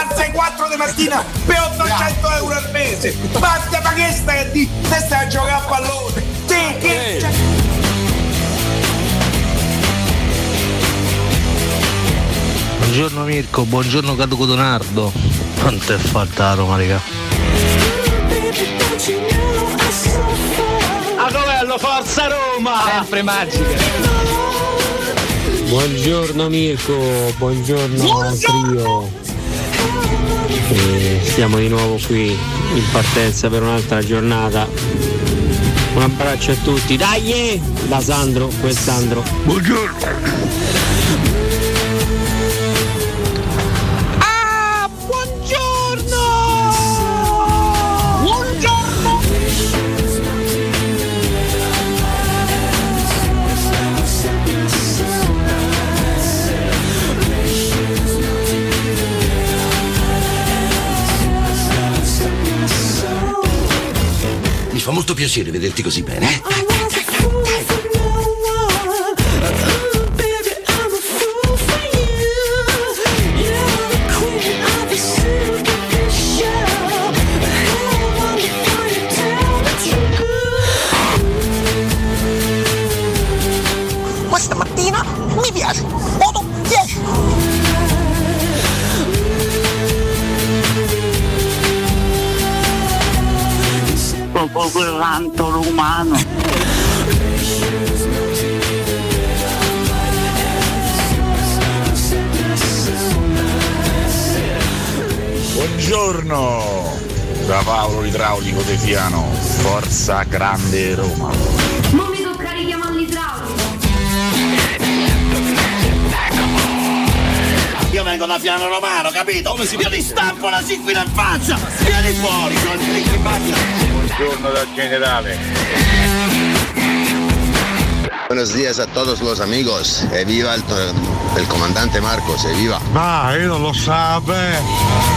alza alle 4 di mattina per 800 euro al mese. Basta, ma che stai a dire? Te stai a giocare a pallone. Te che... Buongiorno Mirko, buongiorno Caduco Donardo. Quanto è fatta la Roma, raga? Agovello, forza Roma! Sempre magica. Buongiorno Mirko, buongiorno trio. Siamo di nuovo qui in partenza per un'altra giornata. Un abbraccio a tutti, dai! Da Sandro, quest'Andro. Buongiorno. Mi fa molto piacere vederti così bene. Questa mattina mi piace. Voto 10. Proprio quel ranto romano. Buongiorno da Paolo Idraulico De Fiano. Forza grande Roma. Non mi toccare richiamo all'idraulico. Io vengo da Fiano Romano, capito? Come si viene? Io ti stampo la sicura in faccia! Vieni fuori, Buongiorno dal generale. Buenos días a todos los amigos. Evviva el comandante Marcos, evviva. Ma io non lo sape.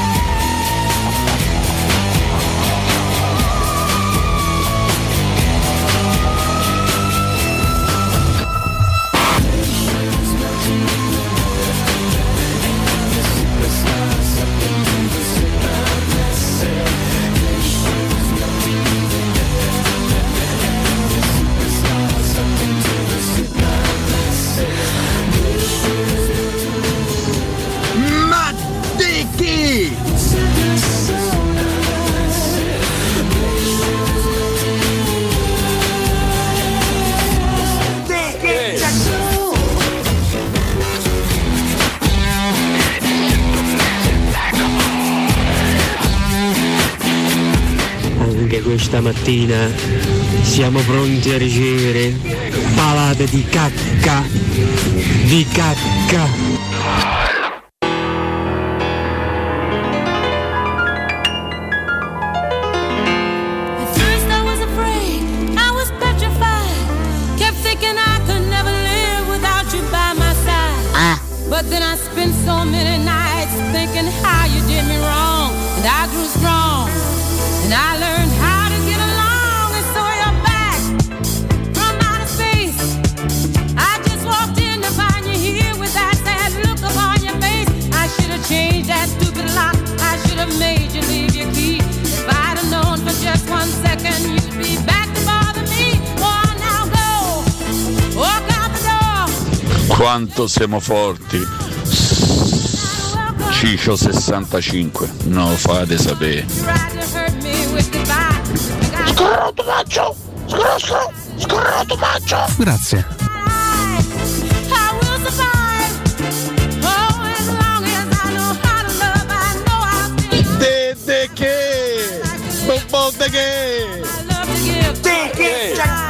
Anche questa mattina siamo pronti a ricevere palate di cacca, di cacca. But then I spent so many nights thinking how you did me wrong, and I grew strong, and I learned how to get along, and so you're back from outer space. I just walked in to find you here with that sad look upon your face. I should have changed that stupid lock, I should have made you leave your key. If I'd have known for just 1 second you'd be back to bother me. Oh, now go, walk out the door. Quanto siamo forti. Ciccio 65, non lo fate sapere. Scroto maggio! Scroto maggio! Grazie. De che? Bobo de che? De che?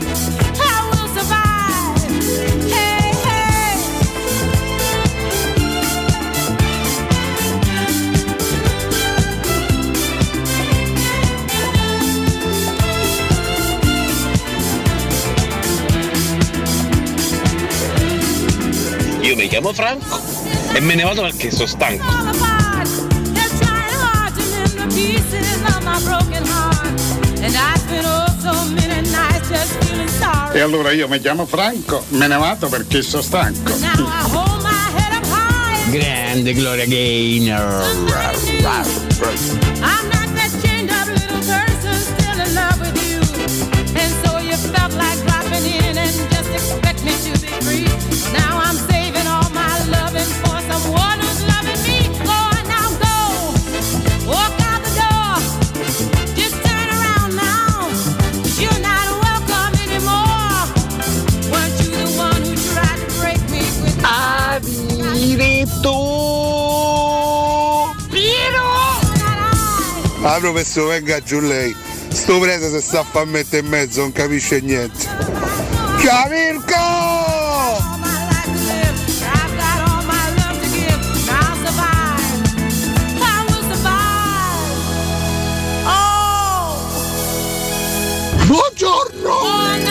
Io mi chiamo Franco e me ne vado perché sono stanco. E allora io mi chiamo Franco, me ne vado perché sono stanco. Grande Gloria Gaynor. I'm not that chained up little person still in love with you. And so you felt like dropping in and just expect me to be free. Now I'm saving all my loving for someone who's loving me. Go on now, go. Walk out the door. Just turn around now. You're not welcome anymore. Weren't you the one who tried to break me with Ah, professore, venga giù lei. Sto presa se sta a far mettere in mezzo, non capisce niente. Ciao Mirko! Buongiorno!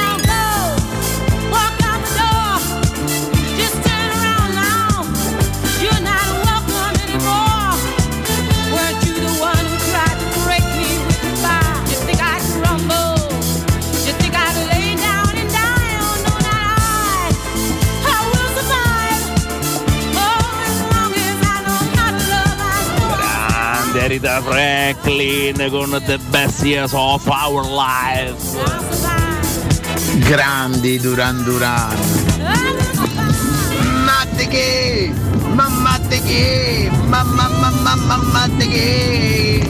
Rita Franklin con The Best Years of Our Lives. Grandi Duran Duran. Matte che, mamma che, mamma che.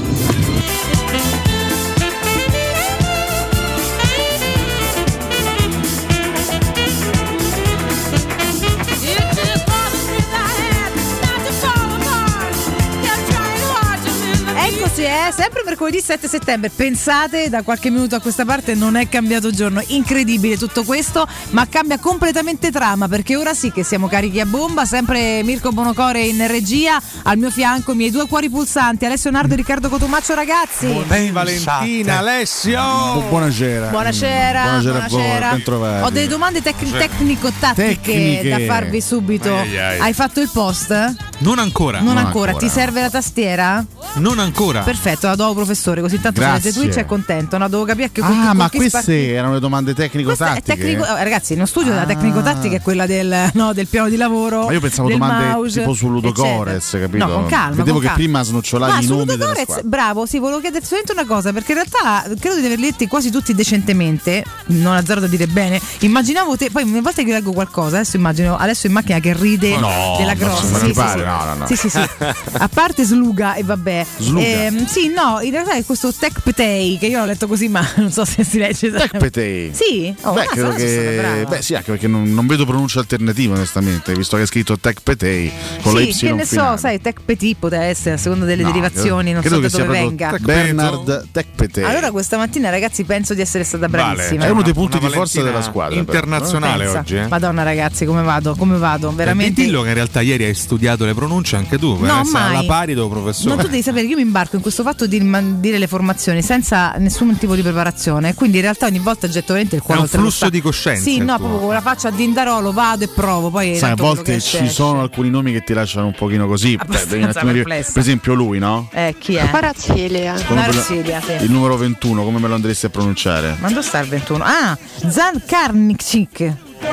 Eccoci, sempre mercoledì 7 settembre. Pensate, da qualche minuto a questa parte non è cambiato giorno. Incredibile tutto questo, ma cambia completamente trama, perché ora sì che siamo carichi a bomba. Sempre Mirko Bonocore in regia, al mio fianco i miei due cuori pulsanti, Alessio Nardo e Riccardo Cotumaccio, ragazzi. Ehi Valentina, Alessio. Buonasera. Buonasera a voi, bentrovati. Ho delle domande tecnico-tattiche da farvi subito. Hai fatto il post? Non ancora. Non ancora. Ti serve la tastiera? Non ancora. Perfetto, la do professore, così tanto se legge Twitch è contento. No, devo capire che ma queste erano le domande tecnico-tattiche. Ragazzi, in studio la tecnico-tattica è quella del piano di lavoro. Ma io pensavo domande mouse, tipo su Ludogorets, capito? No, con calma. Vedevo che prima snocciolavi i nomi della squadra. Bravo, sì, volevo chiederti solamente una cosa, perché in realtà credo di averli letti quasi tutti decentemente, non azzardo a dire bene. Immaginavo te, poi ogni volta che leggo qualcosa, adesso immagino Alessio in macchina che ride della grossa. Sì. A parte Sluga e vabbè. Sì, no, in realtà è questo Tecpetei, che io ho letto così, ma non so se si legge. Tecpetei? Sì? Credo che. Beh, sì, anche perché non vedo pronuncia alternativa, onestamente, visto che è scritto Tecpetei con la Y che ne finale. So, sai, Tecpeti poteva essere a seconda delle derivazioni, non so da dove venga. Bernard Tecpetei. Allora, questa mattina, ragazzi, penso di essere stata bravissima. È uno dei punti di forza della squadra. Internazionale oggi. Madonna, ragazzi, come vado? Veramente. Dillo che in realtà ieri hai studiato le pronunce anche tu, per essere alla pari del professore. No, tu devi sapere, io mi imbarco in questo fatto di dire le formazioni senza nessun tipo di preparazione, quindi in realtà ogni volta getto veramente il cuore. È un flusso di coscienza. Sì, no, proprio con la faccia a Dindarolo vado e provo. Poi sai, a volte ci sono alcuni nomi che ti lasciano un pochino così. Per esempio lui, no? Chi è? Paracelia. Sì. Il numero 21, come me lo andresti a pronunciare? Ma dove sta il 21? Zan Karnikcik.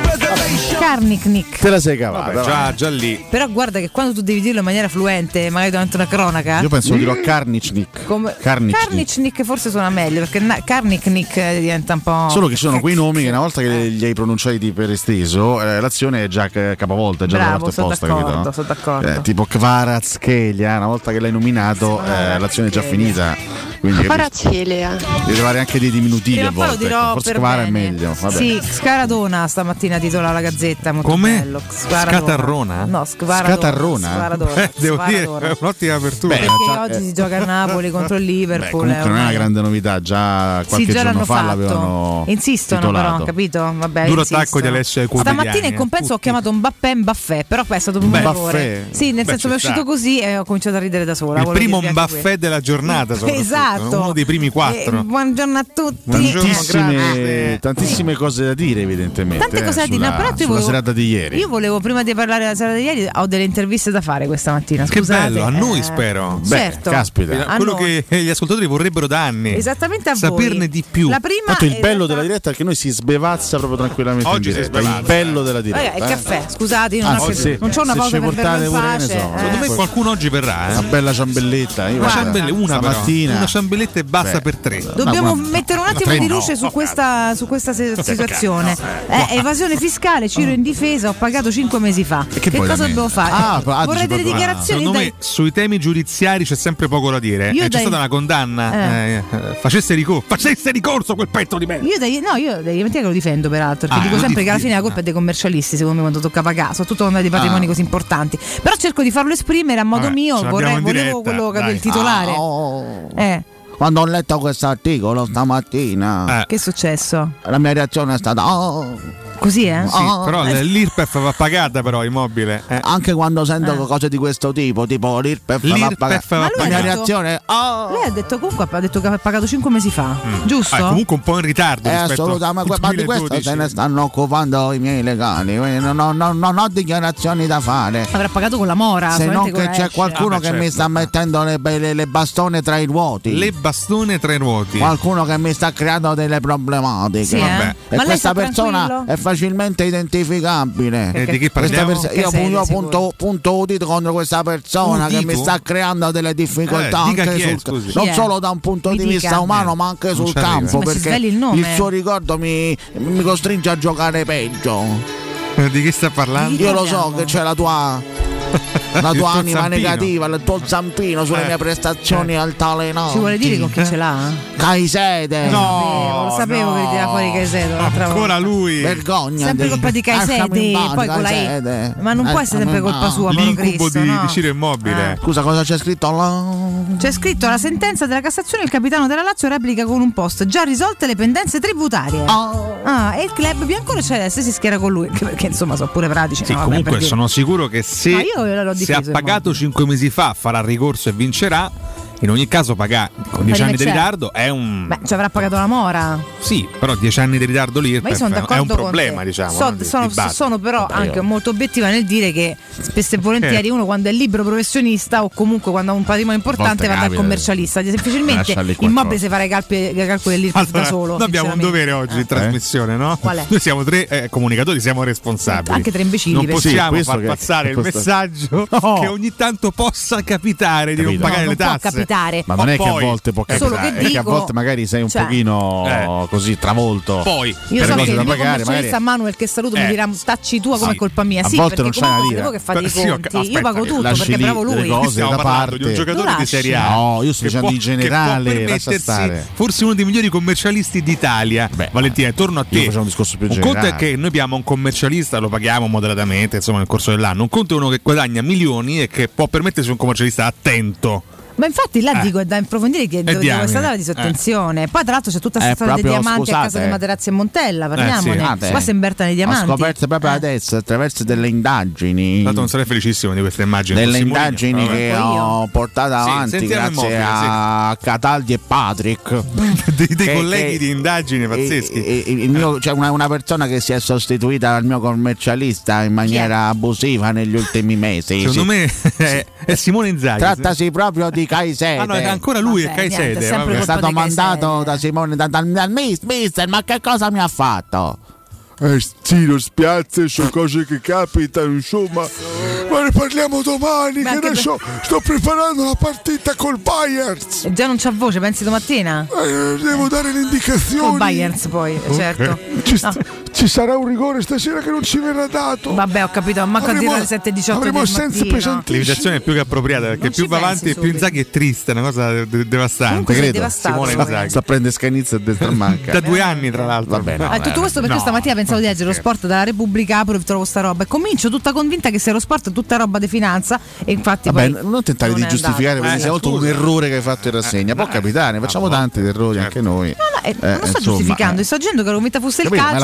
Karniknik. Te la sei cavata. Vabbè, già lì. Però guarda che quando tu devi dirlo in maniera fluente, magari durante una cronaca. Io penso dirò Karnichnik. Karnichnik forse suona meglio, perché Karniknik diventa un po'. Solo che ci sono quei nomi che una volta che li hai pronunciati per esteso, l'azione è già capovolta, è già bravo, da parte posta, sono d'accordo. Tipo Kvaratskhelia, una volta che l'hai nominato, l'azione è già finita. Quindi Paracelia. Devi trovare anche dei diminutivi a volte. Forse Kvara è meglio. Vabbè. Sì, Scaradona stamattina titola la Gazzetta. Molto come? Bello. Scatarrona? No, Scatarrona. Devo dire, è un'ottima apertura. Perché oggi si gioca a Napoli contro il Liverpool. Comunque non è una grande novità, già qualche giorno fa l'avevano insistono titolato. Però, capito? Vabbè, duro attacco di Alessio ai quotidiani. Stamattina in compenso ho chiamato Mbappé, però poi è stato un errore. Sì, nel senso mi è uscito così e ho cominciato a ridere da sola. Il primo Mbappé della giornata. Esatto. Esatto. Uno dei primi 4. Buongiorno a tutti. Tantissime cose da dire, evidentemente. Tante cose da dire, però sulla serata di ieri. Io volevo, prima di parlare della serata di ieri, ho delle interviste da fare questa mattina. Che Scusate, bello, a noi spero. Certo. Caspita. Quello che gli ascoltatori vorrebbero da anni. Esattamente a saperne voi. di più. La prima Tanto il bello della diretta è che noi si sbevazza proprio tranquillamente. Oggi in diretta. Il bello della diretta. Il caffè, scusate, io non ho una se pausa ci per berlo in pace. Secondo me qualcuno oggi verrà. Una bella ciambelletta. Una mattina. Una ciambelletta e basta per 3. Dobbiamo mettere un attimo di luce su questa situazione. Evasione fiscale, Ciro in difesa, ho pagato 5 mesi fa. Che cosa dobbiamo fare? Vorrei delle dichiarazioni. Secondo me sui temi giudiziari c'è sempre poco da dire. C'è stata una condanna. Facesse ricorso quel pezzo di me. Io che lo difendo, peraltro, perché dico sempre che alla fine la colpa è dei commercialisti, secondo me, quando tocca pagare, soprattutto quando hai dei patrimoni così importanti. Però cerco di farlo esprimere a modo mio, volevo quello che il titolare. Quando ho letto questo articolo stamattina, che è successo? La mia reazione è stata così, Sì, però l'IRPEF va pagata, però immobile. Anche quando sento cose di questo tipo l'IRPEF va pagata. La mia reazione lei ha detto comunque che ha pagato 5 mesi fa, giusto? Comunque un po' in ritardo. Assolutamente, ma di questo se ne stanno occupando i miei legali. Non ho dichiarazioni da fare. Avrà pagato con la mora. Se non che c'è qualcuno che mi sta mettendo le bastone tra i ruoti. Le bastone tra i ruoti. Qualcuno che mi sta creando delle problematiche. Sì, e questa persona è facilmente identificabile. E di che parliamo? Io punto udito contro questa persona che mi sta creando delle difficoltà anche non solo da un punto di vista umano, ma anche sul campo, perché il suo ricordo mi costringe a giocare peggio. Di che sta parlando? Io lo so che c'è la tua anima negativa, il tuo zampino sulle mie prestazioni altalenanti. Ci vuole dire con chi ce l'ha? Caisede. Lo sapevo che tirava fuori Caisede ancora lui. Vergogna. Sempre colpa di Caisede, poi con la E. Ma non può essere sempre colpa sua. L'incubo di Ciro Immobile. Scusa, cosa c'è scritto là? C'è scritto: la sentenza della Cassazione, il capitano della Lazio replica con un post: già risolte le pendenze tributarie. E il club bianconero si schiera con lui, perché insomma sono pure pratici. Sì, comunque sono sicuro che se ha pagato 5 mesi fa farà ricorso e vincerà. In ogni caso pagare con 10 anni di ritardo è un... ci avrà pagato la mora. Sì, però 10 anni di ritardo l'IRPEF è un problema, diciamo. Sono però anche molto obiettiva nel dire che spesso e volentieri uno, quando è libero professionista o comunque quando ha un patrimonio importante, va dal commercialista. Semplicemente Immobile si farà i calcoli dell'IRPEF da solo. Noi abbiamo un dovere oggi in trasmissione, no? Qual è? Noi siamo 3 comunicatori, siamo responsabili. Anche 3 imbecilli. Non possiamo far passare il messaggio che ogni tanto possa capitare di non pagare le tasse. Ma non è che a volte può capitare, è che a volte magari sei un pochino così travolto. Poi io so che il mio commercialista Manuel, che saluto, mi dirà tacci tua come è colpa mia. A volte non c'è da dire. Che fate i conti. Io pago tutto perché bravo lui. Stiamo parlando di un giocatore di Serie A. No, io sto dicendo in generale, lascia stare. Forse uno dei migliori commercialisti d'Italia. Valentina, torno a te. Io faccio un discorso più generale. Un conto è che noi abbiamo un commercialista, lo paghiamo moderatamente, insomma, nel corso dell'anno. Un conto è uno che guadagna milioni e che può permettersi un commercialista attento. Ma infatti là dico è da approfondire che dove è stata la disattenzione. Poi tra l'altro c'è tutta questa storia dei diamanti a casa di Materazzi e Montella, parliamone. Qua si invertano i diamanti. Ho scoperto proprio adesso attraverso delle indagini. Tanto non sarei felicissimo di queste immagini. Delle indagini che ho portato avanti grazie a Cataldi e Patrick. dei colleghi di indagini pazzeschi. C'è una persona che si è sostituita al mio commercialista in maniera abusiva negli ultimi mesi. Secondo me è Simone Inzaghi. Trattasi proprio di Caisede. No, è ancora lui, è Caisede. È stato mandato da Simone, dal mister, ma che cosa mi ha fatto? Zio, spiazze, sono cose che capitano, insomma. Ma ne parliamo domani, che adesso sto preparando la partita col Bayern. E già non c'ha voce, pensi domattina? Devo dare le indicazioni. Col Bayern poi, certo. Ci sarà un rigore stasera che non ci verrà dato. Vabbè, ho capito, manco a dire alle 7:18. Avremo assenze pesantissime. L'invitazione è più che appropriata, perché più va avanti e più Inzaghi è triste, è una cosa devastante. Credo. Simone Inzaghi sta a prendere Scanizza e destra manca. Da 2 anni, tra l'altro. Va bene. Tutto questo perché stamattina pensavo di leggere lo sport dalla Repubblica, apro e trovo sta roba e comincio tutta convinta che se lo sport è tutta roba di finanza, e infatti poi non tentare di giustificare perché sia oltre un errore che hai fatto in rassegna. Può capitare, facciamo tanti errori anche noi. Non sto giustificando, sto dicendo che la convinta fosse il calcio. Ma è la quinta volta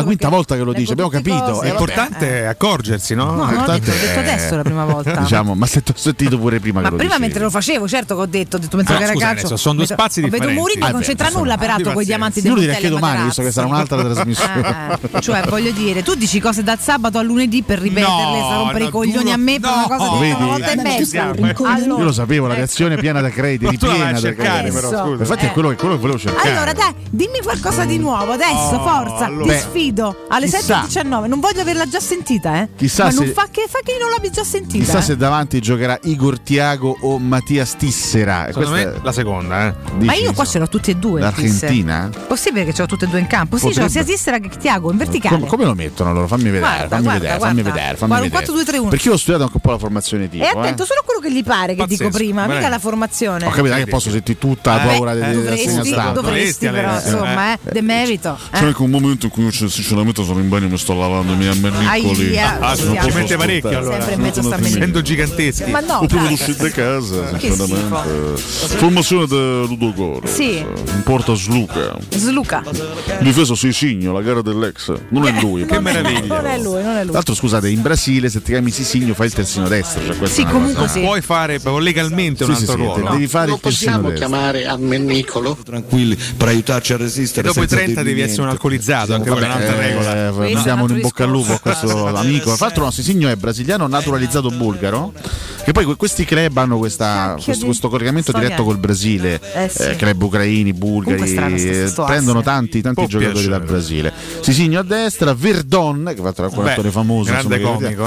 volta che lo dice, abbiamo capito. È importante accorgersi, no? No, l'ho detto adesso la prima volta. Diciamo, ma se ti ho sentito pure prima ma che lo prima dicevi. mentre lo facevo, certo che ho detto mentre era calcio. Sono due spazi differenti. Vedo Mourinho che non c'entra nulla peraltro con i diamanti del Montella. Io lo direi anche domani, visto che sarà un'altra trasmissione. Cioè, voglio dire, tu dici cose dal sabato al lunedì per ripeterle, sta rompere i coglioni a me per una cosa detta una volta e mezza. Io lo sapevo, la reazione piena da crediti, ripiena da crediti. Infatti è quello che volevo cercare. Allora dai, dimmi qualcosa di nuovo adesso, forza, ti sfido alle 7:19. Non voglio averla già sentita, Chissà ma se, non fa che non l'abbia già sentita. Chissà se davanti giocherà Igor Thiago o Mattias Tissera. Secondo me la seconda, Ma io qua ce l'ho tutti e due. L'Argentina? Possibile che ce l'ho tutte e due in campo? Sì, c'ho sia Tissera che Thiago in verticale. Come lo mettono loro? Fammi vedere. Fammi vedere. 4-2-3-1. Perché io ho studiato anche un po' la formazione tipo. E attento solo a quello che gli pare, che dico prima, mica la formazione. Ho capito che posso sentire tutta la paura dovresti però, insomma, demerito. C'è anche un momento in cui io sinceramente sono in bagno e mi sto lavando i miei ammernicoli. Ci mette parecchio allora. Sempre in mezzo sta essendo giganteschi. Ma no, o prima di uscire da casa, sinceramente. Formazione da Ludogorets. Sì. In porta Sluca. Difesa Sisigno, la gara dell'ex. Non è lui. Che meraviglia. Non è lui. Tra l'altro, scusate, in Brasile se ti chiami Sisigno fai il terzino destro. Cioè sì, comunque sì. Puoi fare legalmente un altro ruolo. Devi fare il terzino destro. Chiamare ammennicolo tranquilli per aiutarci a resistere. E dopo i 30 devi essere un alcolizzato, anche quella è un'altra regola. Diamo un in bocca al lupo a questo amico. Tra l'altro, Sisigno è brasiliano naturalizzato bulgaro. Che poi questi club hanno questo collegamento diretto col Brasile. Club ucraini, bulgari, prendono tanti giocatori dal Brasile. Sisigno a destra, Verdon, che fa tra l'altro un attore famoso, grande comico,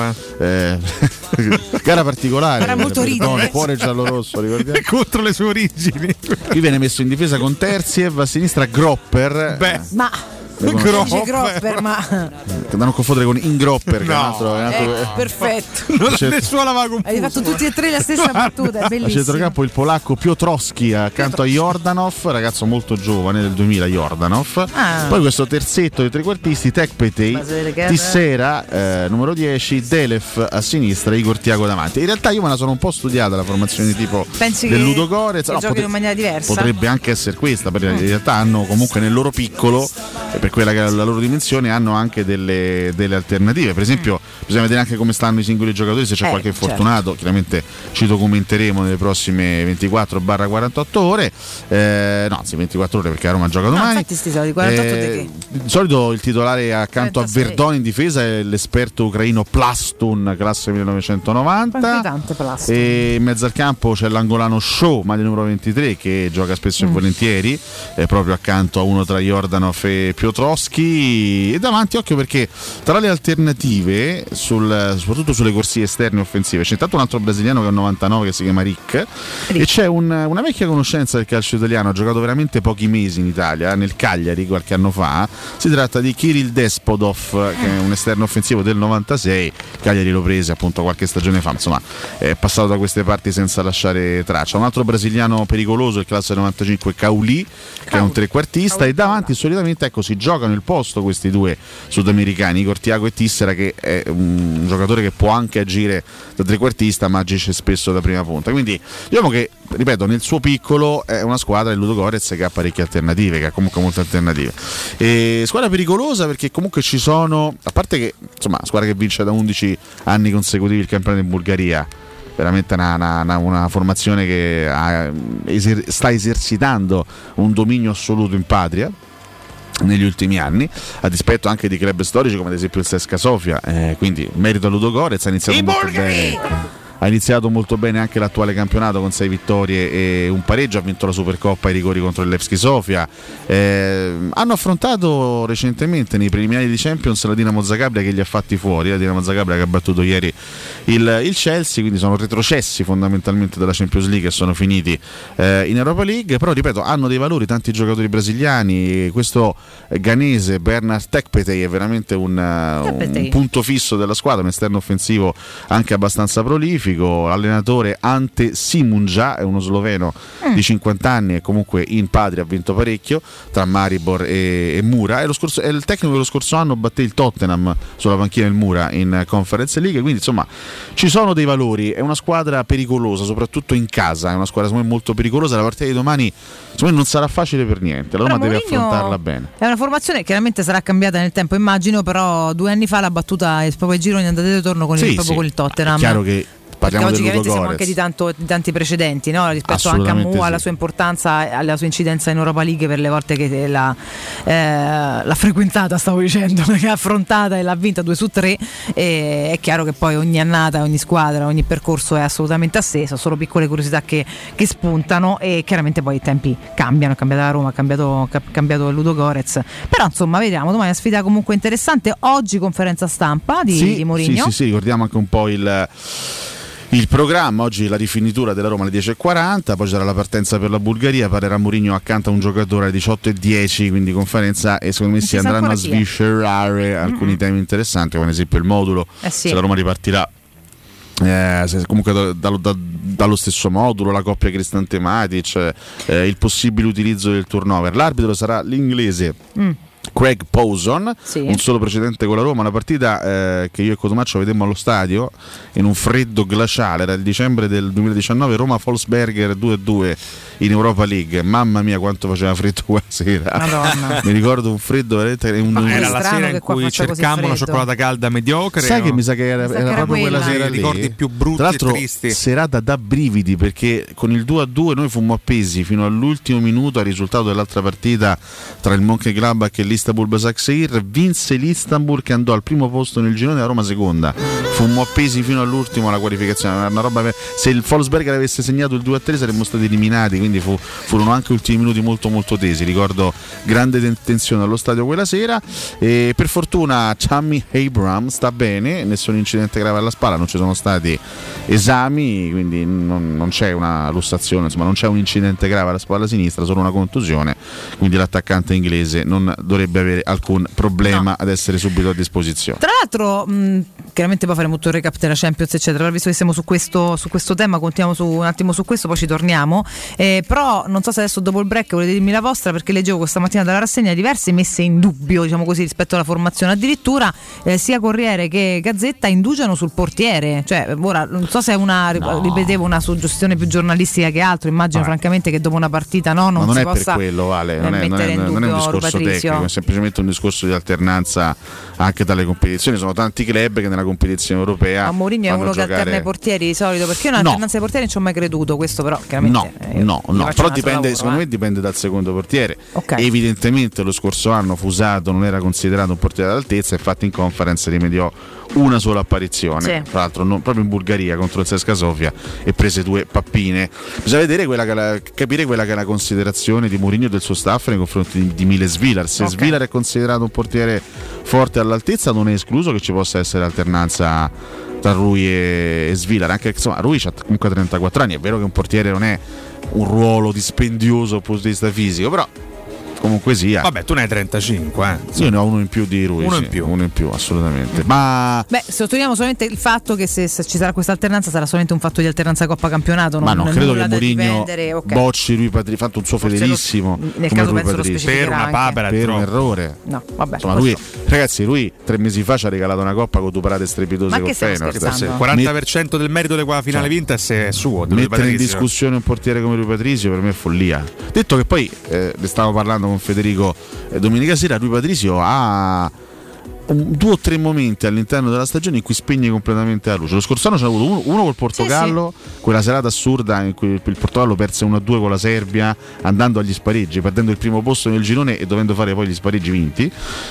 gara particolare. Era molto ridere. Cuore giallo-rosso, ricordiamo. Contro le sue origini. Qui viene messo in difesa con Terziev, a sinistra Gropper. Ma Gropper, ma che danno a confondere con Ingropper, che è un altro perfetto. Nessuno l'aveva confuso. Hai fatto tutti e tre la stessa battuta, è bellissimo. A centrocampo il polacco Piotrowski accanto a Jordanov, ragazzo molto giovane del 2000 Jordanov. Poi questo terzetto di trequartisti, Tekpetei, Tissera numero 10, Delev a sinistra, Igor Thiago davanti. In realtà io me la sono un po' studiata la formazione tipo del Ludogorets. Giochino in maniera diversa. Potrebbe anche essere questa, perché in realtà hanno comunque nel loro piccolo, per quella che è la loro dimensione, hanno anche delle alternative. Per esempio bisogna vedere anche come stanno i singoli giocatori, se c'è qualche infortunato, certo. Chiaramente ci documenteremo nelle prossime 24-48 ore, no, anzi 24 ore perché Roma gioca domani. Infatti sti soldi 48 di solito il titolare accanto 36. A Verdon in difesa è l'esperto ucraino Plastun, classe 1990, e in mezzo al campo c'è l'angolano Shaw, maglia numero 23, che gioca spesso e volentieri, proprio accanto a uno tra Jordanov e Piotrowski. E davanti occhio, perché tra le alternative soprattutto sulle corsie esterne offensive c'è intanto un altro brasiliano che è un 99 che si chiama Rick. E c'è una vecchia conoscenza del calcio italiano, ha giocato veramente pochi mesi in Italia, nel Cagliari qualche anno fa. Si tratta di Kirill Despodov, che è un esterno offensivo del 96. Cagliari lo prese appunto qualche stagione fa, insomma è passato da queste parti senza lasciare traccia. Un altro brasiliano pericoloso, il classe 95, Cauli, che è un trequartista. E davanti solitamente si giocano il posto questi due sudamericani, Igor Thiago e Tissera, che è un giocatore che può anche agire da trequartista ma agisce spesso da prima punta. Quindi diciamo che, ripeto, nel suo piccolo è una squadra, il Ludogorets, che ha parecchie alternative, che ha comunque molte alternative. E squadra pericolosa perché comunque ci sono, a parte che insomma squadra che vince da 11 anni consecutivi il campionato in Bulgaria, veramente una formazione che sta esercitando un dominio assoluto in patria negli ultimi anni, a dispetto anche di club storici come ad esempio il CSKA Sofia, quindi merito a Ludogorets. Ha iniziato molto bene anche l'attuale campionato con 6 vittorie e un pareggio, ha vinto la Supercoppa ai rigori contro il Levski Sofia. Hanno affrontato recentemente nei preliminari di Champions la Dinamo Zagabria, che li ha fatti fuori, la Dinamo Zagabria che ha battuto ieri il Chelsea, quindi sono retrocessi fondamentalmente dalla Champions League e sono finiti in Europa League. Però ripeto, hanno dei valori tanti giocatori brasiliani. Questo ghanese Bernard Tekpetei è veramente un punto fisso della squadra, un esterno offensivo anche abbastanza prolifico. specifico l'allenatore Ante Simunja, è uno sloveno di 50 anni e comunque in patria ha vinto parecchio tra Maribor e Mura, è il tecnico che lo scorso anno batté il Tottenham sulla panchina del Mura in Conference League, quindi insomma ci sono dei valori, è una squadra pericolosa soprattutto in casa, è una squadra secondo me molto pericolosa, la partita di domani secondo me non sarà facile per niente, la Roma deve affrontarla bene. È una formazione che chiaramente sarà cambiata nel tempo immagino, però 2 anni fa l'ha battuta proprio ai gironi andate e ritorno con il Tottenham. È chiaro che perché logicamente siamo anche di tanti precedenti, no? Rispetto anche a Mu, alla sua importanza, alla sua incidenza in Europa League per le volte che l'ha frequentata, stavo dicendo, che ha affrontata e l'ha vinta 2 su 3. E è chiaro che poi ogni annata, ogni squadra, ogni percorso è assolutamente a sé, sono solo piccole curiosità che spuntano e chiaramente poi i tempi cambiano, è cambiata la Roma, ha cambiato Ludogorets, però insomma vediamo, domani è una sfida comunque interessante. Oggi conferenza stampa di Mourinho. Sì, ricordiamo anche un po' il programma, oggi la rifinitura della Roma alle 10.40, poi sarà la partenza per la Bulgaria, parlerà Mourinho accanto a un giocatore alle 18.10, quindi conferenza, e secondo me si andranno a sviscerare alcuni temi interessanti, come ad esempio il modulo, se la Roma ripartirà comunque dallo stesso modulo, la coppia Cristante Matic, il possibile utilizzo del turnover. L'arbitro sarà l'inglese Craig Pawson, un solo precedente con la Roma, una partita che io e Cotumaccio vedemmo allo stadio in un freddo glaciale, era il dicembre del 2019, Roma-Wolfsberger 2-2 in Europa League, mamma mia quanto faceva freddo quella sera. Madonna. Mi ricordo un freddo veramente era la sera in cui cercammo una cioccolata calda mediocre, sai che mi sa che era proprio quella sera lì, ricordi più brutti tra l'altro, e tristi, serata da brividi, perché con il 2-2 noi fummo appesi fino all'ultimo minuto al risultato dell'altra partita tra il Mönchengladbach e l'Istanbul Basaksehir. Vinse l'Istanbul che andò al primo posto nel girone, la Roma seconda, fummo appesi fino all'ultimo alla qualificazione, una roba, se il Wolfsberger avesse segnato il 2-3 saremmo stati eliminati, quindi furono anche ultimi minuti molto molto tesi. Ricordo grande tensione allo stadio quella sera e per fortuna Tammy Abraham sta bene, nessun incidente grave alla spalla, non ci sono stati esami, quindi non c'è una lussazione, insomma non c'è un incidente grave alla spalla sinistra, solo una contusione, quindi l'attaccante inglese non dovrebbe avere alcun problema ad essere subito a disposizione. Tra l'altro chiaramente poi faremo tutto il recap della Champions eccetera, visto che siamo su questo tema, continuiamo un attimo su questo, poi ci torniamo, però non so se adesso dopo il break volete dirmi la vostra, perché leggevo questa mattina dalla rassegna diverse messe in dubbio, diciamo così, rispetto alla formazione, addirittura sia Corriere che Gazzetta indugiano sul portiere, cioè ora non so se è ripetevo una suggestione più giornalistica che altro, immagino francamente che dopo una partita non si è possa per quello, Vale, non è un discorso tecnico, è semplicemente un discorso di alternanza anche dalle competizioni. Sono tanti club che nella competizione europea Mourinho è uno che alterna i portieri di solito, perché io un'alternanza dei portieri non ci ho mai creduto, questo però chiaramente no, però dipende, secondo me dipende dal secondo portiere. Evidentemente lo scorso anno Fusato non era considerato un portiere d'altezza, infatti in Conference rimediò una sola apparizione, tra l'altro proprio in Bulgaria contro il CSKA Sofia, e prese 2 pappine. Bisogna vedere capire quella che è la considerazione di Mourinho e del suo staff nei confronti di Miles Vilar. Se Svilar è considerato un portiere forte all'altezza, non è escluso che ci possa essere alternanza tra Rui e Svilar, anche insomma Rui ha comunque 34 anni, è vero che un portiere non è un ruolo dispendioso dal punto di vista fisico, però comunque sia. Vabbè, tu ne hai 35, Io ne ho uno in più di Rui. Uno in più, assolutamente. Ma sottolineiamo solamente il fatto che se ci sarà questa alternanza sarà solamente un fatto di alternanza Coppa Campionato. Ma non credo che Mourinho bocci Rui Patricio, fatto un suo fedelissimo. Nel caso penso lo specificherà per una papera, per un errore. No, vabbè. Insomma, lui 3 mesi fa ci ha regalato una coppa con 2 parate strepitose con Feyenoord. Il 40% del merito della finale vinta è suo. Mettere in discussione un portiere come Rui Patricio per me è follia. Detto che poi ne stavo parlando con Federico domenica sera, Rui Patricio ha 2 o 3 momenti all'interno della stagione in cui spegne completamente la luce. Lo scorso anno c'è avuto uno col Portogallo, quella serata assurda in cui il Portogallo perse 1-2 con la Serbia, andando agli spareggi, perdendo il primo posto nel girone e dovendo fare poi gli spareggi vinti,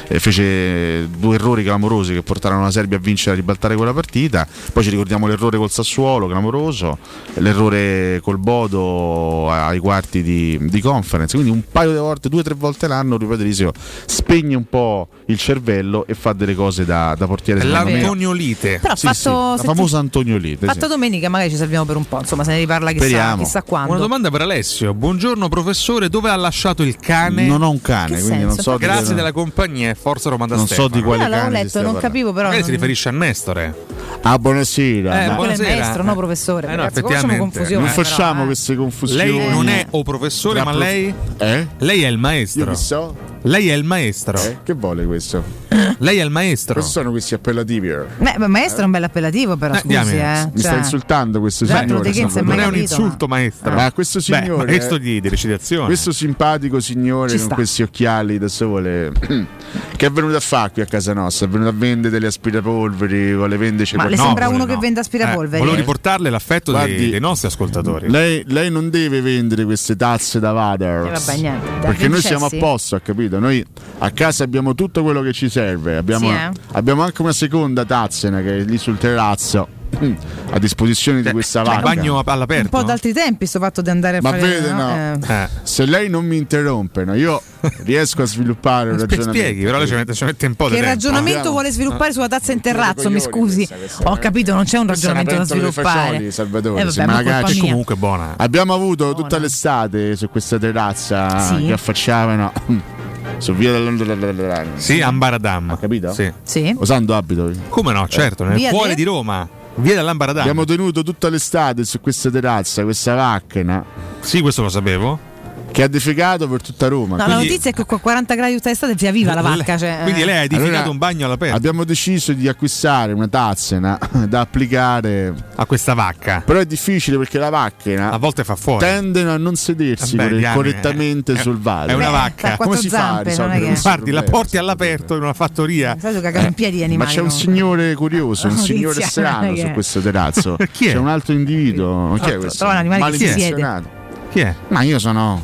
fece 2 errori clamorosi che portarono la Serbia a vincere, a ribaltare quella partita. Poi ci ricordiamo l'errore col Sassuolo, clamoroso, l'errore col Bodo ai quarti di Conference, quindi un paio di volte, 2 o 3 volte l'anno Rui Patricio spegne un po' il cervello e fa delle cose da portiere. L'Antoniolite. Però la famosa Antoniolite. Fatta domenica magari ci salviamo per un po', insomma, se ne riparla chissà quando. Una domanda per Alessio. Buongiorno professore, dove ha lasciato il cane? Non ho un cane, quindi non so. Grazie della compagnia e forza Roma da Stefano. Non so di quale cane. L'ho letto, non capivo però. Magari si riferisce a Nestore. Ah, buonasera. Buonasera. È maestro, no professore. No, effettivamente. Non facciamo queste confusioni. Lei non è o professore, ma lei lei è il maestro. Io chi so? Lei è il maestro. Che vuole questo? Lei è il maestro. Cosa sono questi appellativi? Maestro è un bel appellativo, però scusi. Mi sta insultando questo signore. Non è un insulto, maestro. Ma questo signore. Maestro di recitazione. Questo simpatico signore con questi occhiali adesso vuole. Che è venuto a fare qui a casa nostra? È venuto a vendere delle aspirapolveri, vuole vendere. Ma le sembra uno che vende aspirapolveri? Volevo riportarle l'affetto dei nostri ascoltatori. Lei non deve vendere queste tazze da Vader. Vabbè, niente. Perché noi siamo a posto, ha capito? Noi a casa abbiamo tutto quello che ci serve. Abbiamo anche una seconda tazzena che è lì sul terrazzo a disposizione di questa vacca. Bagno all'aperto. Un po' d'altri tempi sto fatto di andare a fare. Ma vede, no? Se lei non mi interrompe, io riesco a sviluppare un ragionamento. Spieghi, però lei ci mette un po' di tempo. Che ragionamento vuole sviluppare sulla tazza in terrazzo? Mi scusi, ho capito, non c'è un ragionamento da sviluppare. Salvatore, vabbè, comunque buona. Abbiamo avuto tutta l'estate su questa terrazza che affacciavano su via dell'Andrea. Sì, Ambaradam. Ha capito? Sì. Osando abito. Come no, certo, nel cuore di Roma. Via dell'Ambaradam. Abbiamo tenuto tutta l'estate su questa terrazza, questa macchina. Sì, questo lo sapevo. Che ha defecato per tutta Roma. No, la notizia è che con 40 gradi tutta l'estate via viva la vacca. Quindi lei ha edificato un bagno all'aperto. Abbiamo deciso di acquistare una tazzena da applicare a questa vacca. Però è difficile perché la macchina a volte fa fuori. Tendono a non sedersi correttamente sul vaso. È una vacca. Come si fa? Guardi, la porti all'aperto in una fattoria. In piedi gli animali. Ma c'è un signore curioso, un signore strano su questo terrazzo. Chi è? C'è un altro individuo. Chi è questo? Trova un animale che si siede. Chi è? Ma io sono.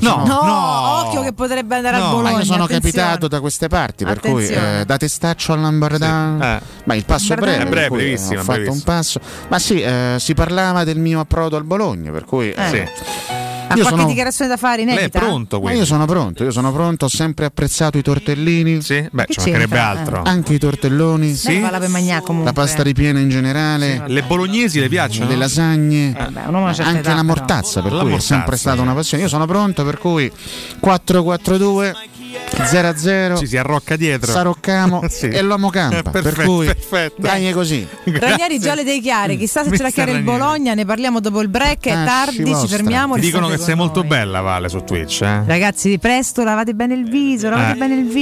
No, occhio che potrebbe andare al Bologna. Ma io sono capitato da queste parti, per cui da Testaccio all'Ambardà. Ma il passo è breve. È brevissimo. Ho fatto un passo. Ma sì, si parlava del mio approdo al Bologna, per cui. Ha qualche dichiarazione da fare inedita? Lei è pronto, ma io sono pronto, ho sempre apprezzato i tortellini. Sì, beh, ci mancherebbe altro. Anche i tortelloni. Sì. La pasta ripiena in generale. Le bolognesi le piacciono? Le lasagne. Anche la mortazza, per cui è sempre stata una passione. Io sono pronto, per cui 4-4-2 0-0 ci si arrocca dietro, s'arroccamo e l'uomo campa, per cui dai così. Ranieri Giole dei Chiari, chissà se ce la chiara il Bologna, ne parliamo dopo il break, è tardi, ci fermiamo. Ti dicono che sei molto bella, Vale, su Twitch, ragazzi, presto lavate bene il viso, tra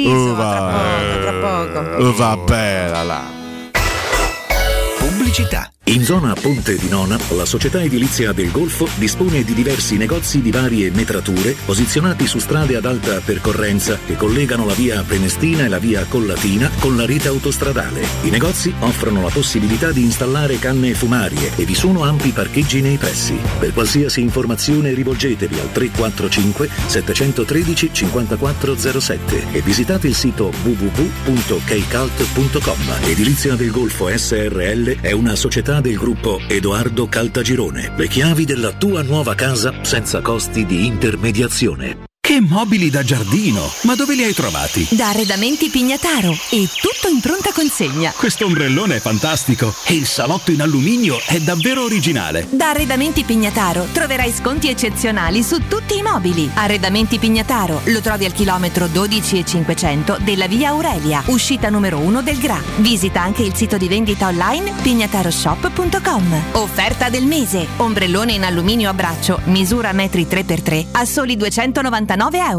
poco. Va bene là. Pubblicità. In zona Ponte di Nona, la società edilizia del Golfo dispone di diversi negozi di varie metrature posizionati su strade ad alta percorrenza che collegano la via Prenestina e la via Collatina con la rete autostradale. I negozi offrono la possibilità di installare canne fumarie e vi sono ampi parcheggi nei pressi. Per qualsiasi informazione rivolgetevi al 345 713 5407 e visitate il sito www.keicalt.com. Edilizia del Golfo SRL è una società del gruppo Edoardo Caltagirone. Le chiavi della tua nuova casa senza costi di intermediazione. Che mobili da giardino! Ma dove li hai trovati? Da Arredamenti Pignataro, e tutto in pronta consegna. Questo ombrellone è fantastico e il salotto in alluminio è davvero originale. Da Arredamenti Pignataro troverai sconti eccezionali su tutti i mobili. Arredamenti Pignataro lo trovi al chilometro 12,500 della via Aurelia, uscita numero 1 del GRA. Visita anche il sito di vendita online pignataroshop.com. Offerta del mese: ombrellone in alluminio a braccio, misura metri 3x3 a soli €299.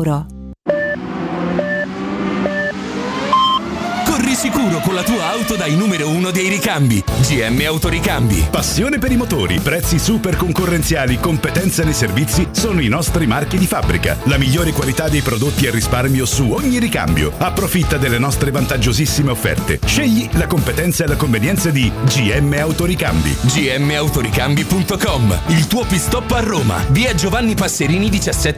Corri sicuro con la tua auto dai numero 1 dei ricambi. GM Autoricambi. Passione per i motori, prezzi super concorrenziali, competenza nei servizi sono i nostri marchi di fabbrica. La migliore qualità dei prodotti e risparmio su ogni ricambio. Approfitta delle nostre vantaggiosissime offerte. Scegli la competenza e la convenienza di GM Autoricambi. gmaautoricambi.com. Il tuo pit stop a Roma. Via Giovanni Passerini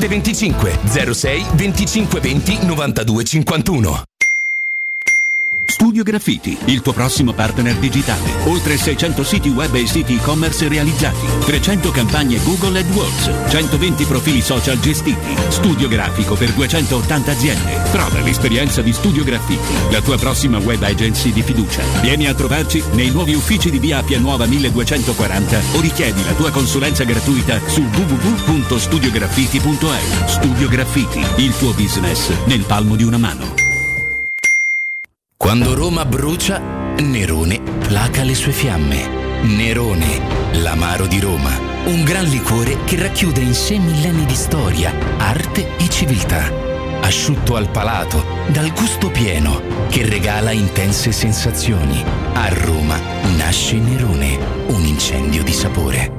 1725 06 25 20 92 51. Studio Graffiti, il tuo prossimo partner digitale. Oltre 600 siti web e siti e-commerce realizzati, 300 campagne Google AdWords, 120 profili social gestiti, studio grafico per 280 aziende. Prova l'esperienza di Studio Graffiti, la tua prossima web agency di fiducia. Vieni a trovarci nei nuovi uffici di via Appia Nuova 1240 o richiedi la tua consulenza gratuita su www.studiograffiti.eu. Studio Graffiti, il tuo business nel palmo di una mano. Quando Roma brucia, Nerone placa le sue fiamme. Nerone, l'amaro di Roma, un gran liquore che racchiude in sé millenni di storia, arte e civiltà. Asciutto al palato, dal gusto pieno, che regala intense sensazioni. A Roma nasce Nerone, un incendio di sapore.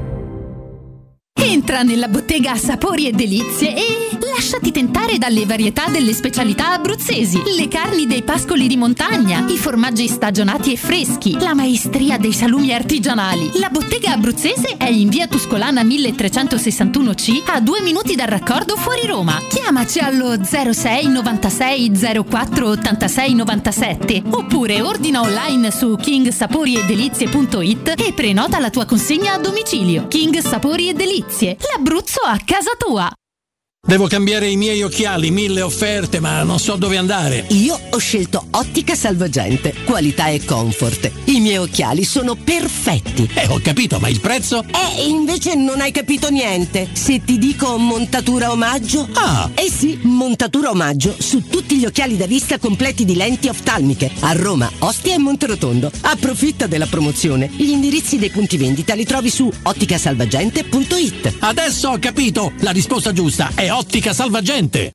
Entra nella bottega Sapori e Delizie e lasciati tentare dalle varietà delle specialità abruzzesi, le carni dei pascoli di montagna, i formaggi stagionati e freschi, la maestria dei salumi artigianali. La bottega abruzzese è in via Tuscolana 1361C, a 2 minuti dal raccordo fuori Roma. Chiamaci allo 06 96 04 86 97 oppure ordina online su kingsaporiedelizie.it e prenota la tua consegna a domicilio. King Sapori e Delizie, l'Abruzzo a casa tua. Devo cambiare i miei occhiali, 1000 offerte, ma non so dove andare. Io ho scelto Ottica Salvagente, qualità e comfort. I miei occhiali sono perfetti. Ho capito, ma il prezzo? Invece non hai capito niente. Se ti dico montatura omaggio? Sì, montatura omaggio su tutti gli occhiali da vista completi di lenti oftalmiche. A Roma, Ostia e Monterotondo. Approfitta della promozione. Gli indirizzi dei punti vendita li trovi su otticasalvagente.it. Adesso ho capito! La risposta giusta è Ottica Salvagente.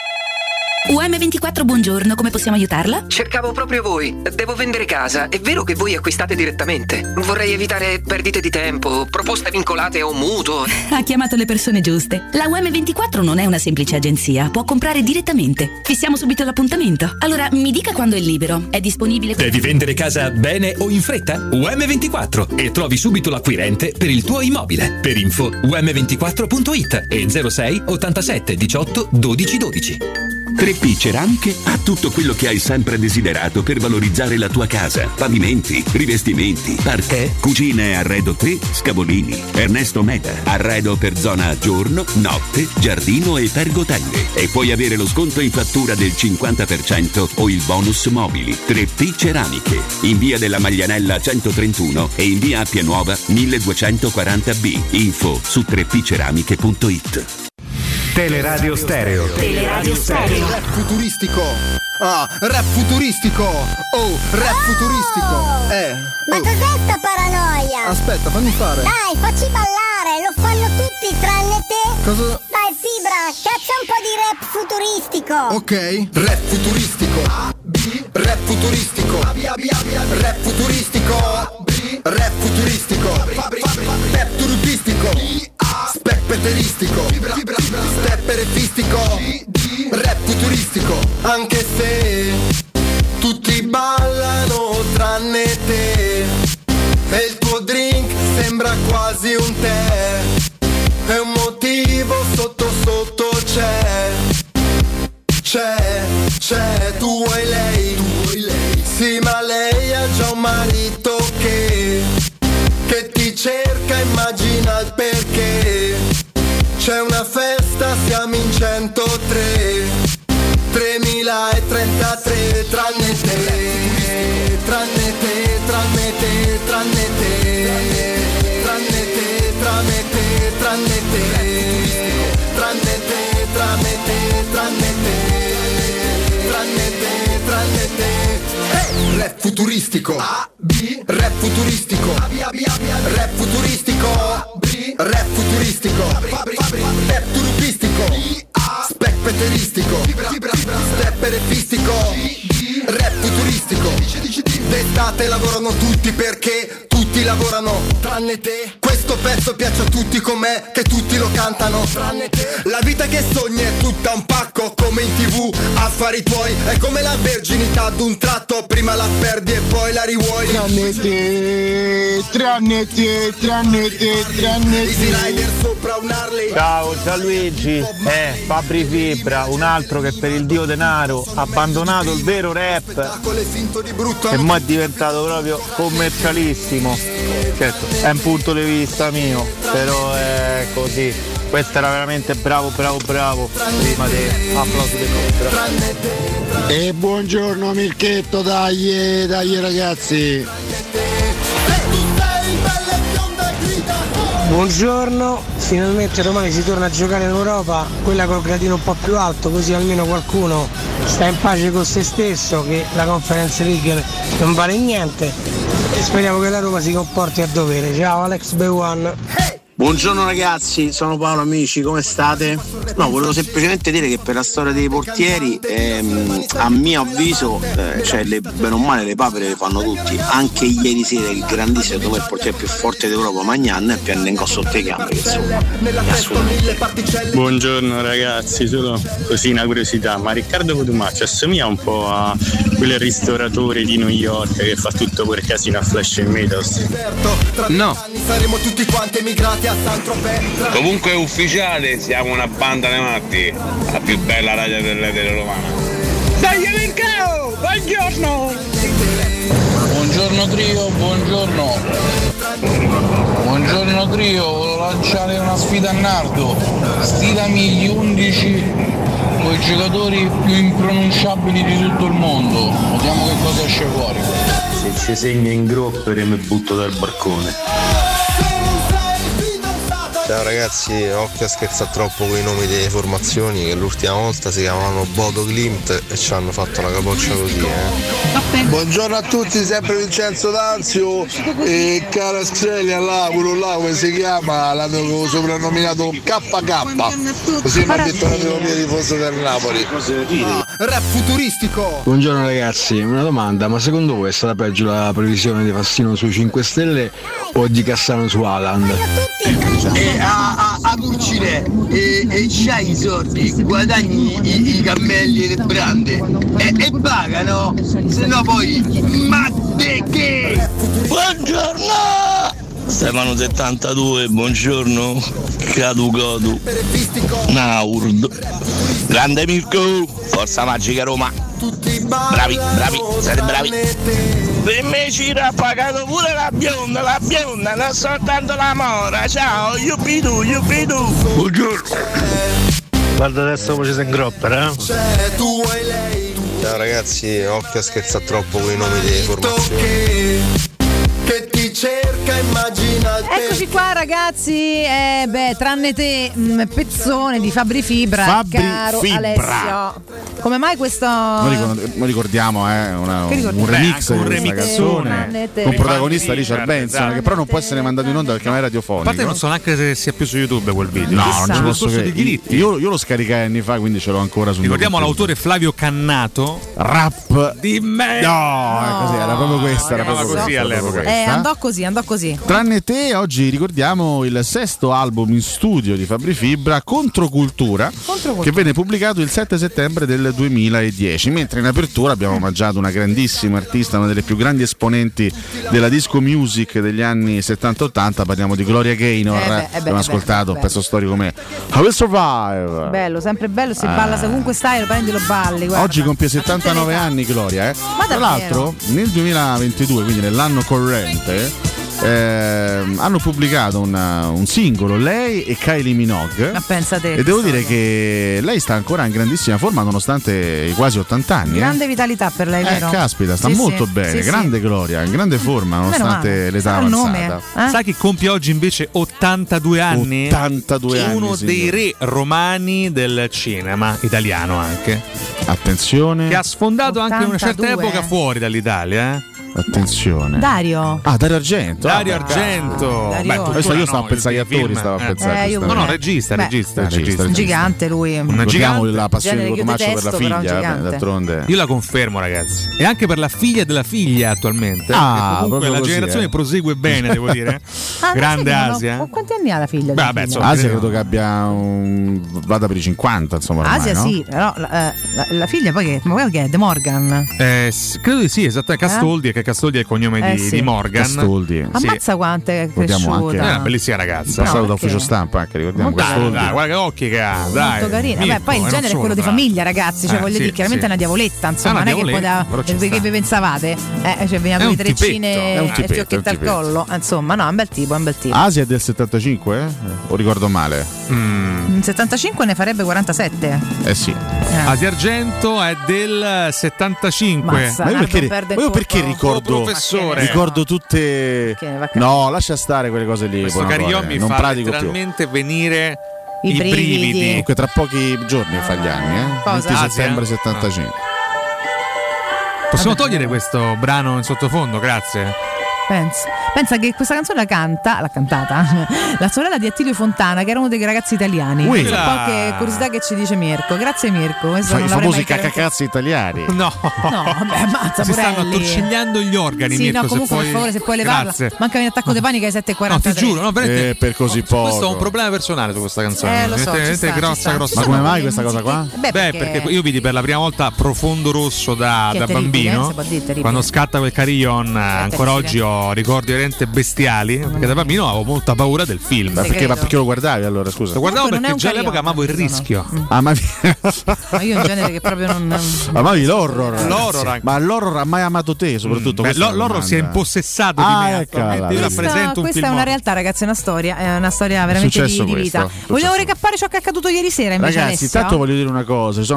UM24, buongiorno, come possiamo aiutarla? Cercavo proprio voi. Devo vendere casa. È vero che voi acquistate direttamente? Vorrei evitare perdite di tempo, proposte vincolate o mutuo. Ha chiamato le persone giuste. La UM24 non è una semplice agenzia, può comprare direttamente. Fissiamo subito l'appuntamento. Allora, mi dica quando è libero. È disponibile? Devi vendere casa bene o in fretta? UM24 e trovi subito l'acquirente per il tuo immobile. Per info um24.it e 06 87 18 12 12. 3P Ceramiche ha tutto quello che hai sempre desiderato per valorizzare la tua casa. Pavimenti, rivestimenti, parquet, cucine e arredo 3, Scavolini. Ernesto Meda, arredo per zona giorno, notte, giardino e pergotende. E puoi avere lo sconto in fattura del 50% o il bonus mobili. 3P Ceramiche, in via della Maglianella 131 e in via Appia Nuova 1240B. Info su 3pceramiche.it. Teleradio Stereo. Teleradio Stereo. Rap futuristico. Rap futuristico. Rap futuristico. Ma cos'è sta paranoia? Aspetta, fammi fare. Dai, facci ballare, lo fanno tutti tranne te. Cosa? Dai, Fibra, caccia un po' di rap futuristico. Ok. Rap futuristico. Rap futuristico. Rap futuristico. Rap futuristico. Rap turistico. Specpeteristico. Stepperefistico. Rap futuristico. Anche se tutti ballano tranne te e il tuo drink sembra quasi un tè, e un motivo sotto sotto c'è, tu e lei, sì, ma lei ha già un marito che ti cerca, immagina il perché. C'è una festa, siamo in 103, 3033, tranne te, tranne te, tranne te, tranne te, tranne te, tranne te, tranne te, tranne te, tranne te, tranne te, tranne te, tranne te. Rap futuristico, rap futuristico, rap futuristico, rap futuristico, rap turupistico, specpeteristico, stepperefistico, rap futuristico. D'estate lavorano tutti perché tutti lavorano tranne te. Questo sto pezzo piace a tutti com'è, che tutti lo cantano. La vita che sogni è tutta un pacco, come in TV, affari tuoi. È come la verginità d'un tratto, prima la perdi e poi la rivuoi. Tranne te. Easy Rider sopra un Harley. Ciao Gianluigi, Fabri Fibra, un altro che per il dio denaro ha abbandonato il vero rap e mo' è diventato proprio commercialissimo. Certo, è un punto di vista mio, però è così. Questo era veramente bravo. Prima di applausi del contra. E buongiorno Mirchetto, dai ragazzi. Buongiorno, finalmente domani si torna a giocare in Europa, quella col gradino un po' più alto, così almeno qualcuno sta in pace con se stesso, che la Conference League non vale niente, e speriamo che la Roma si comporti a dovere. Ciao Alex B1. Buongiorno ragazzi, sono Paolo, amici, come state? No, volevo semplicemente dire che per la storia dei portieri, a mio avviso, bene o male le papere le fanno tutti. Anche ieri sera il grandissimo, secondo me il portiere più forte d'Europa, Magnan, e Piannengo sotto i campi, insomma. Buongiorno ragazzi, solo così una curiosità, ma Riccardo Cotumaccio assomiglia un po' a quel ristoratore di New York che fa tutto quel casino a Flash and Meadows? No. Saremo tutti quanti emigrati a Saint-Tropez. Comunque è ufficiale, siamo una banda di matti, la più bella radio delle romana. Dai Mircao, buongiorno! Buongiorno trio, buongiorno. Buongiorno trio, volevo lanciare una sfida a Nardo. Stilami gli 11 con i giocatori più impronunciabili di tutto il mondo. Vediamo che cosa esce fuori. Se ci segna in groppere mi butto dal barcone. Ciao ragazzi, occhio a scherzare troppo con i nomi delle formazioni, che l'ultima volta si chiamavano Bodo Klimt e ci hanno fatto la capoccia così, Buongiorno a tutti, sempre Vincenzo D'Anzio e cara Strelia là, quello là come si chiama, l'hanno soprannominato KK, così mi ha detto un amico mio tifoso del Napoli. Rap futuristico. Buongiorno ragazzi, una domanda, ma secondo voi è stata peggio la previsione di Fassino sui 5 Stelle o di Cassano su Haaland? A Curcine e c'hai i soldi, guadagni i cammelli e le brande e pagano, se no poi ma de che? Buongiorno! Stefano 72, buongiorno, Caducodu, Naurd, grande Mirko, forza magica Roma, bravi, siete bravi. Per me Ciro ha pagato pure la bionda, non soltanto la mora, ciao, yupidu. Buongiorno. Guarda adesso come ci sei in groppa, Ciao ragazzi, occhio a scherzare troppo con i nomi delle formazioni. Che ti cerca, immagina. Eccoci qua ragazzi, tranne te, pezzone di Fabri Fibra, caro Alessio. Come mai questo? Noi ricordiamo un remix di questa canzone con protagonista Richard Benson, che però non può essere mandato in onda perché non è radiofonico. A parte non so neanche se sia più su YouTube quel video. No, non ci posso credere. Io lo scaricai anni fa, quindi ce l'ho ancora su. Ricordiamo l'autore Flavio Cannato. Rap di me. No, così, era proprio questa, era proprio così all'epoca. Andò così. Tranne te, oggi ricordiamo il sesto album in studio di Fabri Fibra, Controcultura, che venne pubblicato il 7 settembre del 2010, mentre in apertura abbiamo omaggiato una grandissima artista, una delle più grandi esponenti della disco music degli anni 70-80, parliamo di Gloria Gaynor. Abbiamo ascoltato un pezzo storico come I Will Survive. Bello, sempre bello, se balla, se comunque stai, prendilo balli. Guarda. Oggi compie 79 anni Gloria, Tra l'altro nel 2022, quindi nell'anno corrente, hanno pubblicato un singolo, lei e Kylie Minogue. Ma pensate. E devo dire che lei sta ancora in grandissima forma nonostante i quasi 80 anni. Grande vitalità per lei, vero? Caspita, sta molto bene, grande Gloria, in grande forma nonostante l'età avanzata. Sai chi compie oggi invece 82 anni? 82 anni. Uno dei re romani del cinema italiano anche. Attenzione. Che ha sfondato 82. Anche in una certa epoca fuori dall'Italia, Attenzione. Dario. Dario Argento. Dario Argento. Adesso io stavo a pensare agli attori, stavo a pensare. No, regista. Un gigante lui. Ricordiamo la passione di Cotumaccio per la detesto, figlia, d'altronde. Io la confermo, ragazzi. E anche per la figlia della figlia attualmente. Comunque la generazione prosegue bene, devo dire. Grande Asia. Quanti anni ha la figlia? Asia credo che abbia vada per i 50, insomma. Ormai, Asia, no? sì, però la figlia poi che è? De Morgan? Credo di sì, esattamente. Castoldi, che Castoldi è il cognome di Morgan. Castoldi. Ammazza quanto è cresciuta. È una bellissima ragazza. Passato da ufficio stampa anche, ricordiamo. Guarda che occhi che ha, dai. Molto carina. Poi il genere è quello di famiglia, ragazzi. Cioè, voglio dire, chiaramente è una diavoletta, insomma, non è che poi che vi pensavate? Cioè, veniamo con le treccine e il fiocchetto al collo. Insomma, no, è un bel tipo, Asia è del 75? O ricordo male? In 75 ne farebbe 47. Sì. Asia Argento è del 75. Ma io perché ricordo tutte. No, lascia stare quelle cose lì. Questo Carillon mi fa letteralmente venire i brividi. Comunque tra pochi giorni fa gli anni, 20 settembre 75. Possiamo togliere questo brano in sottofondo, grazie. Pensa che questa canzone l'ha cantata la sorella di Attilio Fontana, che era uno dei ragazzi italiani. Qualche curiosità che ci dice Mirko. Grazie Mirko. I famosi cacacazzi italiani. No, vabbè, ammazza, si stanno attorcigliando gli organi. Sì, Mirko, no, comunque per favore, se puoi levarla. Grazie. Manca un attacco di panico ai 7:43. No, ti giuro, per così poco. Questo è un problema personale su questa canzone. Lo so, grossa. Ma come mai questa cosa qua? Perché io vidi per la prima volta Profondo Rosso da bambino. Quando scatta quel Carillon, ancora oggi ho ricordi veramente bestiali, perché da bambino avevo molta paura del film. Perché lo guardavi allora, scusa? Lo guardavo perché già all'epoca amavo il rischio. Ma io in genere che proprio non amavi l'horror. Ma l'horror ha mai amato te, soprattutto? L'horror si è impossessato di me. Io rappresento un film. Questa è una realtà, ragazzi, è una storia veramente di vita. Vogliamo recappare ciò che è accaduto ieri sera invece, ragazzi, intanto voglio dire una cosa, ci sono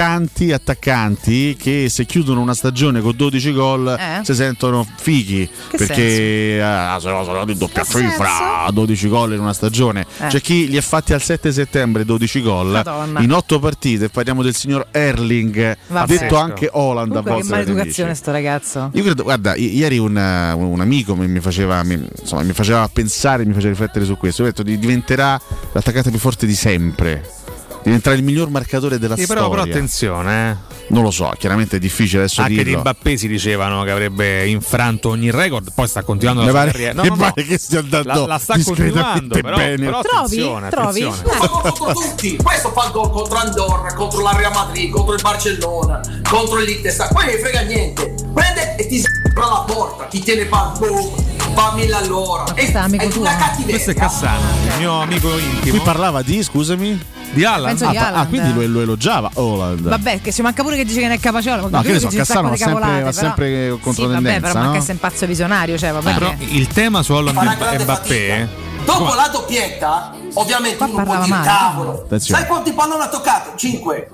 attaccanti che se chiudono una stagione con 12 gol si sentono fighi, perché sono di doppia cifra, 12 gol in una stagione. C'è chi li ha fatti al 7 settembre 12 gol in 8 partite. Parliamo del signor Erling, detto anche Haaland a volte. Che maleducazione sto ragazzo. Io credo, guarda, ieri un amico mi faceva pensare, mi faceva riflettere su questo. Ho detto diventerà l'attaccante più forte di sempre, diventerà il miglior marcatore della storia. Però attenzione, non lo so, chiaramente è difficile adesso anche dirlo. Di Mbappé si dicevano che avrebbe infranto ogni record, poi sta continuando la carriera. Pare che stia andando la sta continuando, bene. Però attenzione. Contro tutti, questo fa il gol contro Andorra, contro la Real Madrid, contro il Barcellona, contro il Liechtenstein, poi non frega niente, prende e ti s***a la porta, ti tiene va 1000 all'ora. Questo è Cassano, il mio amico intimo. Qui parlava di, scusami, di Haaland. Quindi lo elogiava Haaland. Vabbè, che ci manca pure che dice che non è capace. No, che ne so, Cassano va sempre contro tendenza. Vabbè, però manca essere un pazzo visionario, cioè vabbè. Però il tema su Haaland e Mbappé, dopo la doppietta, ovviamente uno può dire cavolo. Sai quanti palloni ha toccato? 5.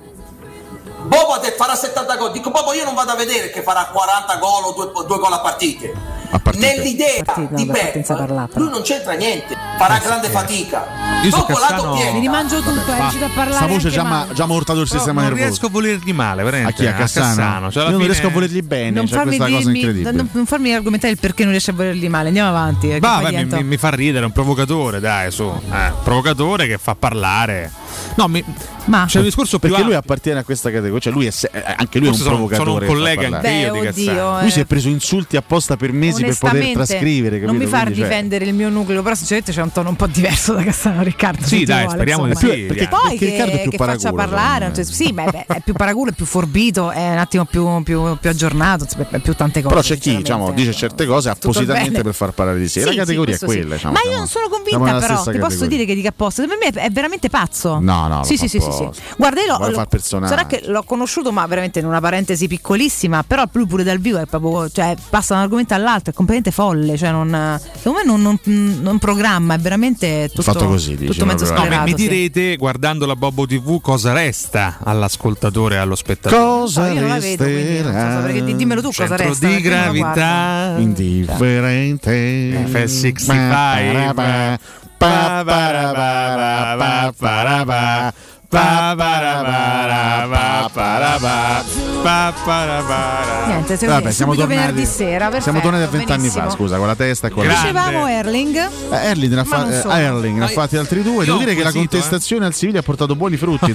Bobo ha detto farà 70 gol. Dico Bobo, io non vado a vedere che farà 40 gol o 2 gol a partite. Nell'idea di Pep lui non c'entra niente, farà grande fatica. Dopo la doppietta mi rimangio tutto, è riuscito a parlare. Sta voce già mi ha urtato il sistema nervoso. Non riesco a volergli male, veramente. A chi? A Cassano? Io non riesco a volergli bene. Non farmi argomentare il perché non riesci a volergli male. Andiamo avanti. Mi fa ridere, è un provocatore, dai, su. Provocatore che fa parlare. No, c'è un discorso perché lui appartiene a questa categoria, cioè lui è anche lui è un provocatore. Sono un collega anche io di Cassano. Lui si è preso insulti apposta per mesi per poter trascrivere, capito? Non mi far difendere il mio nucleo, però sinceramente c'è un tono un po' diverso da Cassano, Riccardo. Sì, dai, speriamo di sì. Perché poi Riccardo è più faccia parlare, sì, è più paraculo, è più forbito, è un attimo più aggiornato, è più tante cose. Però c'è chi, dice certe cose appositamente per far parlare di sé. La categoria è quella, ma io non sono convinta, però ti posso dire che dica apposta, per me è veramente pazzo. No. Sì. Guarda, io sarà che l'ho conosciuto, ma veramente in una parentesi piccolissima, però lui pure dal vivo è proprio, cioè passa da un argomento all'altro, è completamente folle, cioè secondo me non programma, è veramente tutto fatto così, tutto mezzo sclerato. Mi direte, guardando la Bobo TV, cosa resta all'ascoltatore e allo spettatore? Cosa io non la vedo, quindi non so, perché dimmelo tu cosa resta. Di gravità indifferente F65 pa Niente, siamo venerdì sera. Perfetto, siamo tornati a 20 anni fa, scusa, con la testa e con la dicevamo Erling. Erling ne ha fatti altri due. Devo dire che la contestazione al Siviglia ha portato buoni frutti.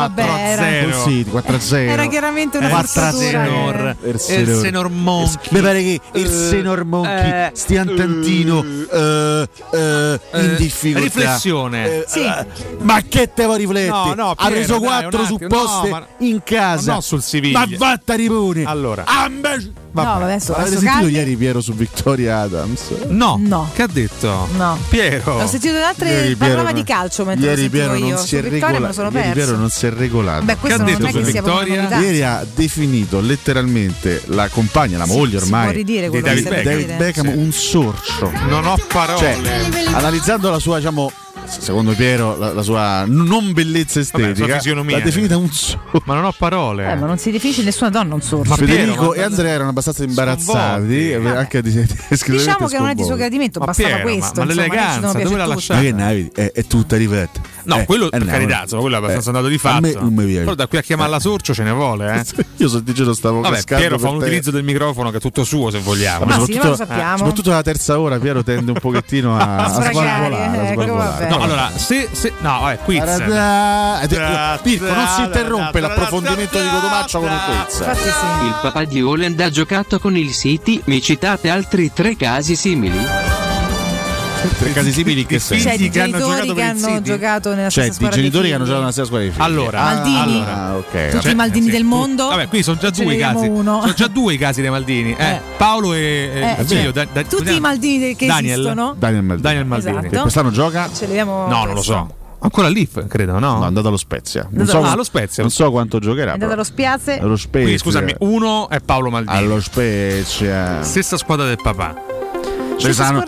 4-0. Era chiaramente una forzatura. Il Senor Monkey. Mi pare che il Senor Monkey stia un tantino in difficoltà. Riflessione. Ma che te vuoi riflettere? No, ha preso 4 supposte in casa. No, sul Siviglia. Ma vatta ripone. Allora. Adesso avete sentito ieri Piero su Victoria Adams? No. Che ha detto? No. Piero. L'ho sentito da altre, parlava di calcio mentre ieri Piero io. non si è regolato. Ieri Piero non si è regolato. Beh, questo che ha non detto è che sia Victoria? Ieri ha definito letteralmente la compagna, la moglie ormai di David Beckham un sorcio. Non ho parole. Cioè, analizzando la sua, diciamo, secondo Piero, la sua non bellezza estetica, l'ha definita un sorcio. Ma non ho parole. Ma non si definisce nessuna donna un sorcio. Ma Federico e Andrea erano abbastanza imbarazzati, anche diciamo che non è di suo gradimento, bastava questo. Ma l'eleganza dove l'ha lasciata? Ma che è tutta rifletta. No, quello per carità, quello è abbastanza andato di fatto. Non mi viene. Però da qui a chiamarla sorcio ce ne vuole, Io stavo cascando. Piero fa un utilizzo del microfono che è tutto suo, se vogliamo. Ma sì, lo sappiamo. Soprattutto la terza ora Piero tende un pochettino a svalvolare. No, allora, quiz. Pirco, non si interrompe l'approfondimento di Cotomaccio con un quiz. Il papà di Holland ha giocato con il City. Mi citate altri 3 casi simili? 3 casi simili che senso? Cioè, di genitori che hanno giocato nella stessa squadra. Di genitori che hanno giocato nella stessa squadra di figli. Allora, Maldini. Tutti i Maldini del mondo. Vabbè, qui sono già 2 i casi. Sono già 2 i casi dei Maldini. Paolo e figlio. Tutti i Maldini che esistono. Daniel Maldini. Esatto. Che quest'anno gioca? Ce l'abbiamo. No, non lo so. Ancora lì, credo, no? No, è andato allo Spezia. Allo Spezia. Non so quanto giocherà. È andato allo Spiazze. Quindi scusami, uno è Paolo Maldini. Allo Spezia. Stessa squadra del papà. Ce ne saranno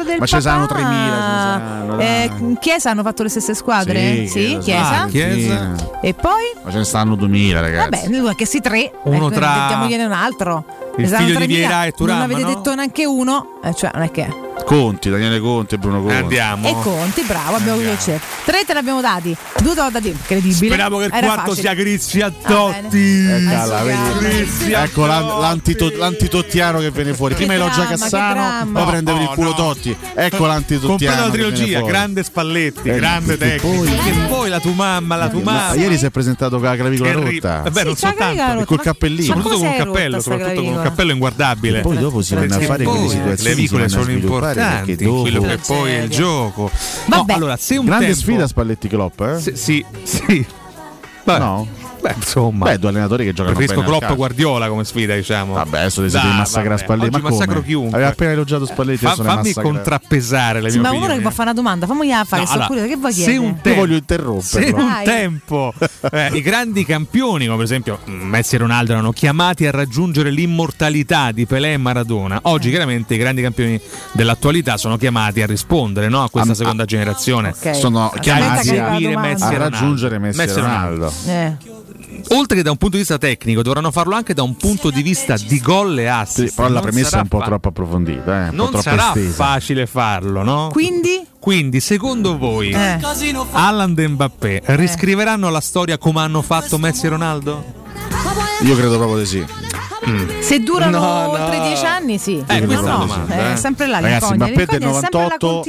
3.000. Chiesa hanno fatto le stesse squadre? Sì, Chiesa. E poi? Ma ce ne stanno 2.000, ragazzi. Vabbè, lui anche sì 3. Uno tra. Mettiamogliene un altro. Il figlio di Vieira e Turam. Non avete detto neanche uno. Cioè, non è che. Conti, Daniele Conti e Bruno Conti. Andiamo. E Conti, bravo, abbiamo che c'è. 3 te l'abbiamo dati. 2 te l'ho dati. Incredibile. Speriamo che il quarto sia Cristian Totti. Ecco l'antitottiano che viene fuori. Prima Elogia Cassano, poi prende per il culo Totti. Ecco l'antitottiano. Completa la trilogia, grande Spalletti, grande tecnico. E poi la tua mamma. Ieri si è presentato con la clavicola rotta. Vabbè, non soltanto. Col cappellino. Soprattutto con un cappello inguardabile. E poi dopo si vanno a fare quelle situazioni. Le vicole sono importanti. Quello che poi è il gioco. No, allora, se un grande tempo... sfida Spalletti Klopp, Sì. Vabbè. No. Beh, insomma, 2 allenatori che giocano preferisco bene. Klopp Guardiola come sfida, diciamo. Vabbè, adesso devi massacrare Spalletti. Oggi ma massacro chiunque. Aveva appena elogiato Spalletti. Fammi contrappesare le mie opinioni. Ma uno che può fare una domanda, fammi fare. Che vuoi chiedere? Io voglio interrompere. Se un tempo i grandi campioni, come per esempio Messi e Ronaldo, erano chiamati a raggiungere l'immortalità di Pelé e Maradona, oggi chiaramente i grandi campioni dell'attualità sono chiamati a rispondere, no, a questa seconda generazione. Sono chiamati a raggiungere Messi e Ronaldo. Oltre che da un punto di vista tecnico, dovranno farlo anche da un punto di vista di gol e assist. Però la premessa è un po' troppo approfondita, non sarà facile farlo, no? Quindi secondo voi Haaland e Mbappé riscriveranno la storia come hanno fatto Messi e Ronaldo? Io credo proprio di sì. Se durano oltre 10 anni, sì. È sempre là. Ragazzi, Mbappé del 98.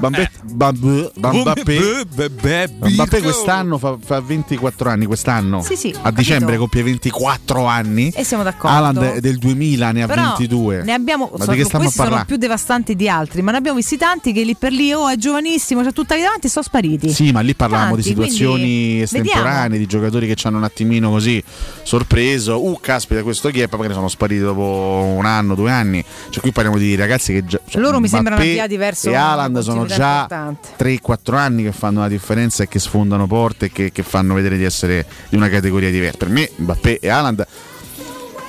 Mbappé quest'anno fa 24 anni. Quest'anno a dicembre compie 24 anni. E siamo d'accordo. Haaland del 2000 ne ha 22. Ne abbiamo. Ma di che stiamo a parlare? Sono più devastanti di altri, ma ne abbiamo visti tanti che lì per lì è giovanissimo, c'ha tutta la davanti e sono spariti. Sì, ma lì parlavamo di situazioni estemporanee, di giocatori che ci hanno un attimino così sorpreso. Caspita, questo chi è? Poi ne sono spariti dopo 1 anno, 2 anni. Cioè qui parliamo di ragazzi che loro mi sembrano avviati verso e Haaland sono già 3-4 anni che fanno la differenza e che sfondano porte e che fanno vedere di essere di una categoria diversa. Per me Mbappé e Haaland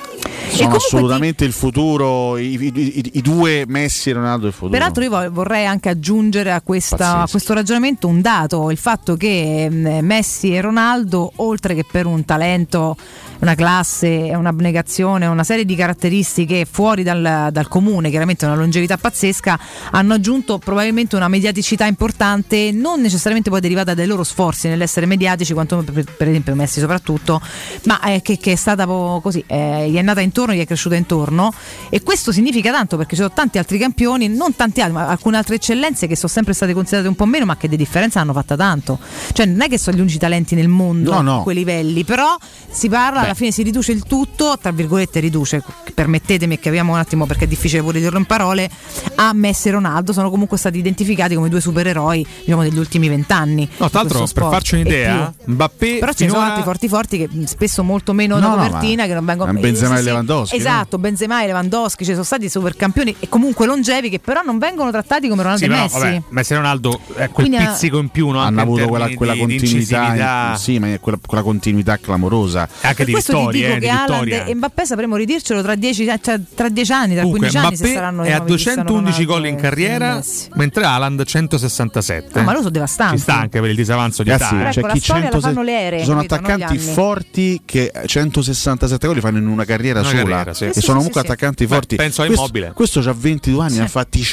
Sono assolutamente il futuro, i due Messi e Ronaldo del futuro. Peraltro io vorrei anche aggiungere a questo ragionamento un dato, il fatto che Messi e Ronaldo, oltre che per un talento, una classe, un'abnegazione, una serie di caratteristiche fuori dal comune, chiaramente una longevità pazzesca, hanno aggiunto probabilmente una mediaticità importante, non necessariamente poi derivata dai loro sforzi nell'essere mediatici, quanto per esempio Messi soprattutto, ma che è stata così, gli è nata intorno, gli è cresciuta intorno, e questo significa tanto, perché ci sono tanti altri campioni, non tanti altri, ma alcune altre eccellenze che sono sempre state considerate un po' meno, ma che di differenza hanno fatta tanto. Cioè non è che sono gli unici talenti nel mondo a quei livelli, però si parla, alla fine si riduce il tutto, tra virgolette riduce, permettetemi, che capiamo un attimo perché è difficile pure dirlo in parole, a Messi e Ronaldo sono comunque stati identificati come due supereroi, diciamo, degli ultimi 20 anni. No, tra l'altro, per farci un'idea, Mbappé però ci sono altri forti che spesso molto meno da copertina, che non vengono. Benzema e Lewandowski. Esatto, Benzema e Lewandowski, ci sono stati super campioni e comunque longevi, che però non vengono trattati come Ronaldo e Messi. Vabbè, Messi e Ronaldo è quel pizzico in più, no? Hanno avuto quella continuità, sì, ma è quella continuità clamorosa. Anche di vittorie, che Haaland e Mbappé sapremo ridircelo tra 10 anni, tra 15 Mbappé anni, se saranno è a 211 gol in carriera, mentre Haaland 167. Ma loro sono devastanti. Ci sta anche per il disavanzo di età. C'è chi 167, ci sono attaccanti forti che 167 gol li fanno in una carriera sola, e sono comunque attaccanti forti. Penso a Immobile. Questo c'ha 22 anni, ha fatti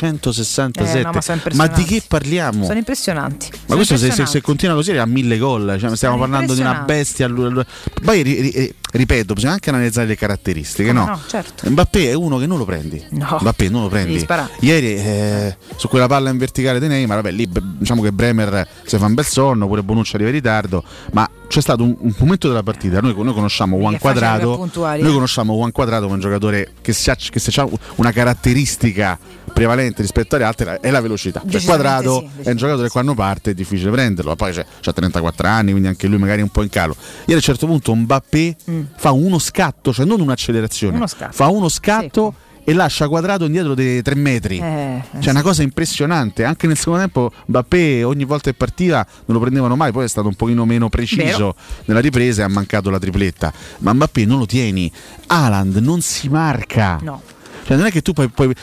167. Ma di che parliamo? Sono impressionanti. Ma questo se continua così ha 1000 gol, cioè, stiamo parlando di una bestia. Poi ripeto, bisogna anche analizzare le caratteristiche, no? Certo. Mbappé è uno che non lo prendi. Mbappé non lo prendi. Ieri su quella palla in verticale di Neymar, vabbè, lì diciamo che Bremer si fa un bel sonno, pure Bonucci arriva in ritardo, ma c'è stato un momento della partita, noi conosciamo Juan Quadrado, come un giocatore che se ha una caratteristica prevalente rispetto alle altre è la velocità. Cioè, Quadrado è un giocatore che quando parte è difficile prenderlo, poi c'ha 34 anni, quindi anche lui magari è un po' in calo. Ieri a un certo punto Mbappé fa uno scatto, cioè non un'accelerazione, fa uno scatto e lascia Quadrado indietro dei 3 metri. Cioè una cosa impressionante. Anche nel secondo tempo Mbappé ogni volta che partiva non lo prendevano mai, poi è stato un pochino meno preciso nella ripresa e ha mancato la tripletta. Ma Mbappé non lo tieni. Haaland non si marca. No. Cioè non è che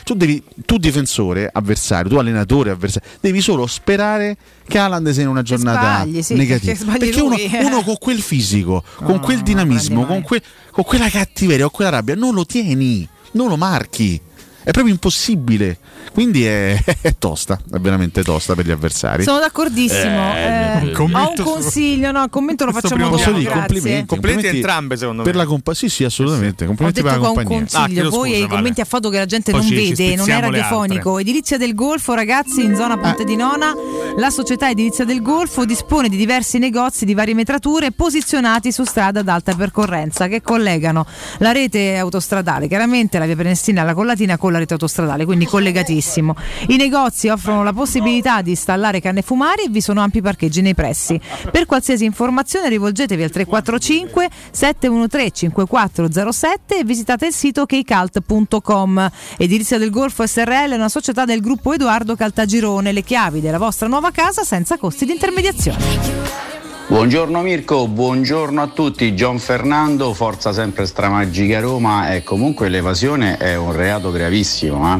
tu difensore avversario, tu allenatore avversario, devi solo sperare che Haaland sia in una giornata negativa, perché uno con quel fisico, con quel dinamismo, con quella cattiveria o quella rabbia non lo tieni, non lo marchi, è proprio impossibile. Quindi è tosta, è veramente tosta per gli avversari. Sono d'accordissimo. Ho un consiglio, il commento lo facciamo dopo. Complimenti entrambe, secondo me. Per la sì, assolutamente. Complimenti per la compagnia. Un consiglio, voi i commenti a foto che la gente non vede, non è radiofonico. Edilizia del Golfo, ragazzi, in zona Ponte di Nona, la società Edilizia del Golfo dispone di diversi negozi di varie metrature posizionati su strada ad alta percorrenza che collegano la rete autostradale, chiaramente la via Prenestina alla Collatina, con la rete autostradale, quindi collegatissimo. I negozi offrono la possibilità di installare canne fumari e vi sono ampi parcheggi nei pressi. Per qualsiasi informazione rivolgetevi al 345 713 5407 e visitate il sito keycult.com. Edilizia del Golfo SRL è una società del gruppo Edoardo Caltagirone, le chiavi della vostra nuova casa senza costi di intermediazione. Buongiorno Mirko, buongiorno a tutti. Gian Fernando, forza sempre Stramagica Roma, e comunque l'evasione è un reato gravissimo.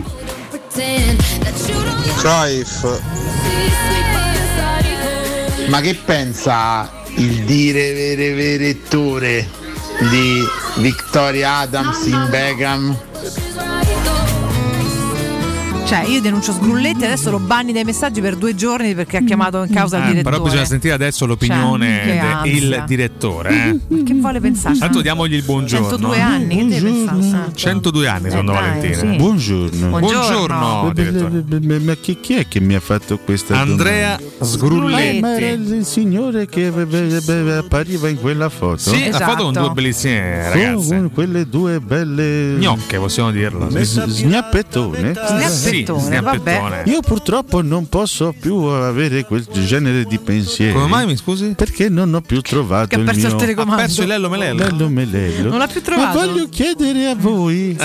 Cruyff, ma che pensa il direttore di Victoria Adams in Beckham? Cioè, io denuncio Sgrulletti, adesso lo banni dai messaggi per 2 giorni perché ha chiamato in causa il direttore. Però bisogna sentire adesso l'opinione del direttore. Che vuole pensare? Tanto diamogli il buongiorno. 102 anni, che deve pensare? 102 anni sono Valentina. Sì. Buongiorno direttore. Ma chi è che mi ha fatto questa Andrea Sgrulletti. Ma era il signore che appariva in quella foto? Sì, esatto. La foto con 2 bellissime ragazze. Con quelle 2 belle gnocche, possiamo dirlo. Snappettone. Vabbè. Io purtroppo non posso più avere quel genere di pensieri. Come mai, mi scusi? Perché non ho più trovato il mio. Il telecomando. Ha perso il Lello Melello. Non l'ha più trovato. Ma voglio chiedere a voi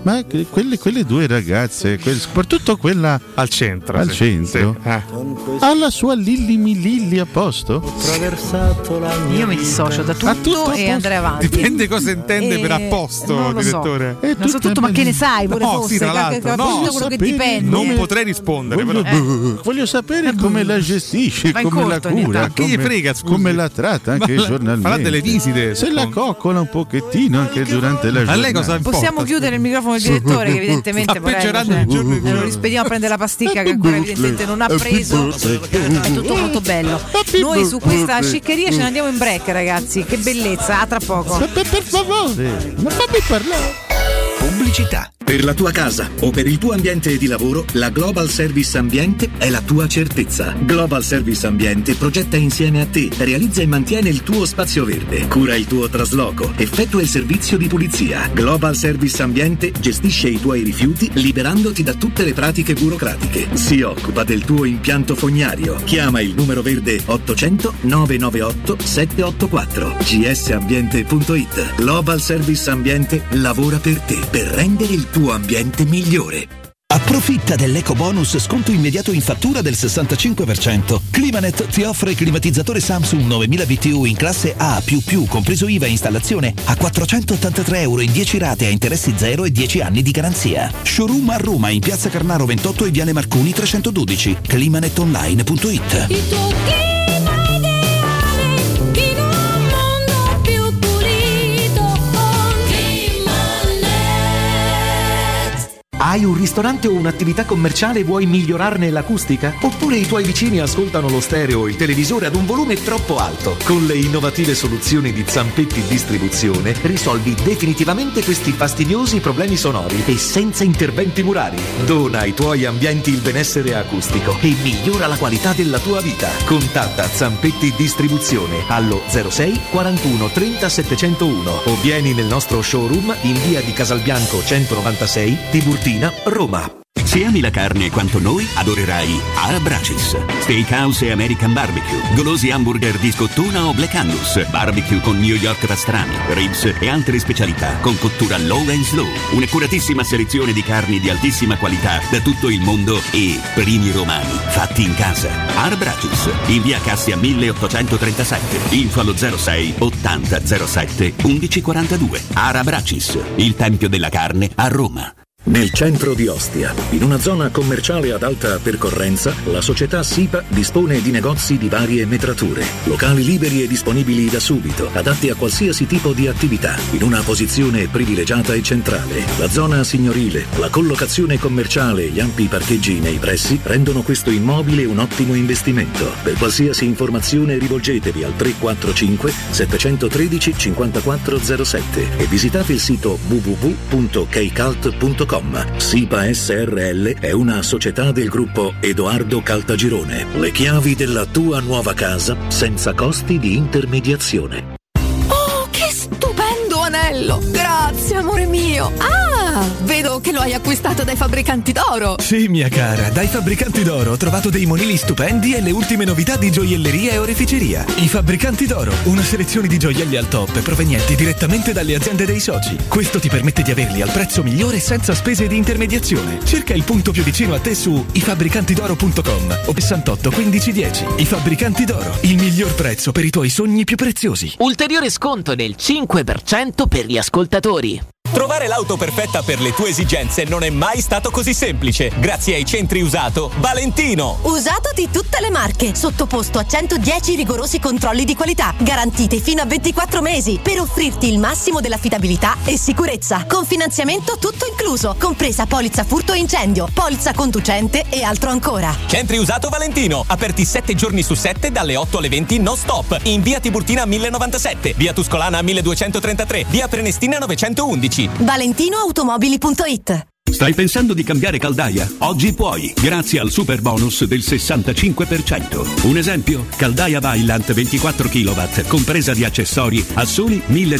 Ma quelle due ragazze, soprattutto quella al centro. Sì. Ha la sua Lilli a posto? Io mi dissocio da tutto e andrei avanti. Dipende cosa intende per a posto, direttore. So. Innanzitutto, ma che ne sai? Pure fosse, tra l'altro, quello che dipende. Non potrei rispondere. Voglio sapere come la gestisce, come la cura, che gli frega, scusi. come la tratta anche giornalmente. Farà delle visite. Se la coccola un pochettino anche durante la giornata. A lei cosa importa? Possiamo chiudere il microfono del direttore, che evidentemente lo rispediamo a prendere la pasticca che ancora evidentemente non ha preso. È tutto molto bello. Noi su questa sciccheria ce ne andiamo in break, ragazzi. Che bellezza, a tra poco. Per favore, ma fammi parlare. Pubblicità. Per la tua casa o per il tuo ambiente di lavoro, la Global Service Ambiente è la tua certezza. Global Service Ambiente progetta insieme a te, realizza e mantiene il tuo spazio verde, cura il tuo trasloco, effettua il servizio di pulizia. Global Service Ambiente gestisce i tuoi rifiuti liberandoti da tutte le pratiche burocratiche. Si occupa del tuo impianto fognario. Chiama il numero verde 800 998 784. gsambiente.it. Global Service Ambiente lavora per te, per rendere il tuo ambiente migliore. Approfitta dell'eco bonus sconto immediato in fattura del 65%. Climanet ti offre climatizzatore Samsung 9000 BTU in classe A++, compreso IVA e installazione, a €483 in 10 rate a interessi zero e 10 anni di garanzia. Showroom a Roma in Piazza Carnaro 28 e Viale Marconi 312. climanetonline.it. Hai un ristorante o un'attività commerciale e vuoi migliorarne l'acustica? Oppure i tuoi vicini ascoltano lo stereo o il televisore ad un volume troppo alto? Con le innovative soluzioni di Zampetti Distribuzione risolvi definitivamente questi fastidiosi problemi sonori e senza interventi murari. Dona ai tuoi ambienti il benessere acustico e migliora la qualità della tua vita. Contatta Zampetti Distribuzione allo 06 41 30 701 o vieni nel nostro showroom in via di Casalbianco 196, Tiburtina, Roma. Se ami la carne quanto noi, adorerai Arab Racis. Steakhouse e American Barbecue, golosi hamburger di scottuna o Black Angus, barbecue con New York pastrami, ribs e altre specialità con cottura low and slow. Un'accuratissima selezione di carni di altissima qualità da tutto il mondo e primi romani fatti in casa. Arab Racis, in via Cassia 1837, info allo 06 80 07 1142. Arab Racis, il tempio della carne a Roma. Nel centro di Ostia, in una zona commerciale ad alta percorrenza, la società SIPA dispone di negozi di varie metrature, locali liberi e disponibili da subito, adatti a qualsiasi tipo di attività, in una posizione privilegiata e centrale. La zona signorile, la collocazione commerciale e gli ampi parcheggi nei pressi rendono questo immobile un ottimo investimento. Per qualsiasi informazione rivolgetevi al 345 713 5407 e visitate il sito www.keicalt.com. SIPA SRL è una società del gruppo Edoardo Caltagirone. Le chiavi della tua nuova casa senza costi di intermediazione. Oh, che stupendo anello! Grazie, amore mio! Vedo che lo hai acquistato dai Fabbricanti d'Oro. Sì, mia cara, dai Fabbricanti d'Oro ho trovato dei monili stupendi e le ultime novità di gioielleria e oreficeria. I Fabbricanti d'Oro, una selezione di gioielli al top provenienti direttamente dalle aziende dei soci. Questo ti permette di averli al prezzo migliore senza spese di intermediazione. Cerca il punto più vicino a te su ifabbricantidoro.com o 68 15 10. I Fabbricanti d'Oro, il miglior prezzo per i tuoi sogni più preziosi. Ulteriore sconto del 5% per gli ascoltatori. Trovare l'auto perfetta per le tue esigenze non è mai stato così semplice. Grazie ai centri usato Valentino. Usato di tutte le marche, sottoposto a 110 rigorosi controlli di qualità, garantiti fino a 24 mesi, per offrirti il massimo dell'affidabilità e sicurezza. Con finanziamento tutto incluso, compresa polizza furto e incendio, polizza conducente e altro ancora. Centri usato Valentino, aperti 7 giorni su 7 dalle 8 alle 20 non stop. In via Tiburtina 1097, via Tuscolana 1233, via Prenestina 911. ValentinoAutomobili.it. Stai pensando di cambiare caldaia? Oggi puoi, grazie al super bonus del 65%. Un esempio? Caldaia Vaillant 24 kW, compresa di accessori, a soli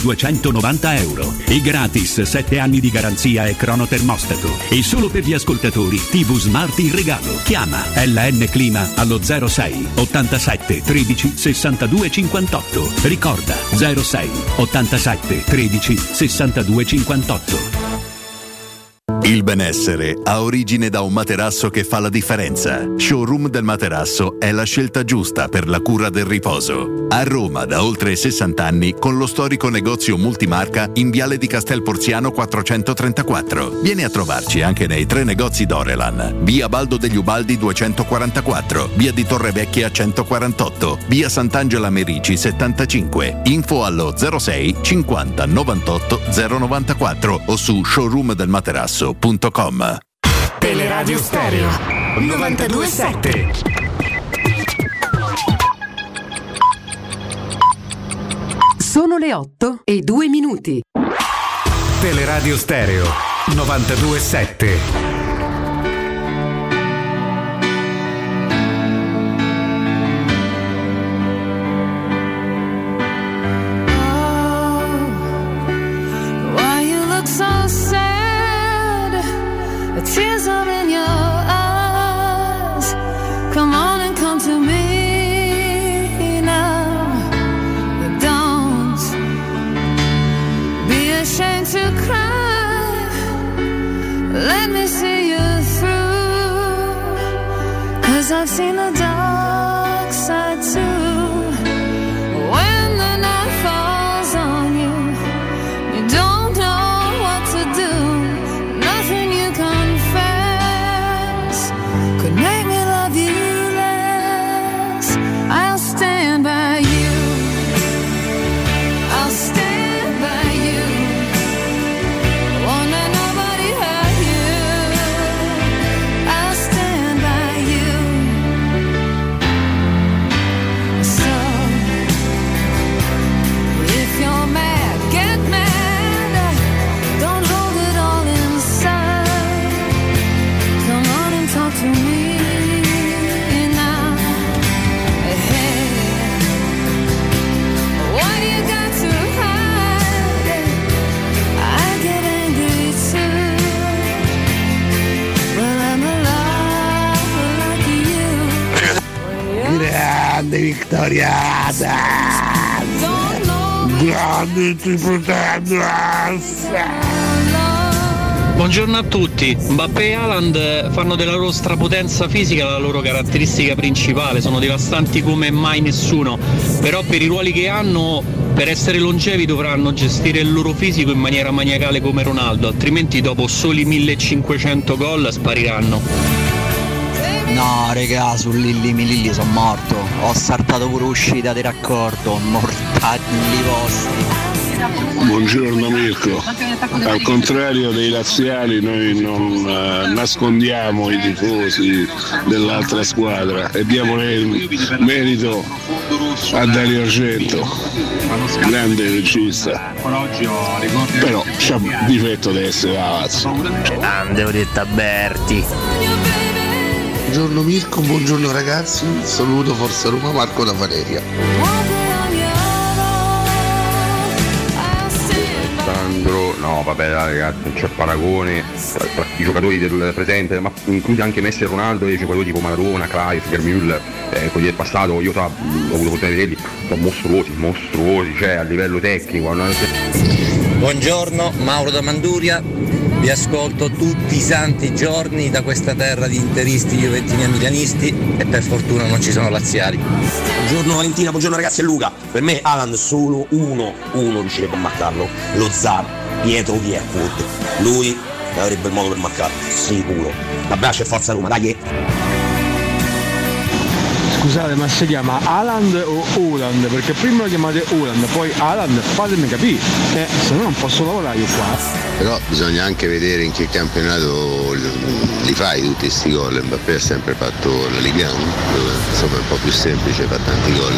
€1.290. E gratis 7 anni di garanzia e cronotermostato. E solo per gli ascoltatori TV Smart in regalo. Chiama LN Clima allo 06 87 13 62 58. Ricorda 06 87 13 62 58. Il benessere ha origine da un materasso che fa la differenza. Showroom del Materasso è la scelta giusta per la cura del riposo. A Roma da oltre 60 anni con lo storico negozio multimarca in Viale di Castel Porziano 434. Vieni a trovarci anche nei 3 negozi Dorelan. Via Baldo degli Ubaldi 244, Via di Torrevecchia 148, Via Sant'Angela Merici 75. Info allo 06 50 98 094 o su showroomdelmaterasso.com. Teleradio Stereo 92.7. Sono le 8:02. Teleradio Stereo 92.7. Tears are in your eyes. Come on and come to me now. Don't be ashamed to cry. Let me see you through. 'Cause I've seen the dark side too. When the night falls on you, you don't know what to do. Nothing you confess could make me love you less. I'll stand by you. I'll stand by you. Won't let nobody hurt you. I'll stand by you. So if you're mad, get mad. Don't hold it all inside. Come on and talk to me now. Hey, why you got to hide? I get angry too. Well, I'm alive like you. Grande Victoria grande Buongiorno a tutti. Mbappé e Haaland fanno della loro strapotenza fisica la loro caratteristica principale, sono devastanti come mai nessuno, però per i ruoli che hanno, per essere longevi dovranno gestire il loro fisico in maniera maniacale come Ronaldo, altrimenti dopo soli 1500 gol spariranno. No regà, su Lilli sono morto. Ho saltato pure uscita di raccordo. Mortalli vostri. Buongiorno Mirko. Al contrario dei laziali noi non nascondiamo i tifosi dell'altra squadra e diamo merito a Dario Argento, grande regista, però c'ha il difetto di essere pazzo. Grande Orietta Berti. Buongiorno Mirko, buongiorno ragazzi, saluto Forza Roma, Marco da Valeria. Alessandro, no vabbè dai, ragazzi, non c'è paragone tra i giocatori del presente, ma include anche Messi e Ronaldo e i giocatori tipo Maradona, Cruyff, Müller, quelli del passato. Io ho avuto oportunità di vederli, sono mostruosi, cioè a livello tecnico. Buongiorno, Mauro da Manduria. Vi ascolto tutti i santi giorni da questa terra di interisti, juventini e milanisti, e per fortuna non ci sono laziali. Buongiorno Valentina, buongiorno ragazzi, è Luca. Per me Haaland solo uno riuscirebbe a marcarlo, lo zar Pietro Vierwood. Lui avrebbe il modo per marcarlo, sicuro. Abbraccio e Forza Roma, dai! Scusate, ma si chiama Haaland o Haaland? Perché prima lo chiamate Haaland, poi Haaland, fatemi capire, se no non posso lavorare io qua. Però bisogna anche vedere in che campionato li fai tutti questi gol. Mbappé ha sempre fatto la Liga 1, dove insomma è un po' più semplice, fa tanti gol.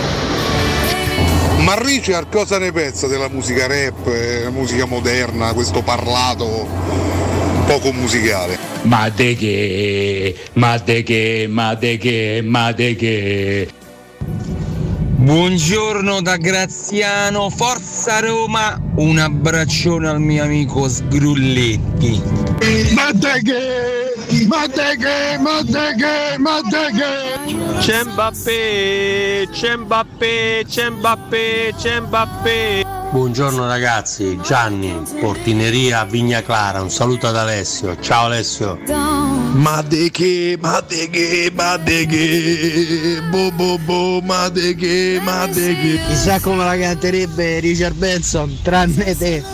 Ma Richard cosa ne pensa della musica rap, la musica moderna, questo parlato poco musicale? Ma de che? Buongiorno da Graziano, Forza Roma, un abbraccione al mio amico Sgrulletti. Ma de che? C'è Mbappé. Buongiorno ragazzi, Gianni, portineria Vigna Clara, un saluto ad Alessio. Ciao Alessio. Ma de che, Chissà come la canterebbe Richard Benson, tranne te.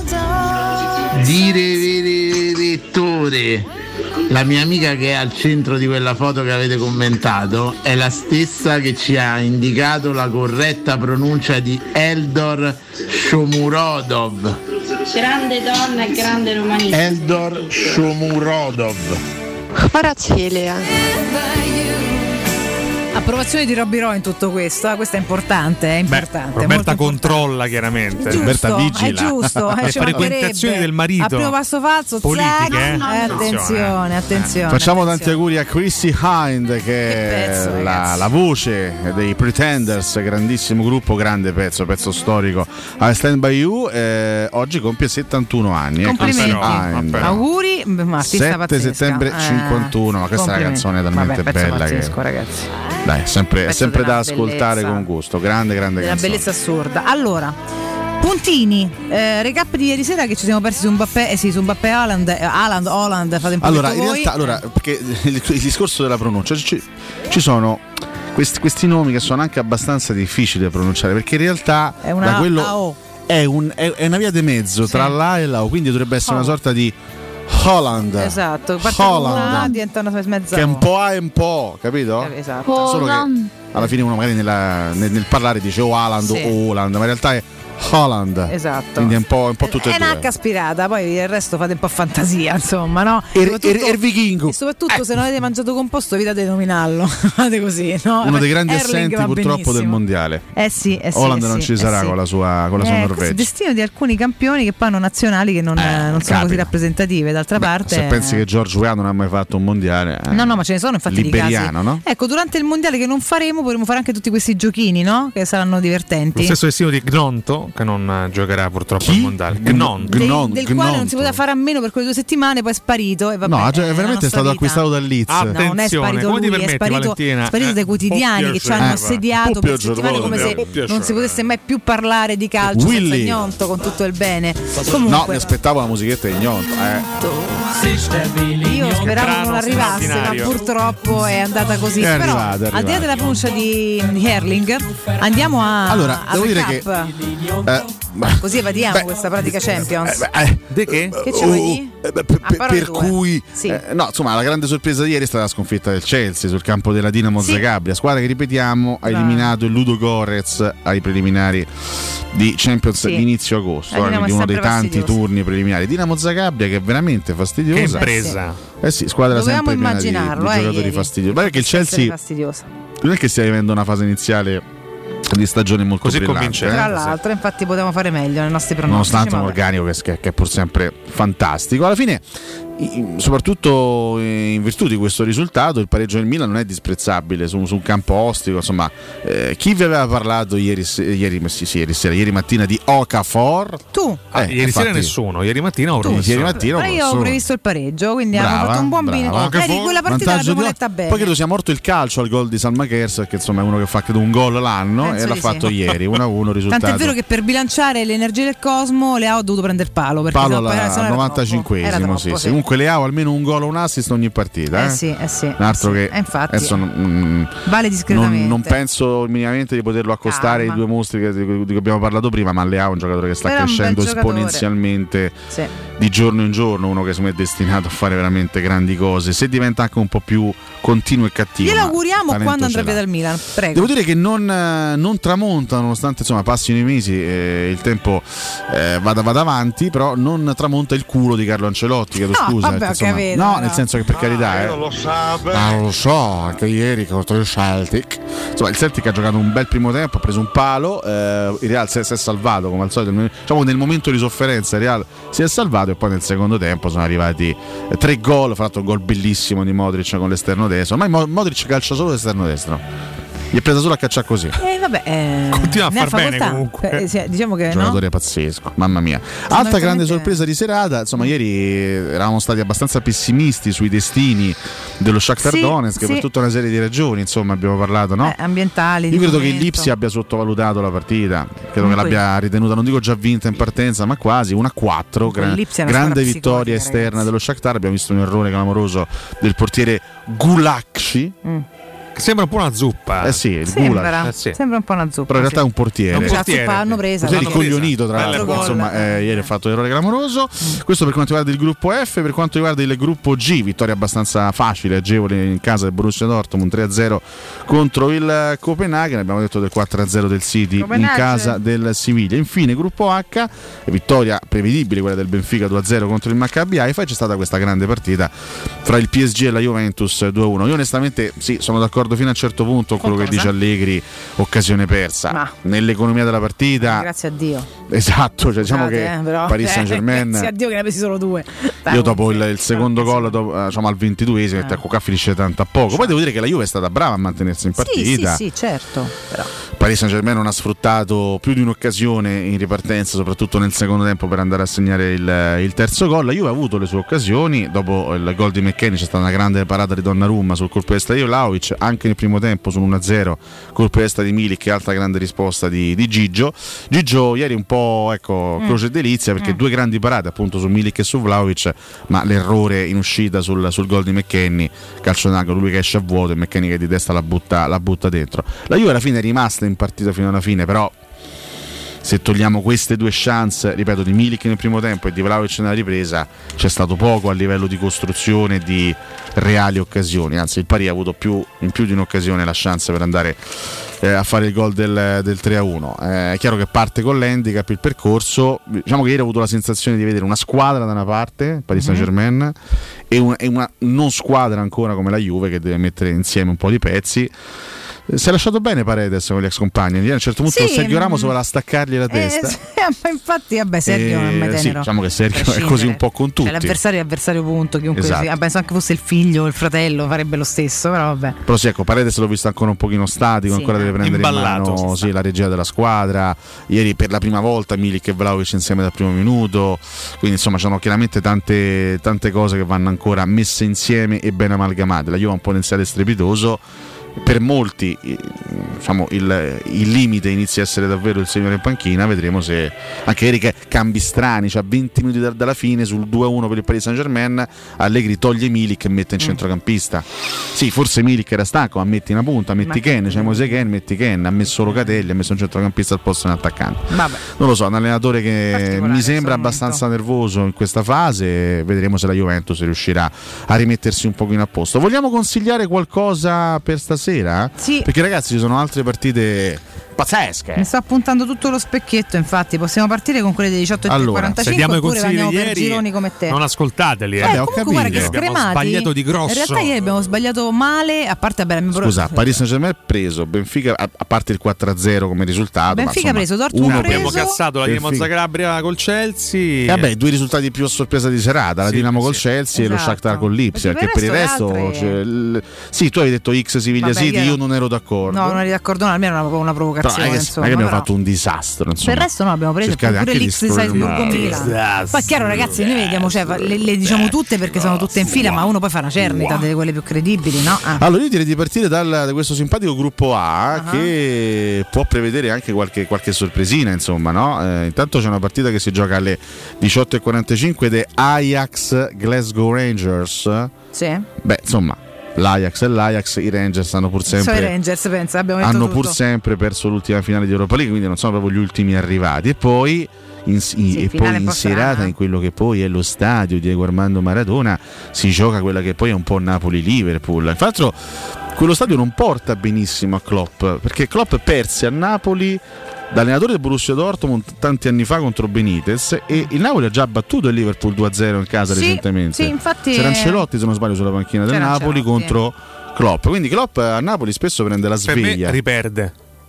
Dire lettore, la mia amica che è al centro di quella foto che avete commentato è la stessa che ci ha indicato la corretta pronuncia di Eldor Shomurodov. Grande donna e grande romanista. Eldor Shomurodov. Approvazione di Robbie Roy in tutto questo, questo è importante, è importante. Roberta molto controlla chiaramente. Giusto, Roberta vigila. È giusto, le frequentazioni del marito. A primo passo falso, politiche, attenzione. Facciamo tanti auguri a Chrissy Hind che è la voce dei Pretenders, grandissimo gruppo, grande pezzo storico. A Stand By You oggi compie 71 anni. Complimenti. Auguri, artista 7 pazzesca. settembre 51, ma questa è una canzone talmente bella pazzesco, che ragazzi. Dai, sempre da ascoltare bellezza. con gusto, grande Della canzone. bellezza assurda. Allora, puntini, recap di ieri sera che ci siamo persi su Mbappé, su Mbappé Haaland, fate un po' Allora, in realtà, perché il discorso della pronuncia, ci sono questi nomi che sono anche abbastanza difficili da pronunciare, perché in realtà è una da quello AO. è una via di mezzo tra l'A e la O, quindi dovrebbe essere una sorta di Holland. Esatto, parte con una A, diventa una mezza che è O. un po' A e un po', capito? Esatto. Solo che alla fine uno magari nel parlare dice o Haaland o Holland, ma in realtà è Holland. Esatto. Quindi è un po' tutto e è una due. H aspirata, poi il resto fate un po' fantasia, insomma, no? Vichingo. E soprattutto se non avete mangiato composto evitate di nominarlo. Fate così, no? Uno dei grandi Erling assenti va purtroppo benissimo. del mondiale. Sì. Holland non ci sarà con la sua Norvegia. Il destino di alcuni campioni che poi hanno nazionali che non sono così rappresentative. D'altra parte, se pensi che George Weah non ha mai fatto un mondiale, no, ma ce ne sono infatti liberiano, di casi. No? Ecco, durante il mondiale che non faremo, potremo fare anche tutti questi giochini, no? Che saranno divertenti. Lo stesso destino di Gnonto, che non giocherà purtroppo al mondiale. Gnonto. Del quale non si poteva fare a meno per quelle 2 settimane, poi è sparito. E vabbè, no, cioè, veramente è stato vita. acquistato dal Leeds. No, non è sparito lui, è sparito dai quotidiani che ci hanno assediato per settimane, come se non si potesse mai più parlare di calcio senza Gnonto, con tutto il bene. Comunque, no, mi aspettavo la musichetta di Gnonto. Io speravo non arrivasse, ma purtroppo è andata così. Però al di là della pronuncia di Erling, andiamo allora, devo dire che così evadiamo questa pratica Champions. Di che? Che ci vuoi dire? Per cui no, insomma, la grande sorpresa di ieri è stata la sconfitta del Chelsea sul campo della Dinamo Zagabria, squadra che, ripetiamo, ha eliminato il Ludogorets ai preliminari di Champions di inizio agosto, quindi uno dei tanti turni preliminari. Dinamo Zagabria che è veramente fastidiosa. Che impresa. Sì, squadra dovevamo sempre piena di giocatori fastidiosi. Ma perché il Chelsea non è che stia vivendo una fase iniziale di stagione molto così convincente. Tra l'altro, infatti, potevamo fare meglio nei nostri pronostici. Nonostante un organico che è pur sempre fantastico. Alla fine, soprattutto in virtù di questo risultato, il pareggio del Milan non è disprezzabile su un campo ostico. Insomma, chi vi aveva parlato ieri mattina di Okafor? Tu. Ieri sera nessuno, ieri mattina ho previsto. Io ho previsto il pareggio, quindi abbiamo fatto un buon bino. Di quella partita l'abbiamo letta bene. Poi credo sia morto il calcio al gol di Salma Kers, che insomma è uno che fa credo un gol l'anno. E l'ha fatto ieri 1-1 risultato. Tant'è vero che per bilanciare le energie del Cosmo Leao ha dovuto prendere il palo, perché al 95esimo. Sì. Comunque Leao almeno un gol o un assist ogni partita. Sì. Un altro che infatti, adesso vale discretamente. Non penso minimamente di poterlo accostare ai due mostri di cui abbiamo parlato prima, ma Leao è un giocatore che sta crescendo esponenzialmente di giorno in giorno, uno che secondo me è destinato a fare veramente grandi cose, se diventa anche un po' più continuo e cattivo. Glielo auguriamo quando andrà via dal Milan. Prego. Devo dire che non tramonta, nonostante insomma passino i mesi, il tempo vada avanti, però non tramonta il culo di Carlo Ancelotti, chiedo scusa. Vabbè, perché, insomma, nel senso che per carità non lo sa, non lo so, anche ieri contro il Celtic. Insomma, il Celtic ha giocato un bel primo tempo, ha preso un palo, il Real si è salvato come al solito, diciamo nel momento di sofferenza il Real si è salvato, e poi nel secondo tempo sono arrivati 3 gol, ha fatto un gol bellissimo di Modric con l'esterno destro. Ormai Modric calcia solo l'esterno destro. Gli è presa solo a cacciare così. Continua a far bene comunque. Diciamo che giocatore pazzesco, mamma mia. Altra grande sorpresa di serata, insomma, ieri eravamo stati abbastanza pessimisti sui destini dello Shakhtar Donetsk per tutta una serie di ragioni, insomma, abbiamo parlato, no? Ambientali. Io credo che il Lipsia abbia sottovalutato la partita, credo che l'abbia ritenuta, non dico già vinta in partenza, ma quasi 1-4, grande vittoria esterna dello Shakhtar. Abbiamo visto un errore clamoroso del portiere Gulakci. Sembra un po' una zuppa. Sì, il sembra un po' una zuppa. Però in realtà è un portiere. La zuppa hanno presa. Sei ricoglionito tra l'altro. Insomma, ieri ha fatto un errore clamoroso. Questo per quanto riguarda il gruppo F. Per quanto riguarda il gruppo G, vittoria abbastanza facile, agevole in casa del Borussia Dortmund, 3-0 contro il Copenaghen. Abbiamo detto del 4-0 del City in casa del Siviglia. Infine, gruppo H, vittoria prevedibile quella del Benfica 2-0 contro il Maccabi Haifa. E c'è stata questa grande partita fra il PSG e la Juventus 2-1. Io onestamente sono d'accordo fino a un certo punto con quello che dice Allegri, occasione persa nell'economia della partita, grazie a Dio, esatto, cioè, diciamo che Paris Saint-Germain, grazie a Dio che ne ha presi solo 2. Io dopo il secondo gol al 22esimo qua finisce tanto a poco. Poi devo dire che la Juve è stata brava a mantenersi in partita, sì, certo, però Paris Saint-Germain non ha sfruttato più di un'occasione in ripartenza, soprattutto nel secondo tempo, per andare a segnare il terzo gol. La Juve ha avuto le sue occasioni, dopo il gol di McKennie c'è stata una grande parata di Donnarumma sul colpo di testa di Vlahovic, anche nel primo tempo su 1-0 colpo di testa di Milik e altra grande risposta di Gigio ieri un po' croce e delizia, perché due grandi parate appunto su Milik e su Vlahovic, ma l'errore in uscita sul gol di McKennie, calcio d'angolo, lui che esce a vuoto e McKennie che di testa la butta dentro. La Juve alla fine è rimasta in partita fino alla fine, però se togliamo queste due chance, ripeto, di Milik nel primo tempo e di Vlahovic nella ripresa, c'è stato poco a livello di costruzione e di reali occasioni. Anzi, il Paris ha avuto in più di un'occasione la chance per andare a fare il gol del 3-1. È chiaro che parte con l'handicap il percorso. Diciamo che ieri ho avuto la sensazione di vedere una squadra da una parte, Paris Saint-Germain, e una non squadra ancora come la Juve, che deve mettere insieme un po' di pezzi. Si è lasciato bene Paredes con gli ex compagni. A un certo punto Sergio Ramos voleva staccargli la testa. Ma infatti, Sergio non è mai tenero. Diciamo che Sergio è così un po' con tutti. L'avversario è avversario punto. Chiunque penso anche fosse il figlio, il fratello, farebbe lo stesso. Però vabbè. Però Paredes l'ho visto ancora un pochino statico, ancora deve prendere in mano la regia della squadra. Ieri per la prima volta Milik e Vlahovic insieme dal primo minuto. Quindi insomma c'erano chiaramente tante cose che vanno ancora messe insieme e ben amalgamate. La Juve ha un potenziale strepitoso. Per molti il limite inizia a essere davvero il signore in panchina. Vedremo se anche ieri cambi strani, 20 minuti dalla fine sul 2-1 per il Paris Saint-Germain, Allegri toglie Milik e mette in centrocampista. Sì, forse Milik era stanco, ma metti una punta, metti Ken, Moise Ken, metti Ken, ha messo Locatelli, ha messo un centrocampista al posto di un attaccante. Non lo so, un allenatore che mi sembra abbastanza nervoso in questa fase. Vedremo se la Juventus riuscirà a rimettersi un pochino a posto. Vogliamo consigliare qualcosa per stasera? Sì. Perché ragazzi ci sono altre partite pazzesche. Mi sto appuntando tutto lo specchietto, infatti possiamo partire con quelle delle 18:45. Se diamo i consigli andiamo ieri, per gironi come te. Non ascoltateli. Ho guarda che abbiamo sbagliato di grosso. In realtà ieri abbiamo sbagliato male, a parte scusa, Paris Saint-Germain ha preso Benfica, a parte il 4-0 come risultato. Benfica ha preso Dortmund, abbiamo cassato la Dinamo Zagabria col Chelsea. Vabbè, due risultati più a sorpresa di serata, la Dinamo col Chelsea e lo Shakhtar con l'Ipsia, che per il resto tu hai detto X Siviglia City, io non ero d'accordo. No, non eri d'accordo, almeno era una provocazione. Non è che abbiamo fatto un disastro. Per il resto no, abbiamo preso pure l'X di Salzburgo Milan. Poi chiaro ragazzi, noi vediamo, le diciamo tutte perché sono tutte in fila, ma uno poi fa una cernita delle quelle più credibili, no? Allora io direi di partire da questo simpatico gruppo A che può prevedere anche qualche sorpresina, insomma, no? Intanto c'è una partita che si gioca alle 18:45 ed è Ajax Glasgow Rangers. Sì. Beh, insomma, l'Ajax e l'Ajax, i Rangers hanno pur sempre perso l'ultima finale di Europa League, quindi non sono proprio gli ultimi arrivati. E poi in serata, in quello che poi è lo stadio Diego Armando Maradona, si gioca quella che poi è un po' Napoli-Liverpool. Infatti quello stadio non porta benissimo a Klopp, perché Klopp perse a Napoli da allenatore del Borussia Dortmund tanti anni fa contro Benitez, e il Napoli ha già battuto il Liverpool 2-0 in casa recentemente. Sì, infatti c'era Ancelotti, se non sbaglio, sulla panchina del Napoli contro Klopp. Quindi Klopp a Napoli spesso prende la sveglia. Per me riperde.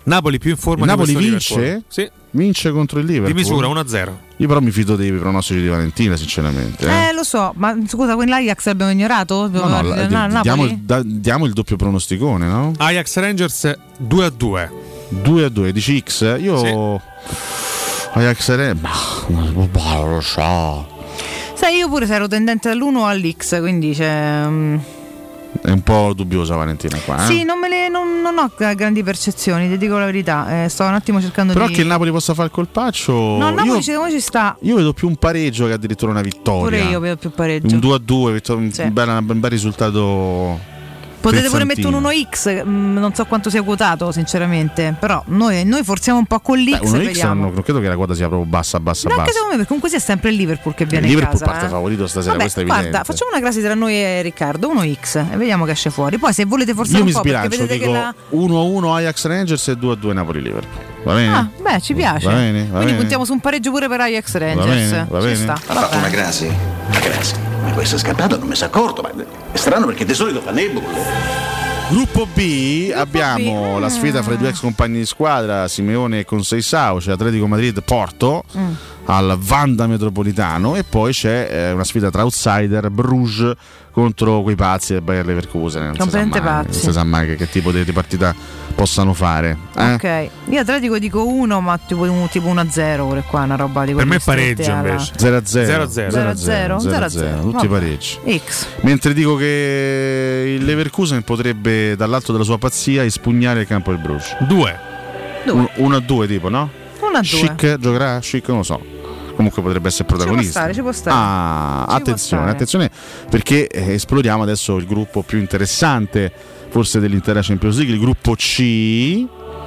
Napoli più in forma. Il Napoli vince? Sì. Vince contro il Liverpool. Di misura 1-0. Io però mi fido dei pronostici di Valentina, sinceramente. Lo so, ma scusa, quell'Ajax l'abbiamo ignorato? Diamo il doppio pronosticone, no? Ajax Rangers 2-2. 2-2, dici X? Io sì. Ajax Rangers, non lo so. Sai, io pure ero tendente all'1 o all'X, quindi c'è... È un po' dubbiosa Valentina qua. Sì, non ho grandi percezioni, ti dico la verità. Sto un attimo cercando però che il Napoli possa fare il colpaccio. No, Napoli secondo me ci sta. Io vedo più un pareggio che addirittura una vittoria. Pure io vedo più pareggio. Un 2-2, sì. Un bel risultato. Potete pure mettere un 1x, non so quanto sia quotato sinceramente, però noi forziamo un po' con l'X. 1x non credo che la quota sia proprio bassa. Anche secondo me, perché comunque sia sempre il Liverpool che viene il Liverpool in casa. Parte favorito stasera. Vabbè, questa è guarda, evidente. facciamo una crasi tra noi e Riccardo, 1x e vediamo che esce fuori. Poi se volete forzare un po', perché vedete dico che 1-1 Ajax Rangers e 2-2 Napoli Liverpool. Va bene? Beh, ci piace. Va bene. Quindi puntiamo su un pareggio pure per Ajax Rangers. Va bene. Ci sta. Ha fatto una crasi. Ma questo è scappato, non mi si è accorto, ma è strano perché di solito fa Nebul. Gruppo B abbiamo la sfida fra i due ex compagni di squadra, Simeone con Seisao, cioè Atletico Madrid Porto al Wanda Metropolitano, e poi c'è una sfida tra outsider, Bruges contro quei pazzi del Bayer Leverkusen. Non si sa mai che tipo di partita possano fare. Ok, io Atletico dico 1, ma tipo 1-0 pure qua, una roba di per me pareggio invece 0-0 tutti pareggi. X. Mentre dico che il Leverkusen potrebbe dall'alto della sua pazzia espugnare il campo del Bruges. 1-2 tipo, no? 1-2. Schick giocherà? Schick non lo so. Comunque potrebbe essere protagonista. Ci può stare. Attenzione, perché esploriamo adesso il gruppo più interessante forse dell'intera Champions League, il gruppo C.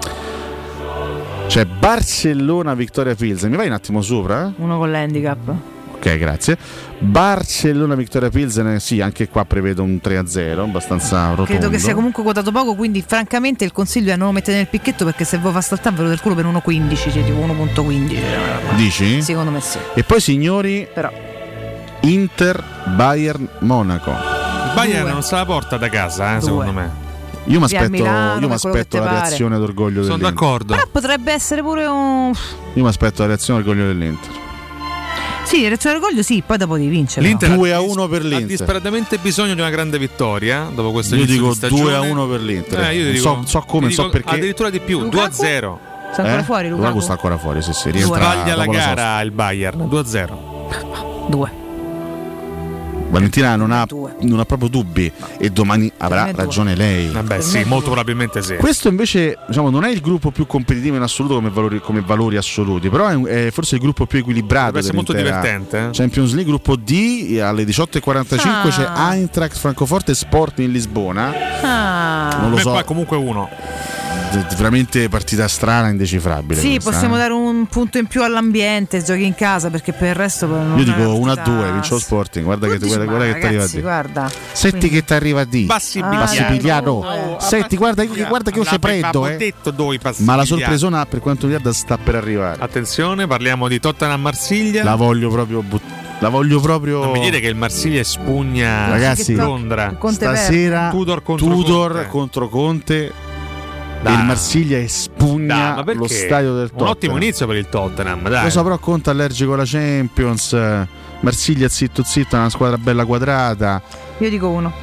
C'è Barcellona Victoria Pilsen. Mi vai un attimo sopra? Uno con l'handicap. Ok, grazie. Barcellona Victoria Pilsen, sì, anche qua prevedo un 3-0, abbastanza rotondo. Credo che sia comunque quotato poco, quindi francamente il consiglio è non lo mettere nel picchetto, perché se voi fa saltare ve lo del culo per 1,15, cioè tipo 1,15. Dici? Secondo me sì. E poi signori, però Inter Bayern Monaco. Il Bayern non se la porta da casa, secondo me. Io mi aspetto la reazione d'orgoglio dell'Inter. Sono d'accordo. Però potrebbe essere pure un... Io mi aspetto la reazione d'orgoglio dell'Inter. Sì, reazione d'orgoglio sì, poi dopo devi vincere. L'Inter 2-1 per l'Inter. Ha disperatamente bisogno di una grande vittoria dopo questo inizio di stagione. Io dico 2-1 per l'Inter. Io dico, so come, so perché. Addirittura di più, Lukaku? 2-0. Sta ancora fuori Lukaku? Sta ancora fuori, sì. Sbaglia la gara il Bayern, 2-0. 2. Valentina non ha proprio dubbi, e domani avrà ragione lei. Vabbè, sì, molto probabilmente sì. Questo invece, diciamo, non è il gruppo più competitivo in assoluto come valori assoluti, però è forse il gruppo più equilibrato. Deve essere molto divertente. Champions League, gruppo D, alle 18:45 c'è Eintracht Francoforte Sporting in Lisbona. Non lo so. Qua comunque uno. Veramente partita strana, indecifrabile. Sì, questa, possiamo dare un punto in più all'ambiente, giochi in casa, perché per il resto non. Io dico 1-2, vince lo Sporting. Guarda che ti arriva di. Guarda. Senti che ti arriva di. Bassigliano. Senti, guarda che io ci prendo, ma la sorpresona per quanto mi riguarda sta per arrivare. Attenzione, parliamo di Tottenham-Marsiglia. La voglio proprio Non mi dire che il Marsiglia spugna, ragazzi, Londra stasera. Tudor contro Conte. E il Marsiglia espugna lo stadio del Tottenham. Un ottimo inizio per il Tottenham, dai. Lo so, però Conte allergico alla Champions. Marsiglia zitto, è una squadra bella quadrata. Io dico 1.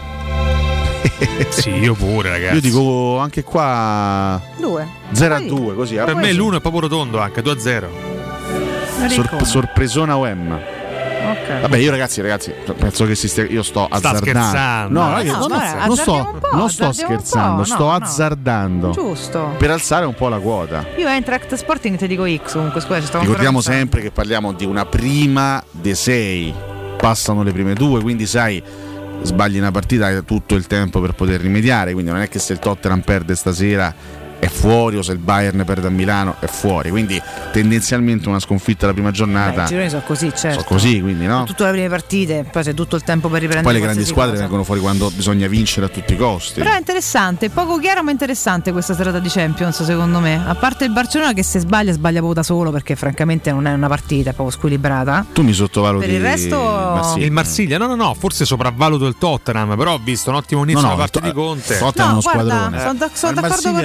Sì, io pure, ragazzi. Io dico anche qua 2. 0-2, così. Per me l'1 è proprio rotondo, anche 2-0. Sorpresona OM. Okay. Vabbè, io ragazzi, penso che io sto azzardando. Non sto scherzando, sto azzardando. Giusto. Per alzare un po' la quota. Io Eintracht Sporting ti dico X, comunque ricordiamo sempre che parliamo di una prima dei 6. Passano le prime 2, quindi sai, sbagli una partita hai tutto il tempo per poter rimediare, quindi non è che se il Tottenham perde stasera è fuori, o se il Bayern perde a Milano è fuori, quindi tendenzialmente una sconfitta la prima giornata. I gironi sono così, certo. Sono così, quindi no? Tutte le prime partite, poi c'è tutto il tempo per riprendere. Poi le grandi squadre vengono fuori quando bisogna vincere a tutti i costi. Però è interessante, poco chiaro ma interessante questa serata di Champions, secondo me. A parte il Barcellona che se sbaglia proprio da solo, perché francamente non è una partita, è proprio squilibrata. Tu mi sottovaluti. Per il resto il Marsiglia, no, forse sopravvaluto il Tottenham, però ho visto un ottimo inizio da parte di Conte. Tottenham è uno squadrone. Sono d'accordo con Riccardo.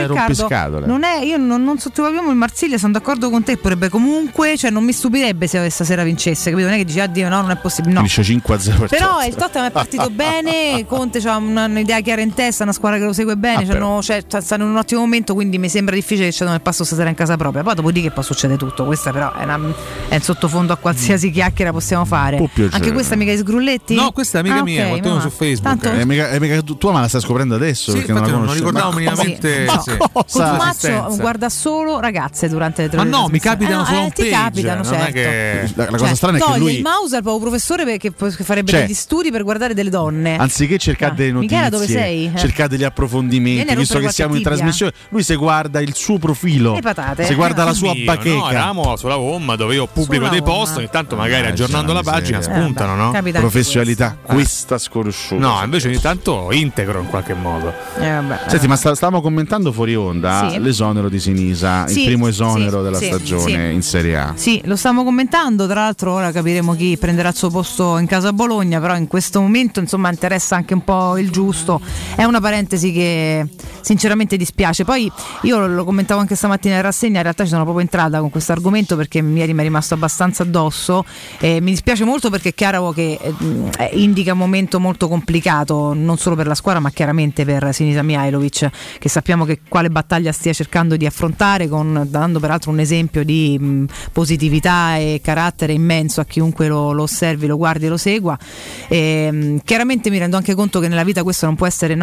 scatole. Io non sottovalutiamo il Marsiglia, sono d'accordo con te, potrebbe comunque, cioè non mi stupirebbe se stasera vincesse, capito? Non è che dici addio, no, non è possibile, no. Finisce 5-0. Però il Tottenham è partito bene, Conte c'ha un'idea chiara in testa, una squadra che lo segue bene, stanno in un ottimo momento, quindi mi sembra difficile che ci il passo stasera in casa propria. Poi dopodiché poi succede tutto, questa però è il sottofondo a qualsiasi chiacchiera possiamo fare. Anche questa è amica di Sgrulletti? No, questa è amica mia, qualcuno su Facebook. Tanto... È amica tua, ma la stai scoprendo adesso? Sì, perché non la conosci. Non ricordavo minimamente. Costumaccio guarda solo ragazze durante le trasmissioni. Ma no, mi capitano solo un page. Ti capitano, non certo. È che... La cosa strana è che lui il mouse al proprio professore che farebbe degli studi per guardare delle donne. Anziché cercare delle notizie, Michela, dove sei? Cercare degli approfondimenti, visto che siamo in trasmissione, lui se guarda il suo profilo, se guarda la sua bacheca. No, eravamo sulla home dove io pubblico dei post, ogni tanto magari aggiornando la pagina spuntano, no? Professionalità, questa sconosciuta. No, invece ogni tanto integro in qualche modo. Senti, ma stavamo commentando fuori onda l'esonero di Sinisa, il primo esonero della stagione in Serie A. Sì, lo stiamo commentando, tra l'altro ora capiremo chi prenderà il suo posto in casa Bologna, però in questo momento insomma interessa anche un po' il giusto. È una parentesi che sinceramente dispiace. Poi io lo commentavo anche stamattina in rassegna, in realtà ci sono proprio entrata con questo argomento perché ieri mi è rimasto abbastanza addosso. Mi dispiace molto perché è chiaro che indica un momento molto complicato, non solo per la squadra ma chiaramente per Sinisa Mihajlović, che sappiamo che quale battaglia stia cercando di affrontare, dando peraltro un esempio di positività e carattere immenso a chiunque lo osservi, lo guardi e lo segua. Chiaramente mi rendo anche conto che nella vita questo non può essere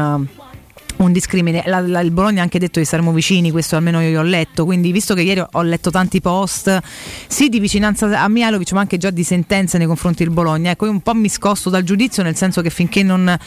un discrimine. Il Bologna ha anche detto che saremo vicini, questo almeno io ho letto, quindi visto che ieri ho letto tanti post di vicinanza a Mihajlović ma anche già di sentenze nei confronti del Bologna, ecco, io un po' mi scosto dal giudizio, nel senso che finché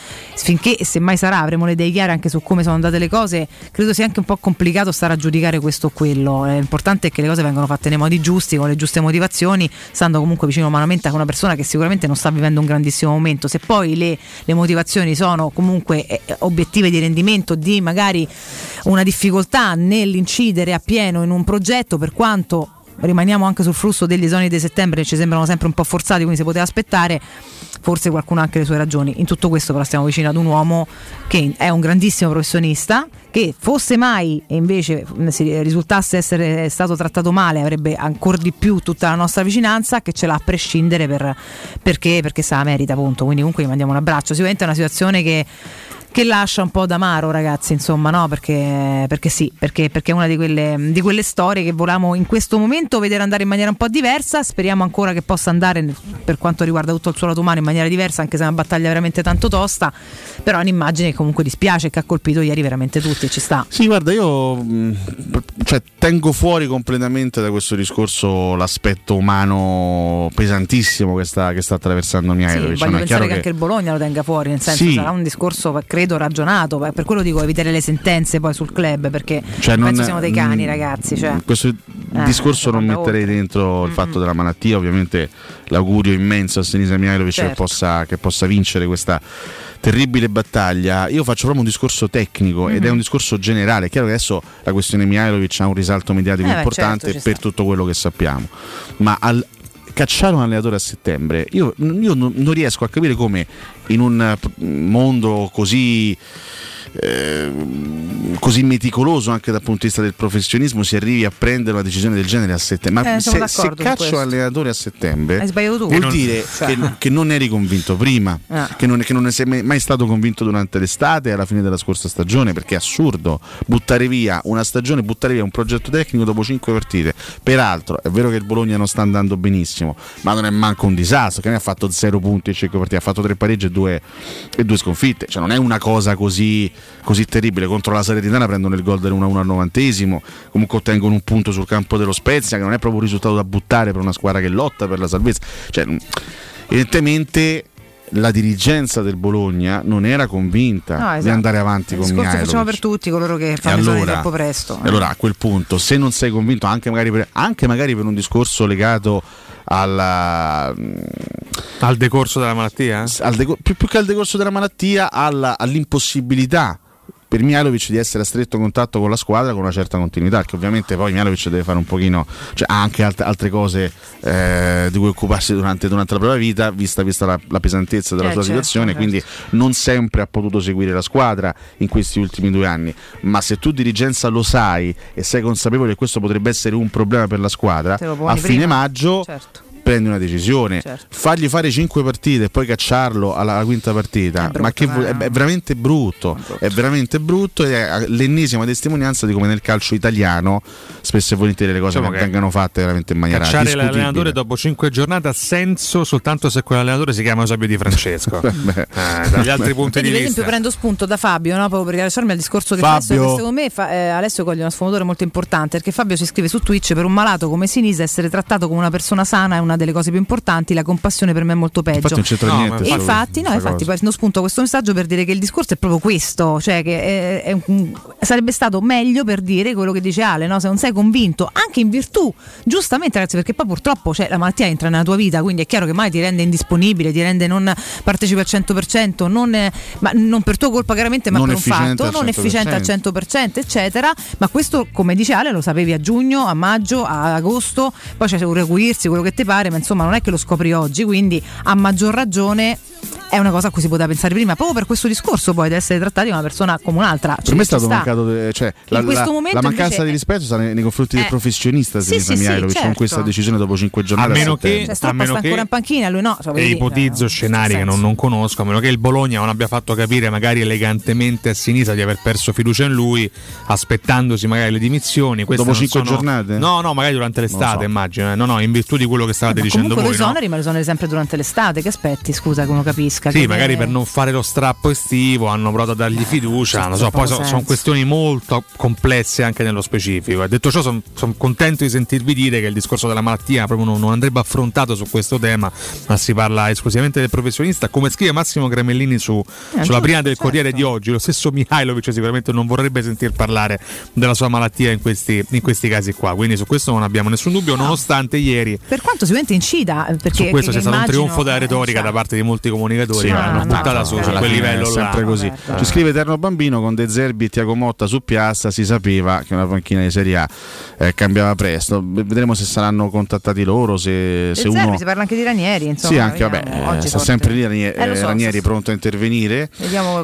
se mai sarà avremo le idee chiare anche su come sono andate le cose, credo sia anche un po' complicato stare a giudicare questo o quello. L'importante è che le cose vengano fatte nei modi giusti, con le giuste motivazioni, stando comunque vicino umanamente a una persona che sicuramente non sta vivendo un grandissimo momento. Se poi le motivazioni sono comunque obiettive di rendimento, di magari una difficoltà nell'incidere appieno in un progetto, per quanto rimaniamo anche sul flusso degli esoneri di settembre che ci sembrano sempre un po' forzati, quindi si poteva aspettare, forse qualcuno ha anche le sue ragioni. In tutto questo però stiamo vicino ad un uomo che è un grandissimo professionista, che fosse mai e invece risultasse essere stato trattato male avrebbe ancora di più tutta la nostra vicinanza, che ce l'ha a prescindere perché se la merita, appunto. Quindi comunque gli mandiamo un abbraccio. Sicuramente è una situazione che lascia un po' d'amaro, ragazzi, insomma, no? Perché è una di quelle storie che volevamo in questo momento vedere andare in maniera un po' diversa. Speriamo ancora che possa andare, per quanto riguarda tutto il suo lato umano, in maniera diversa, anche se è una battaglia veramente tanto tosta. Però è un'immagine che comunque dispiace, che ha colpito ieri veramente tutti, ci sta. Sì, guarda, io tengo fuori completamente da questo discorso l'aspetto umano pesantissimo che sta attraversando Mihajlović. Sì, voglio pensare che anche il Bologna lo tenga fuori, nel senso sarà un discorso, credo, ragionato, per quello dico evitare le sentenze poi sul club, perché penso siamo dei cani, ragazzi. Questo discorso non metterei dentro il fatto della malattia. Ovviamente l'augurio immenso a Sinisa Mihajlović che possa vincere questa terribile battaglia. Io faccio proprio un discorso tecnico ed è un discorso generale. È chiaro che adesso la questione Mihajlović ha un risalto mediatico importante per tutto quello che sappiamo, ma cacciare un allenatore a settembre, io non riesco a capire come in un mondo così meticoloso anche dal punto di vista del professionismo si arrivi a prendere una decisione del genere a settembre. Ma se caccio l'allenatore a settembre vuol dire che non eri convinto prima, che non ne sei mai stato convinto durante l'estate e alla fine della scorsa stagione, perché è assurdo buttare via una stagione, buttare via un progetto tecnico dopo 5 partite. Peraltro è vero che il Bologna non sta andando benissimo, ma non è manco un disastro, che ne ha fatto 0 punti in 5 partite, ha fatto 3 pareggi e 2 sconfitte, cioè non è una cosa così terribile. Contro la Salernitana prendono il gol del 1-1 al 90esimo, comunque ottengono un punto sul campo dello Spezia, che non è proprio un risultato da buttare per una squadra che lotta per la salvezza. Cioè, evidentemente la dirigenza del Bologna non era convinta di andare avanti con Mihajlović. Lo facciamo per tutti coloro che fanno esoni troppo presto. E allora a quel punto, se non sei convinto, anche magari per un discorso legato al decorso della malattia? Più che al decorso della malattia, all'impossibilità per Mihajlović di essere a stretto contatto con la squadra con una certa continuità, perché ovviamente poi Mihajlović deve fare un pochino, cioè ha anche altre cose di cui occuparsi durante la propria vita, vista la pesantezza della sua situazione, quindi non sempre ha potuto seguire la squadra in questi ultimi 2 anni. Ma se tu dirigenza lo sai e sei consapevole che questo potrebbe essere un problema per la squadra, a fine maggio prendi una decisione, fargli fare 5 partite e poi cacciarlo alla quinta partita, ma che è veramente brutto, è veramente brutto, ed è l'ennesima testimonianza di come nel calcio italiano spesso e volentieri le cose vengano fatte veramente in maniera cacciare discutibile. L'allenatore dopo 5 giornate ha senso soltanto se quell'allenatore si chiama Eusebio Di Francesco. Dagli altri punti di vista, per esempio prendo spunto da Fabio, no? Proprio per rilasciarmi al discorso che fa secondo me Alessio coglie una sfumatura molto importante, perché Fabio si scrive su Twitch: per un malato come Sinisa essere trattato come una persona sana è una delle cose più importanti, la compassione per me è molto peggio. Infatti non c'entra niente. Infatti prendo spunto questo messaggio per dire che il discorso è proprio questo, cioè che sarebbe stato meglio per dire quello che dice Ale, no? Se non sei convinto, anche in virtù, giustamente ragazzi, perché poi purtroppo la malattia entra nella tua vita, quindi è chiaro che mai ti rende indisponibile, ti rende non partecipi al 100%, ma non per tua colpa chiaramente, ma non per un fatto, non efficiente al 100%, eccetera. Ma questo, come dice Ale, lo sapevi a giugno, a maggio, a agosto, poi c'è un recuirsi, quello che ti pare, ma insomma non è che lo scopri oggi, quindi a maggior ragione è una cosa a cui si poteva pensare prima, proprio per questo discorso poi di essere trattati come una persona come un'altra. Per me è stato mancato, cioè, la mancanza di rispetto sta nei confronti del professionista Mihajlović con questa decisione dopo 5 giornate. A meno che sta ancora in panchina, lui no. E ipotizzo scenari che non conosco, a meno che il Bologna non abbia fatto capire magari elegantemente a Sinisa di aver perso fiducia in lui, aspettandosi magari le dimissioni. Dopo 5 giornate? No, magari durante l'estate, immagino. No, in virtù di quello che stavate dicendo voi. Comunque ma lo esoneri sempre durante l'estate, che aspetti, scusa, che uno capisca. Sì, magari per non fare lo strappo estivo hanno provato a dargli fiducia, non so, poi sono questioni molto complesse anche nello specifico. Detto ciò, sono contento di sentirvi dire che il discorso della malattia proprio non andrebbe affrontato su questo tema, ma si parla esclusivamente del professionista, come scrive Massimo Cremellini sulla prima del Corriere di oggi. Lo stesso Mihajlović sicuramente non vorrebbe sentir parlare della sua malattia in questi casi qua, quindi su questo non abbiamo nessun dubbio, nonostante ieri, per quanto sicuramente incida, perché su questo sia stato un trionfo della retorica da parte di molti comunicatori, hanno buttata su quel livello là. Sempre così. Ci scrive Eterno Bambino: con De Zerbi e Tiago Motta su Piazza si sapeva che una panchina di Serie A cambiava presto. Vedremo se saranno contattati loro, se uno... si parla anche di Ranieri, insomma. Sì, anche sta sempre lì Ranieri pronto a intervenire. Vediamo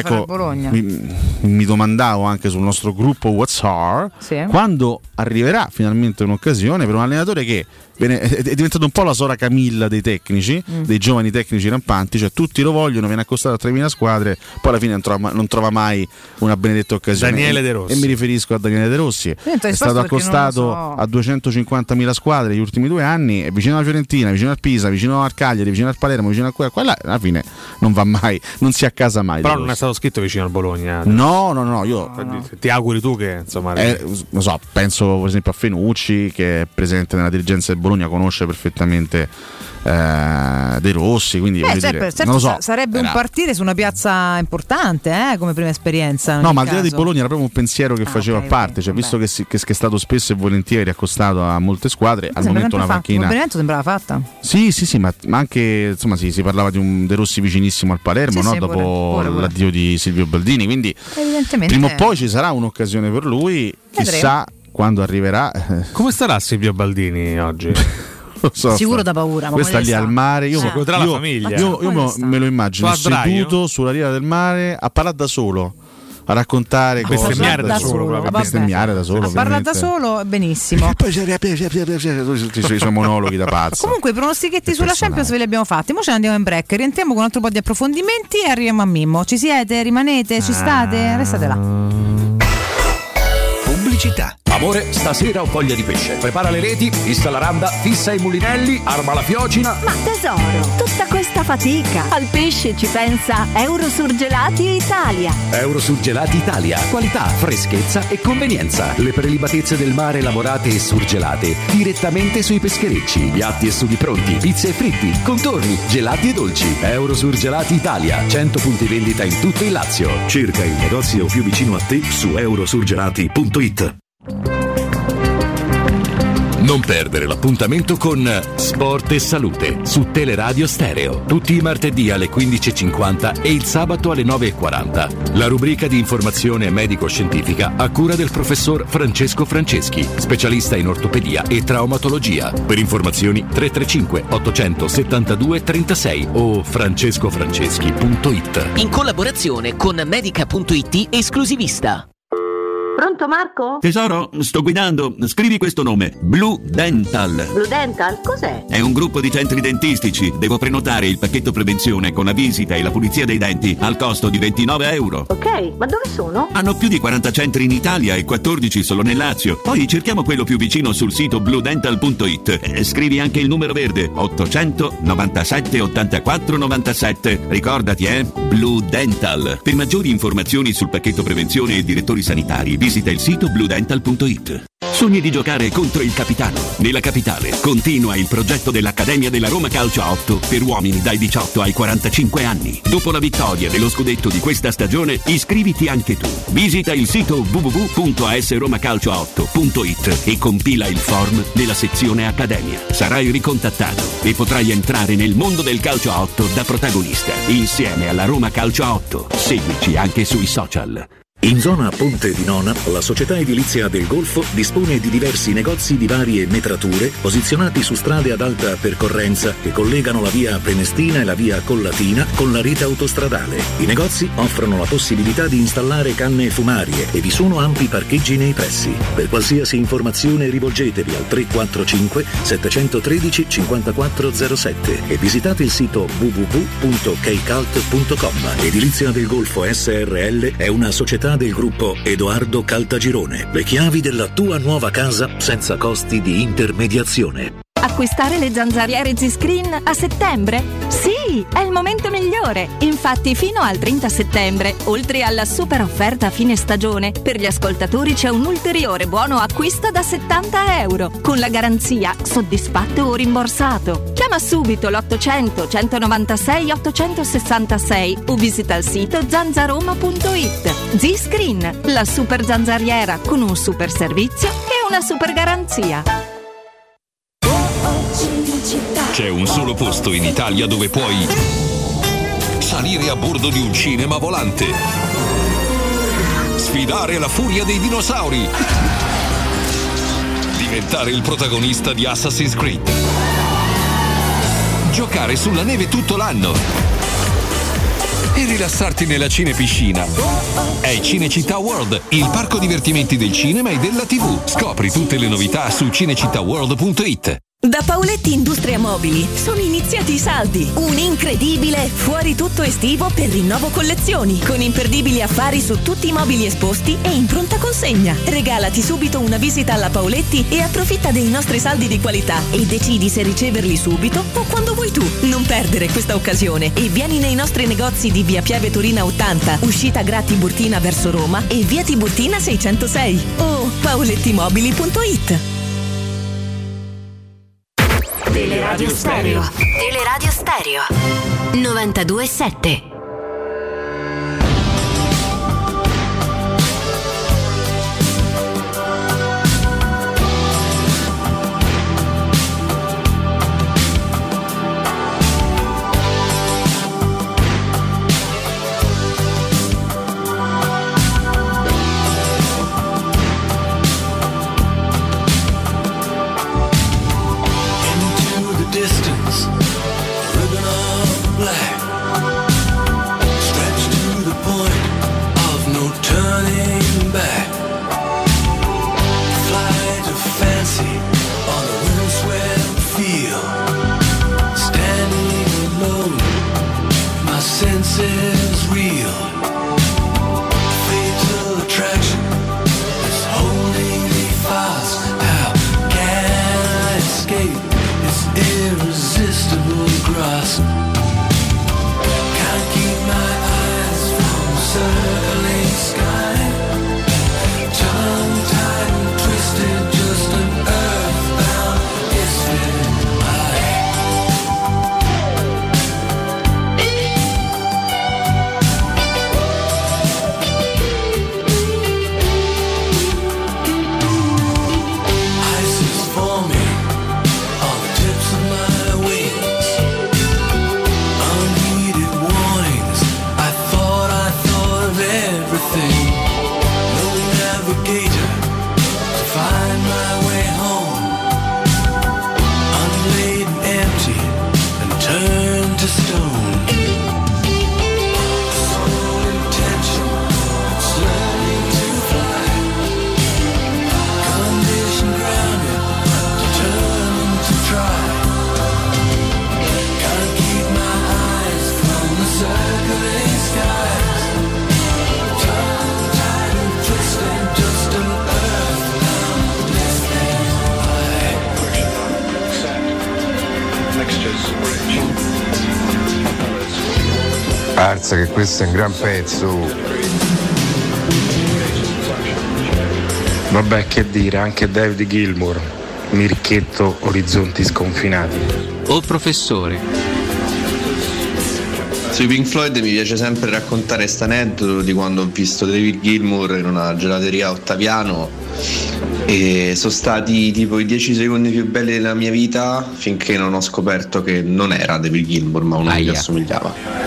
mi domandavo anche sul nostro gruppo WhatsApp quando arriverà finalmente un'occasione per un allenatore che è diventato un po' la Sora Camilla dei tecnici, dei giovani tecnici rampanti, cioè tutti lo vogliono, viene accostato a 3.000 squadre, poi alla fine non trova mai una benedetta occasione. Daniele De Rossi. E mi riferisco a Daniele De Rossi, è stato accostato a 250.000 squadre negli ultimi 2 anni, è vicino alla Fiorentina, vicino al Pisa, vicino al Cagliari, vicino al Palermo, vicino a quella, alla fine non va mai, non si accasa mai. Però non è stato scritto vicino al Bologna. No, io ti auguri tu che insomma lo so, penso per esempio a Fenucci, che è presente nella dirigenza del Bologna, conosce perfettamente De Rossi, quindi certo, non lo so, sarebbe un partire su una piazza importante come prima esperienza. No, ma al di là di Bologna era proprio un pensiero che faceva a parte, cioè, visto che è stato spesso e volentieri accostato a molte squadre, al momento una panchina sembrava fatta. Sì, ma anche insomma si parlava di un De Rossi vicinissimo al Palermo, no? Dopo pure. L'addio di Silvio Baldini, quindi evidentemente prima o poi ci sarà un'occasione per lui, chissà quando arriverà. Come starà Silvio Baldini oggi? Sicuro da paura, ma questa lì al mare, io me lo immagino seduto sulla riva del mare a parlare da solo, a raccontare cose, a bestemmiare da solo, a parlare da solo, benissimo. E poi tutti i suoi monologhi da pazzo. Comunque i pronostichetti sulla Champions ve li abbiamo fatti, ora ce ne andiamo in break, rientriamo con un altro po' di approfondimenti e arriviamo a Mimmo. Ci siete? Rimanete? Ci state? Restate là. Pubblicità. Amore, stasera ho voglia di pesce. Prepara le reti, fissa la randa, fissa i mulinelli, arma la fiocina. Ma tesoro, tutta questa fatica. Al pesce ci pensa Eurosurgelati Italia. Eurosurgelati Italia. Qualità, freschezza e convenienza. Le prelibatezze del mare lavorate e surgelate direttamente sui pescherecci. Piatti e sughi pronti, pizze e fritti, contorni, gelati e dolci. Eurosurgelati Italia. 100 punti vendita in tutto il Lazio. Cerca il negozio più vicino a te su eurosurgelati.it. Non perdere l'appuntamento con Sport e Salute su Teleradio Stereo, tutti i martedì alle 15.50 e il sabato alle 9.40. La rubrica di informazione medico-scientifica a cura del professor Francesco Franceschi, specialista in ortopedia e traumatologia. Per informazioni 335 872 36 o francescofranceschi.it. In collaborazione con Medica.it esclusivista. Pronto Marco? Tesoro, sto guidando. Scrivi questo nome: Blue Dental. Blue Dental? Cos'è? È un gruppo di centri dentistici. Devo prenotare il pacchetto prevenzione con la visita e la pulizia dei denti al costo di €29. Ok, ma dove sono? Hanno più di 40 centri in Italia e 14 solo nel Lazio. Poi cerchiamo quello più vicino sul sito bluedental.it. Scrivi anche il numero verde: 800 97 84 97. Ricordati, Blue Dental. Per maggiori informazioni sul pacchetto prevenzione e direttori sanitari, visita il sito bluedental.it. Sogni di giocare contro il capitano? Nella capitale continua il progetto dell'Accademia della Roma Calcio a 8 per uomini dai 18 ai 45 anni. Dopo la vittoria dello scudetto di questa stagione, iscriviti anche tu. Visita il sito www.asromacalcio8.it e compila il form nella sezione Accademia. Sarai ricontattato e potrai entrare nel mondo del calcio a 8 da protagonista, insieme alla Roma Calcio a 8. Seguici anche sui social. In zona Ponte di Nona, la società edilizia del Golfo dispone di diversi negozi di varie metrature posizionati su strade ad alta percorrenza che collegano la via Prenestina e la via Collatina con la rete autostradale. I negozi offrono la possibilità di installare canne fumarie e vi sono ampi parcheggi nei pressi. Per qualsiasi informazione rivolgetevi al 345 713 5407 e visitate il sito www.kcalt.com. Edilizia del Golfo SRL è una società del gruppo Edoardo Caltagirone. Le chiavi della tua nuova casa senza costi di intermediazione. Acquistare le zanzariere Z-Screen a settembre? Sì, è il momento migliore! Infatti fino al 30 settembre, oltre alla super offerta a fine stagione, per gli ascoltatori c'è un ulteriore buono acquisto da €70, con la garanzia soddisfatto o rimborsato. Chiama subito l'800 196 866 o visita il sito zanzaroma.it. Z-Screen, la super zanzariera con un super servizio e una super garanzia. C'è un solo posto in Italia dove puoi salire a bordo di un cinema volante, sfidare la furia dei dinosauri, diventare il protagonista di Assassin's Creed, giocare sulla neve tutto l'anno e rilassarti nella cinepiscina. È Cinecittà World, il parco divertimenti del cinema e della TV. Scopri tutte le novità su cinecittàworld.it. Da Paoletti Industria Mobili sono iniziati i saldi. Un incredibile fuori tutto estivo per rinnovo collezioni, con imperdibili affari su tutti i mobili esposti e in pronta consegna. Regalati subito una visita alla Paoletti e approfitta dei nostri saldi di qualità e decidi se riceverli subito o quando vuoi tu. Non perdere questa occasione e vieni nei nostri negozi di via Pieve Torina 80, uscita Gra Tiburtina verso Roma e via Tiburtina 606 o paolettimobili.it. Teleradio Stereo. Teleradio Stereo 92.7. Distance, ribbon of black. Arza che questo è un gran pezzo. Vabbè, che dire, anche David Gilmour, Mirchetto, orizzonti sconfinati. Oh professore. Sui Pink Floyd mi piace sempre raccontare questo aneddoto di quando ho visto David Gilmour in una gelateria a Ottaviano e sono stati tipo i 10 secondi più belli della mia vita finché non ho scoperto che non era David Gilmour ma uno che gli assomigliava.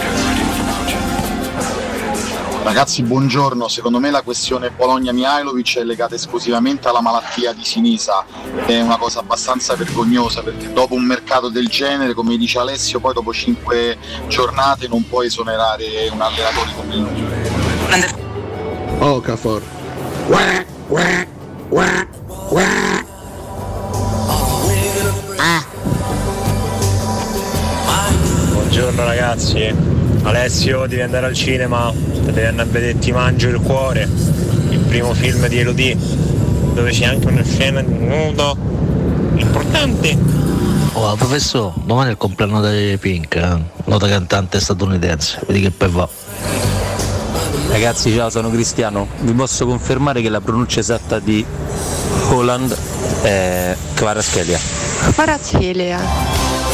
Ragazzi, buongiorno. Secondo me la questione Bologna-Mihajlovic è legata esclusivamente alla malattia di Sinisa. È una cosa abbastanza vergognosa perché dopo un mercato del genere, come dice Alessio, poi dopo 5 giornate non puoi esonerare un allenatore come lui. Okafor. Buongiorno ragazzi. Alessio, devi andare al cinema, devi andare a vedere Ti mangio il cuore, il primo film di Elodie, dove c'è anche una scena di nudo importante. Oh, professore, domani è il compleanno dei Pink, nota cantante statunitense, vedi che poi va. Ragazzi, ciao, sono Cristiano, vi posso confermare che la pronuncia esatta di Holland è Kvaratskhelia. Kvaratskhelia.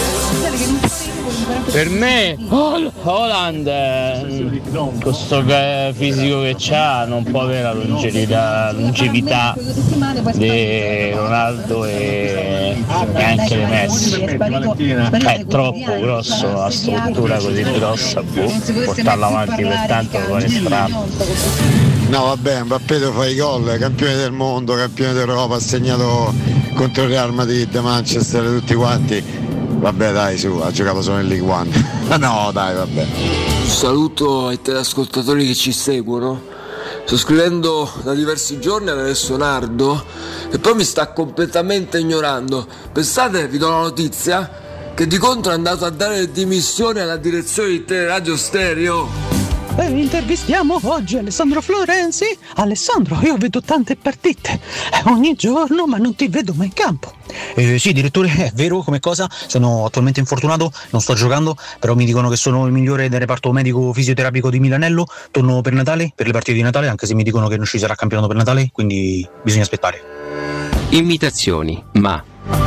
Per me Holland, questo fisico che c'ha, non può avere la longevità di Ronaldo e neanche di Messi. È troppo grosso, la struttura così grossa, portarla avanti per tanto è strano. No vabbè, Mbappé fa i gol, campione del mondo, campione d'Europa, ha segnato contro il Real Madrid, Manchester, tutti quanti. Vabbè dai, su, ha giocato solo in League One. No dai, vabbè. Saluto ai teleascoltatori che ci seguono. Sto scrivendo da diversi giorni ad Alessio Nardo e poi mi sta completamente ignorando. Pensate, vi do la notizia che di contro è andato a dare le dimissioni alla direzione di Teleradio Stereo. Intervistiamo oggi Alessandro Florenzi. Alessandro, io vedo tante partite ogni giorno, ma non ti vedo mai in campo. Sì, direttore, è vero come cosa. Sono attualmente infortunato, non sto giocando, però mi dicono che sono il migliore del reparto medico fisioterapico di Milanello. Torno per Natale, per le partite di Natale, anche se mi dicono che non ci sarà campionato per Natale, quindi bisogna aspettare. Imitazioni, ma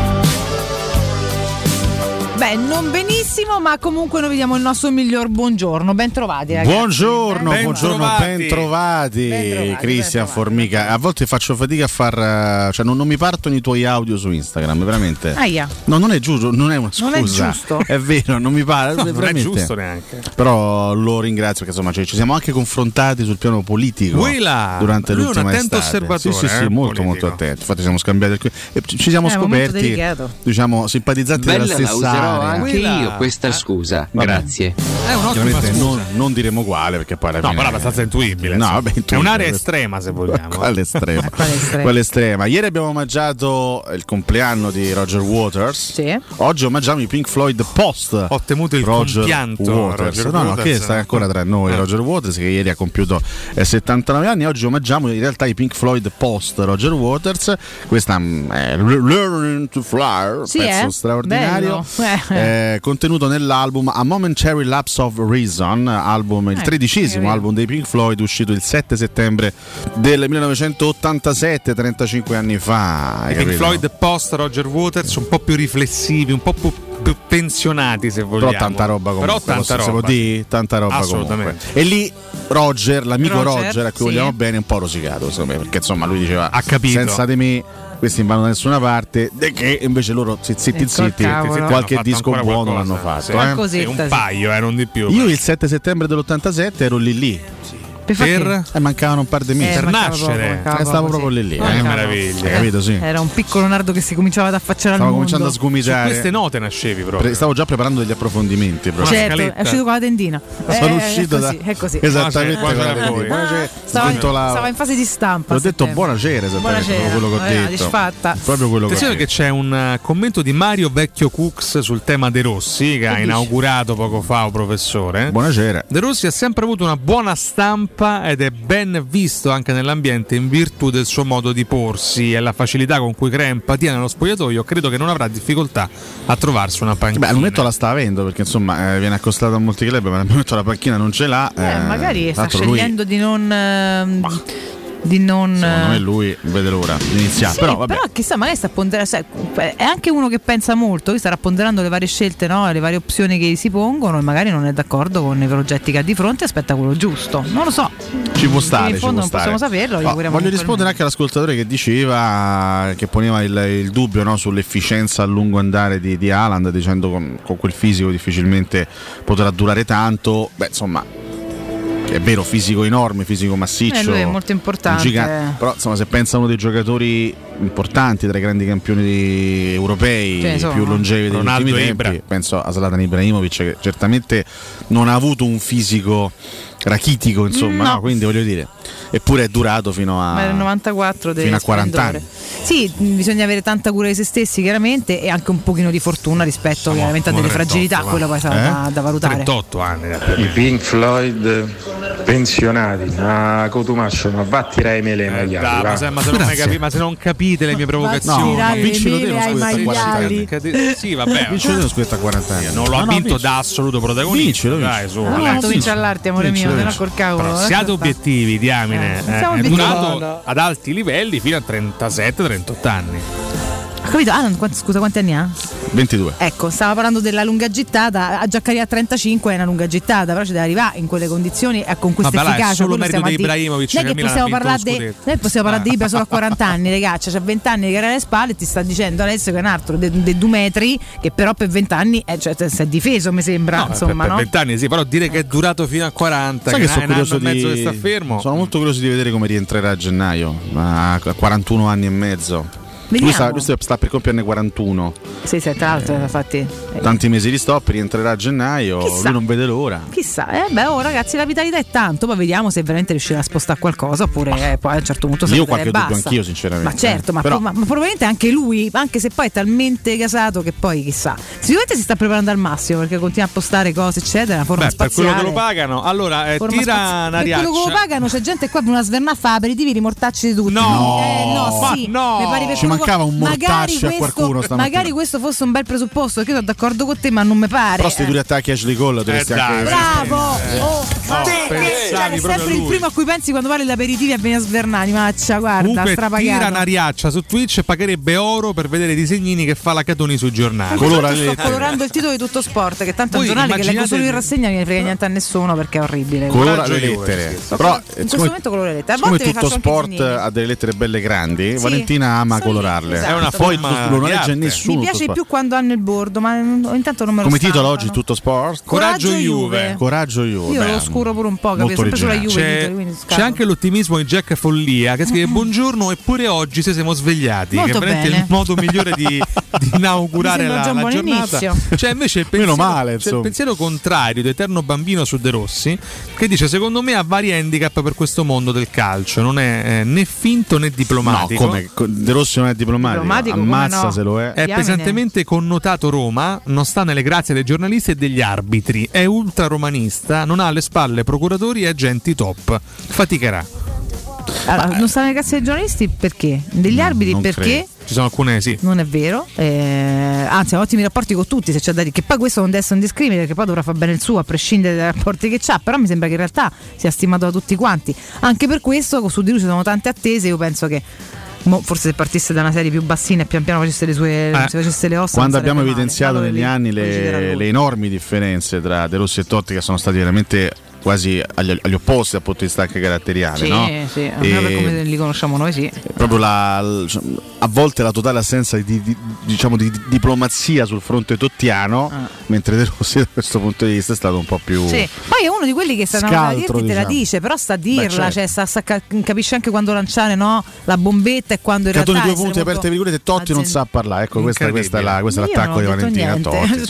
beh, non benissimo, ma comunque noi vediamo il nostro miglior buongiorno. Ben trovati, ragazzi. Buongiorno, ben trovati. Cristian Formica. A volte faccio fatica a far, cioè non mi partono i tuoi audio su Instagram, veramente. Aia. No, non è giusto, non è una scusa. Non è giusto. È vero, non mi pare. No, non è giusto neanche. Però lo ringrazio perché insomma ci siamo anche confrontati sul piano politico durante l'ultima un attento estate. osservatore. Sì, molto attento. Infatti siamo scambiati, ci siamo scoperti, diciamo, simpatizzanti bella, della stessa area. Anche io questa scusa, grazie. È un'ottima scusa. Non diremo quale perché poi alla fine però è abbastanza intuibile. No, vabbè, è un'area estrema se vogliamo. Quale estrema? Ieri abbiamo omaggiato il compleanno di Roger Waters. Sì. Oggi omaggiamo i Pink Floyd post. Ho temuto il compianto Waters. No, che sta ancora tra noi Roger Waters, che ieri ha compiuto 79 anni. Oggi omaggiamo in realtà i Pink Floyd post Roger Waters. Questa è Learning to Fly, pezzo straordinario. Contenuto nell'album A Momentary Lapse of Reason, album, il 13° album dei Pink Floyd, uscito il 7 settembre del 1987, 35 anni fa. I Pink Floyd post Roger Waters, un po' più riflessivi, un po' più pensionati se vogliamo. Però tanta roba comunque. Tanta roba assolutamente. Comunque. E lì Roger, l'amico Roger a cui vogliamo bene, un po' rosicato, secondo me, perché insomma lui diceva ha capito. Senza di me questi non vanno da nessuna parte, che invece loro zitti qualche disco buono l'hanno fatto. Un paio, non di più. Io il 7 settembre dell'87 ero lì. mancavano un par di mesi per nascere. Stavo proprio lì. Meraviglia. Capito, sì. Era un piccolo Nardo che si cominciava ad affacciare al mondo. Stavo cominciando a sgomitare. Su queste note nascevi proprio. Stavo già preparando degli approfondimenti. Certo, è uscito con la tendina. Sono uscito è così. Esattamente con la tendina. Stava in fase di stampa. Ho detto buonasera, esattamente quello che ho detto. Disfatta. Proprio quello attenzione che c'è un commento di Mario Vecchio Cux sul tema De Rossi che ha inaugurato poco fa, professore. Buonasera. De Rossi ha sempre avuto una buona stampa ed è ben visto anche nell'ambiente in virtù del suo modo di porsi e la facilità con cui crea empatia nello spogliatoio. Credo che non avrà difficoltà a trovarsi una panchina. Al momento la sta avendo perché insomma viene accostato a molti club, ma al momento la panchina non ce l'ha. Magari sta scegliendo di non secondo me lui vede l'ora di iniziare, sì, però chissà, magari sta ponderando, è anche uno che pensa molto, lui starà ponderando le varie scelte, no? Le varie opzioni che si pongono e magari non è d'accordo con i progetti che ha di fronte, aspetta quello giusto, non lo so, ci può stare, in fondo non possiamo saperlo. Voglio rispondere anche all'ascoltatore che diceva, che poneva il dubbio, no, sull'efficienza a lungo andare di Haaland, dicendo con quel fisico difficilmente potrà durare tanto. Beh, insomma, è vero, fisico enorme, fisico massiccio, lui è molto importante, però insomma, se pensa a uno dei giocatori importanti tra i grandi campioni europei, più longevi degli ultimi tempi, penso a Zlatan Ibrahimovic, che certamente non ha avuto un fisico rachitico, insomma, no, quindi voglio dire, eppure è durato fino a 94 fino a 40 anni. Sì, bisogna avere tanta cura di se stessi chiaramente e anche un pochino di fortuna rispetto chiaramente a delle fragilità, quello poi sarà da valutare. 38 anni. I Pink Floyd pensionati, ma Cotumaccio, ma vatti ai mele ma se non capite le mie provocazioni, no, Vinci lo devo sì, vabbè, Vinci lo devo scusa a 40 anni. Non lo ha vinto da assoluto protagonista. Dai, su, vince all'arte, amore mio, non col cavolo. Siate obiettivi, diamine. È durato ad alti livelli fino a 37-38 anni. Capito? Scusa, quanti anni ha? 22. Ecco, stava parlando della lunga gittata. A Giaccaria a 35 è una lunga gittata, però ci deve arrivare in quelle condizioni e con questa efficacia. È solo merito di Ibrahimovic. Non è che possiamo parlare di Ibra solo a 40 anni, ragazzi. C'ha 20 anni che era alle spalle e ti sta dicendo adesso che è un altro dei 2 metri che però per 20 anni si è difeso, mi sembra. Insomma, per 20 anni sì, però dire che è durato fino a 40, sai che sono curioso mezzo che sta fermo. Sono molto curioso di vedere come rientrerà a gennaio, a 41 anni e mezzo. Lui sta per compierne 41. Sì, tra l'altro, infatti. Tanti mesi di stop, rientrerà a gennaio. Chissà. Lui non vede l'ora. Chissà, ragazzi, la vitalità è tanto. Poi vediamo se veramente riuscirà a spostare qualcosa. Oppure poi a un certo punto io qualche dubbio anch'io, sinceramente. Ma certo, ma probabilmente anche lui, anche se poi è talmente gasato che poi chissà. Sicuramente si sta preparando al massimo perché continua a postare cose, eccetera. Forma spaziale. Per quello che lo pagano, allora tira una riaccia. Per quello che lo pagano, c'è gente qua per una svernaffa aperitivi, rimortacci di tutti. No, sì. Mi pare per mancava un mortacci a qualcuno stamattina. Magari questo fosse un bel presupposto, perché sono d'accordo con te, ma non mi pare. Però se tu attacchi Ashley Cole dovresti anche. Bravo! È sempre il primo a cui pensi quando parli di aperitivi e vieni a svernare. Maccia, guarda, comunque tira una riaccia su Twitch e pagherebbe oro per vedere i disegnini che fa la Catoni sui giornali. Sto colorando il titolo di Tutto Sport, che tanto è un giornale che leggo solo in rassegna, non mi frega niente a nessuno perché è orribile. Colora le lettere. Però in questo momento colora le lettere. Come Tutto Sport ha delle lettere belle grandi, Valentina ama colorarle. È una poi non legge nessuno. Mi piace più quando hanno il bordo, ma intanto non me lo come titolo oggi Tutto Sport? Coraggio Juve. Io lo oscuro pure un po', capito? Sempre sulla Juve. C'è anche l'ottimismo di Jack Follia che scrive buongiorno, eppure oggi ci siamo svegliati. Molto che è il modo migliore di inaugurare la giornata. C'è invece il pensiero contrario di Eterno Bambino su De Rossi, che dice: secondo me ha vari handicap per questo mondo del calcio, non è né finto né diplomatico. No, come De Rossi non è diplomatico, ammazza se lo è. È pesantemente connotato Roma, non sta nelle grazie dei giornalisti e degli arbitri, è ultraromanista, non ha alle spalle procuratori e agenti top, faticherà. Allora, non sta nelle grazie dei giornalisti perché? Degli arbitri perché? Credo. Ci sono alcune, sì. Non è vero, anzi ha ottimi rapporti con tutti, se c'è da dire, che poi questo non deve essere un discrimine, perché poi dovrà fare bene il suo a prescindere dai rapporti che c'ha, però mi sembra che in realtà sia stimato da tutti quanti. Anche per questo su di lui ci sono tante attese, io penso che forse se partisse da una serie più bassina e pian piano facesse le sue facesse le ossa. Quando abbiamo evidenziato negli anni le enormi differenze tra De Rossi e Totti, che sono stati veramente quasi agli opposti dal punto di vista anche caratteriale, sì, no? Sì, per come li conosciamo noi, sì. Proprio a volte la totale assenza di diplomazia sul fronte tottiano, mentre De Rossi da questo punto di vista è stato un po' più sì. Poi è uno di quelli che sta a dirti, te la dice, però sta a dirla, capisce anche quando lanciare, no? La bombetta e quando in Catoni realtà 2 punti aperte virgolette, Totti non sa parlare, ecco questo è l'attacco di Valentina Totti.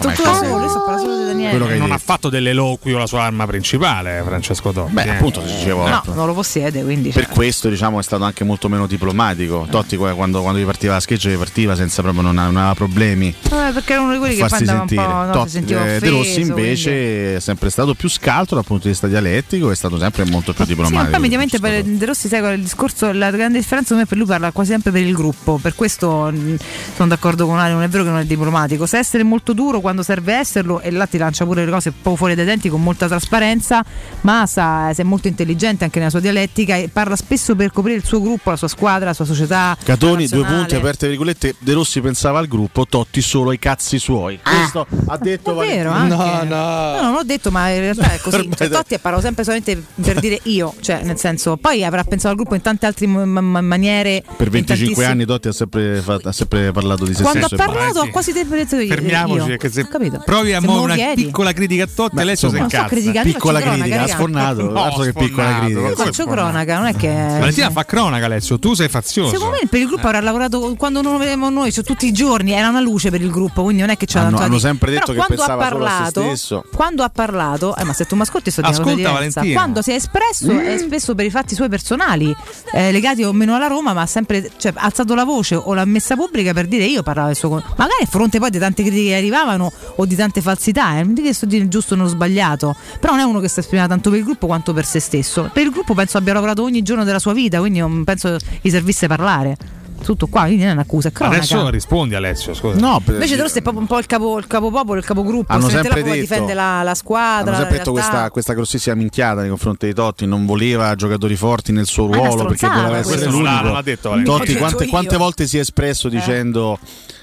Non ha fatto dell'eloquio la sua arma principale, Francesco Totti. Appunto dicevo, no, non lo possiede, quindi per questo è stato anche molto meno diplomatico. Totti quando gli partiva la scheggia gli partiva senza proprio non aveva problemi, perché era uno di quelli che farsi sentire. Un po', si sentiva offeso, De Rossi invece quindi è sempre stato più scaltro dal punto di vista dialettico, è stato sempre molto più diplomatico. Sì, poi mediamente De Rossi segue il discorso, la grande differenza per lui parla quasi sempre per il gruppo, per questo sono d'accordo con Ale, non è vero che non è diplomatico, sa essere molto duro quando serve esserlo e là ti lancia pure le cose un po' fuori dai denti con molta trasparenza, ma è molto intelligente anche nella sua dialettica e parla spesso per coprire il suo gruppo, la sua squadra, la sua società. Catoni 2 punti aperte virgolette, De Rossi pensava al gruppo, Totti solo ai cazzi suoi. Questo ha detto Valentino. No, non ho detto, ma in realtà è così. Totti parla sempre solamente per dire io, cioè nel senso, poi avrà pensato al gruppo in tante altre maniere. Per 25 anni Totti ha sempre parlato di se quando stesso. Quando ha parlato ha quasi detto io. Fermiamoci, perché se provi a muovere una piccola critica a Totti, Alessio si incazza. Piccola critica, ha sfornato, altro che piccola critica. Faccio cronaca, non è che Valentina fa cronaca, Alessio, tu sei fazioso. Secondo me per il gruppo avrà lavorato quando non lo vedevamo noi, cioè tutti i giorni, era una luce per il gruppo, quindi non è che c'ha tanto hanno sempre detto però che pensava solo a se stesso. Quando ha parlato, ma se tu mi ascolti sto dicendo ascolta Valentina. Quando si è espresso è spesso per i fatti suoi personali, legati o meno alla Roma, ma ha sempre ha alzato la voce o l'ha messa pubblica per dire io parlavo del suo magari a fronte poi di tante critiche che arrivavano o di tante falsità, non dico che sto dicendo giusto o non sbagliato, però non è uno che si esprimeva tanto per il gruppo quanto per se stesso. Per il gruppo penso abbia lavorato ogni giorno della sua vita, quindi non penso gli servisse parlare. Tutto qua, quindi non è un'accusa, è cronaca. Adesso rispondi Alessio, scusa. No, invece De Rossi è proprio un po' il capopopolo, il capogruppo, hanno sempre detto, difende la squadra. Hanno sempre detto questa grossissima minchiata nei confronti di Totti, non voleva giocatori forti nel suo ruolo perché voleva essere l'unico. Totti quante volte si è espresso dicendo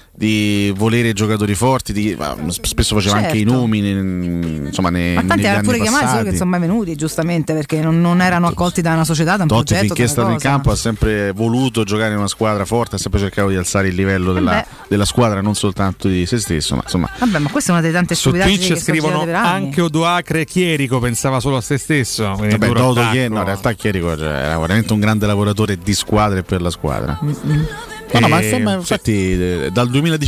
di volere giocatori forti, spesso faceva anche i nomi insomma ma tanti erano pure chiamati solo che non sono mai venuti, giustamente perché non erano accolti da una società, da un Totti progetto, finché è stato in campo ha sempre voluto giocare in una squadra forte, ha sempre cercato di alzare il livello della squadra, non soltanto di se stesso, ma insomma ma questa è una delle tante stupidaggini che scrivono anche Odoacre Chierico pensava solo a se stesso, in realtà Chierico era veramente un grande lavoratore di squadra e per la squadra. No, ma infatti dal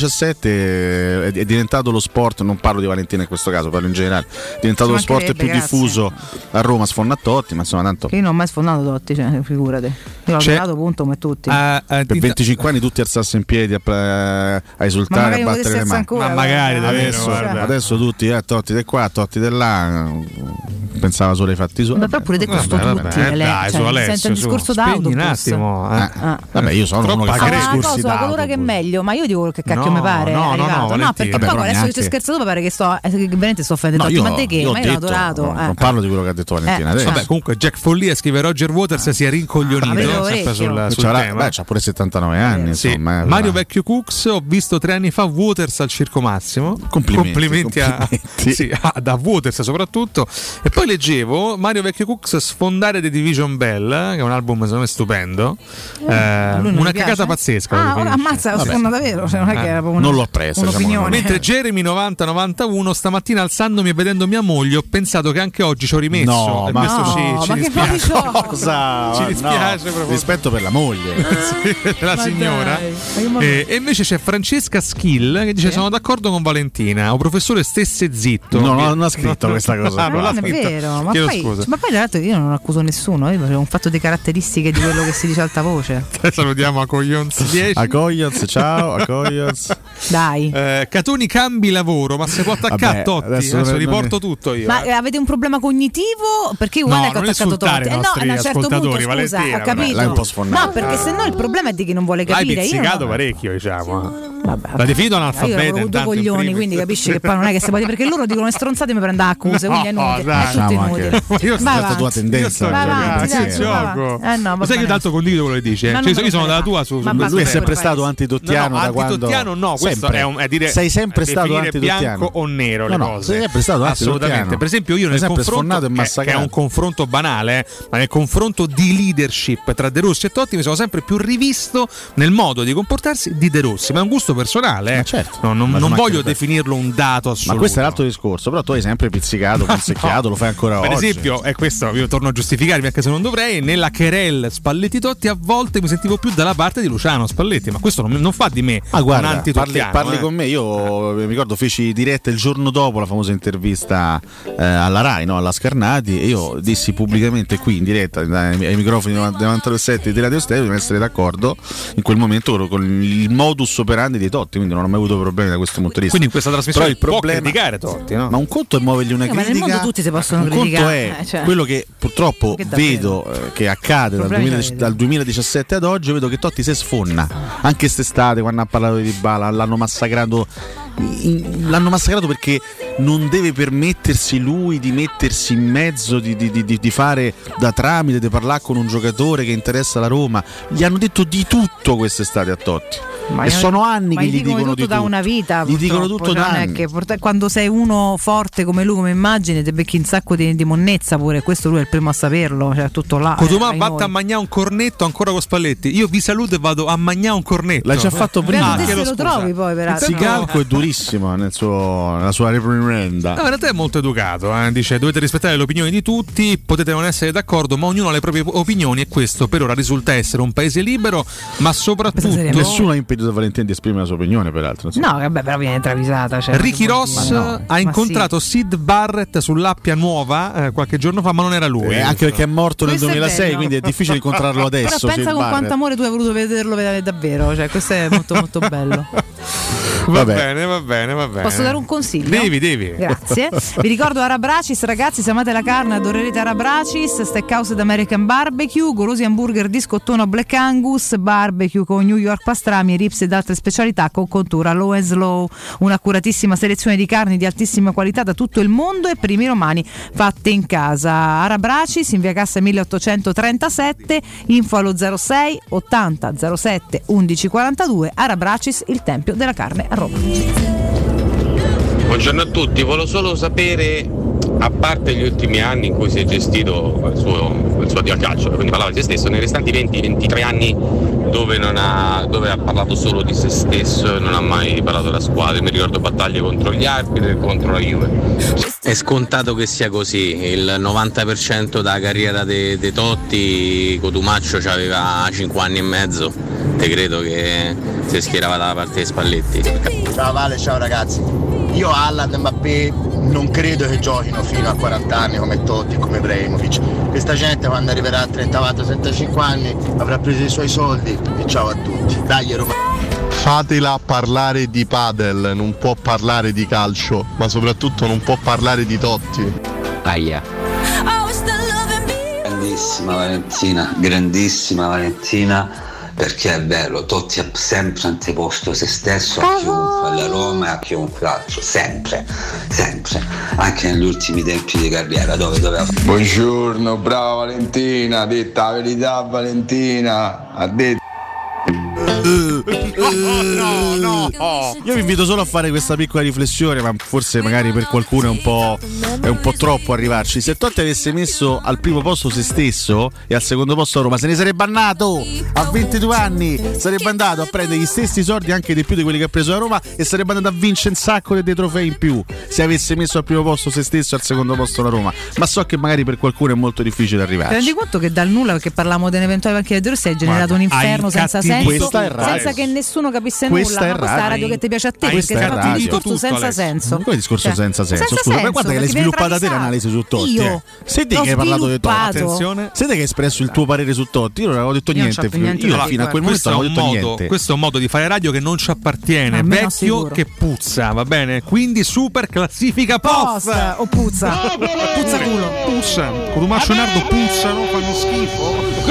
2017 è diventato lo sport, non parlo di Valentina in questo caso, parlo in generale, è diventato lo sport più diffuso a Roma, sfonda Totti, ma insomma tanto io non ho mai sfondato Totti, cioè, figurate, io l'ho giocato punto come tutti per 25 anni tutti alzarsi in piedi a esultare, a battere le mani, ma magari adesso tutti Totti di qua, Totti di là, pensava solo ai fatti suoi. Ma però pure te questo tutti, sente il discorso d'autobus un attimo. Vabbè, io sono uno che fa colora che è meglio, ma io dico che cacchio mi pare. No, perché poi adesso che c'è scherzato mi pare che veramente sto offendendo Totti, ma te che? Ma io l'ho adorato. Non parlo di quello che ha detto Valentina. Vabbè, comunque Jack Follia scrive Roger Waters si è rincoglionito sempre sul tema. C'ha pure 79 anni, insomma. Mario Vecchio Cooks, ho visto 3 anni fa Waters al Circo Massimo. Complimenti da Waters soprattutto. E poi leggevo Mario Vecchio Cooks sfondare The Division Bell, che è un album secondo me stupendo, una cagata pazzesca. Ammazza, lo sfonda davvero, cioè non è che era proprio non l'ho preso, un'opinione. Mentre Jeremy 9091 stamattina alzandomi e vedendo mia moglie ho pensato che anche oggi ci ho rimesso ci dispiace. Ci dispiace proprio. Rispetto per la moglie la signora. E invece c'è Francesca Skill che dice sono d'accordo con Valentina, o professore stesse zitto. No, non ha scritto questa cosa. Non è vero, ma poi tra l'altro io non accuso nessuno, io facevo un fatto di caratteristiche di quello che si dice alta voce. Salutiamo a Coglions 10. A Coglions, ciao, a Coglions. Dai. Catoni cambi lavoro, ma se può attaccare Totti, adesso riporto tutto io. Ma avete un problema cognitivo? Perché uguale che ho attaccato Totti? No, a un certo punto, scusa, ho capito. L'hai un po' sfondato. No, perché se no il problema è di chi non vuole capire. Hai pizzicato parecchio, diciamo. Vabbè, la definito analfabeta. Io lavoro due coglioni, quindi capisci che poi non è che si può dire, perché loro dicono le stronzate e mi prende accuse, quindi è inutile. È tutto inutile. Io sto la tua tendenza. Sai che tanto condivido quello che dici. Io sono dalla tua su lui è sempre stato antidottiano da quando. Antidottiano no, questo è dire. Sei sempre stato antidottiano. Bianco o nero le cose. Sei sempre stato assolutamente. Per esempio io nel confronto che è un confronto banale, ma nel confronto di leadership tra De Rossi e Totti mi sono sempre più rivisto nel modo di comportarsi di De Rossi, ma è un gusto personale. Ma certo. Non voglio definirlo un dato assoluto. Ma questo è l'altro discorso, però tu hai sempre pizzicato, consecchiato, lo fai ancora oggi. Per esempio, è questo, io torno a giustificarmi anche se non dovrei, nella querel Spalletti Totti a volte mi sentivo più dalla parte di Luciano Spalletti, ma questo non fa di me un antitottiano. Parli con me, io mi ricordo feci diretta il giorno dopo la famosa intervista alla Rai, no? Alla Scarnati, e io dissi pubblicamente qui in diretta ai microfoni 97 di Radio Stereo di essere d'accordo in quel momento con il modus operandi di Totti, quindi non ho mai avuto problemi da questo punto di vista. Quindi in questa trasmissione il problema può criticare Totti, no? Ma un conto è muovergli una critica, ma nel mondo tutti si possono criticare. Un conto è quello che purtroppo vedo che accade dal 2017 ad oggi, vedo che Totti si sfonna anche quest'estate quando ha parlato di Dybala, l'hanno massacrato perché non deve permettersi lui di mettersi in mezzo, di fare da tramite, di parlare con un giocatore che interessa la Roma. Gli hanno detto di tutto quest'estate a Totti. E sono anni che gli dicono tutto di tutto da una vita. Gli dicono tutto da anni. Che quando sei uno forte come lui, come immagine, ti becchi un sacco di monnezza pure. Questo lui è il primo a saperlo. Cioè tutto là. Cotuma vatta a mangiare un cornetto ancora con Spalletti. Io vi saluto e vado a mangiare un cornetto. L'hai già fatto prima. Se lo trovi poi peraltro. Zicalco è durissimo nella sua reprimenda. No, in realtà è molto educato. Dice: dovete rispettare le opinioni di tutti, potete non essere d'accordo, ma ognuno ha le proprie opinioni. E questo per ora risulta essere un paese libero, ma soprattutto nessuno ha impedito a Valentin di esprimere la sua opinione, peraltro. No, vabbè, però viene travisata. Cioè, Ricky Ross ha incontrato Sid Barrett sull'Appia Nuova qualche giorno fa, ma non era lui. Anche perché è morto nel 2006, quindi è difficile incontrarlo adesso. Però pensa con quanto amore tu hai voluto vederlo davvero. Cioè, questo è molto molto bello. Va bene. Posso dare un consiglio? Devi. Grazie. Vi ricordo Arabracis, ragazzi, se amate la carne adorerete Arabracis, Steakhouse ed American Barbecue, golosi hamburger di scottone Black Angus, barbecue con New York pastrami, rips ed altre specialità con cottura low and slow, un'accuratissima selezione di carni di altissima qualità da tutto il mondo e primi romani fatte in casa. Arabracis in via Cassa 1837, info allo 06 80 07 11 42. Arabracis, il tempio della carne a Roma. Buongiorno a tutti, volevo solo sapere, a parte gli ultimi anni in cui si è gestito il suo addio al calcio, quindi parlava di se stesso, nei restanti 20-23 anni dove ha parlato solo di se stesso e non ha mai parlato della squadra. Mi ricordo battaglie contro gli arbitri e contro la Juve. È scontato che sia così, il 90% della carriera de Totti, Cotumaccio aveva 5 anni e mezzo, te credo che si schierava dalla parte di Spalletti. Ciao Vale, ciao ragazzi. Io Haaland e Mbappé non credo che giochino fino a 40 anni come Totti e come Ibrahimovic. Questa gente quando arriverà a 34-35 anni avrà preso i suoi soldi e ciao a tutti. Dai Roma. Fatela parlare di padel, non può parlare di calcio, ma soprattutto non può parlare di Totti. Aia. Grandissima Valentina. Perché è vero, Totti ha sempre anteposto se stesso a chiunque, alla Roma e a chiunque altro, sempre, anche negli ultimi tempi di carriera dove doveva. Buongiorno, brava Valentina, detta la verità Valentina, ha detto. No. Io vi invito solo a fare questa piccola riflessione, ma forse magari per qualcuno è un po' troppo arrivarci. Se Totti avesse messo al primo posto se stesso e al secondo posto Roma, se ne sarebbe andato a 22 anni, sarebbe andato a prendere gli stessi soldi, anche di più di quelli che ha preso a Roma, e sarebbe andato a vincere un sacco dei trofei in più se avesse messo al primo posto se stesso e al secondo posto la Roma. Ma so che magari per qualcuno è molto difficile arrivarci. Ti rendi conto che dal nulla, perché parlavamo dell'eventuale panchina di Rossi, hai generato un inferno senza senso, senza che nessuno capisse nulla. Ma questa è la radio che ti piace a te, perché hai fatto un discorso senza senso. Come discorso senza senso? Scusa, ma guarda che l'hai sviluppata te l'analisi su Totti. Sei te che hai parlato di Totti. Attenzione. Sei te che hai espresso il tuo parere su Totti. Io non avevo detto niente. Io fino a quel momento non avevo detto niente. Questo è un modo di fare radio che non ci appartiene, vecchio che puzza, va bene? Quindi super classifica post. O puzza. Puzza culo. Puzza. Cotumaccio e Nardo puzzano, fanno schifo.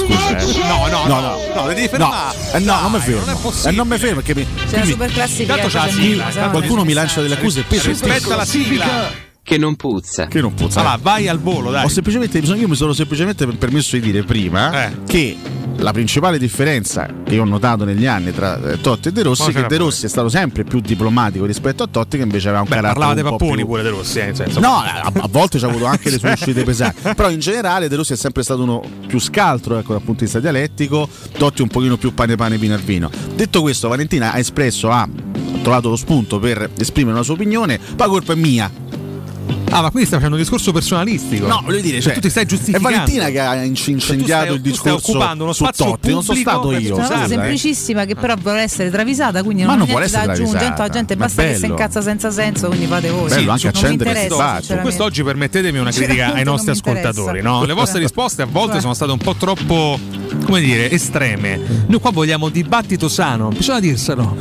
scusa. No, devi fermare. No, non mi fermo. Non è possibile. Non mi fermo perché C'è la super classifica. Tanto c'è la sigla. Qualcuno mi lancia delle accuse per rispetta la sigla. Che non puzza. Allora, vai al volo, dai. Io mi sono semplicemente permesso di dire prima che la principale differenza che io ho notato negli anni tra Totti e De Rossi è che De Rossi è stato sempre più diplomatico rispetto a Totti, che invece aveva un carattere parlava dei un po' papponi più... pure De Rossi, nel senso. No, a volte ci ha avuto anche le sue uscite pesanti, però in generale De Rossi è sempre stato uno più scaltro, ecco, dal punto di vista dialettico, Totti un pochino più pane vino al vino. Detto questo, Valentina ha trovato lo spunto per esprimere una sua opinione, poi colpa è mia. Ah, ma quindi stai facendo un discorso personalistico? No, voglio dire, tu ti stai giustificando. È Valentina che ha incendiato il discorso. Tu stai occupando uno spazio su Totti, non sono stato io. È una cosa semplicissima che però vuole essere travisata, quindi non c'è niente da aggiungere. La gente basta che si incazza senza senso, quindi fate voi. Bello anche accendere il dibattito. Su questo oggi permettetemi una critica ai nostri ascoltatori, no? Le vostre risposte a volte sono state un po' troppo, come dire, estreme. Noi qua vogliamo dibattito sano, bisogna dirselo.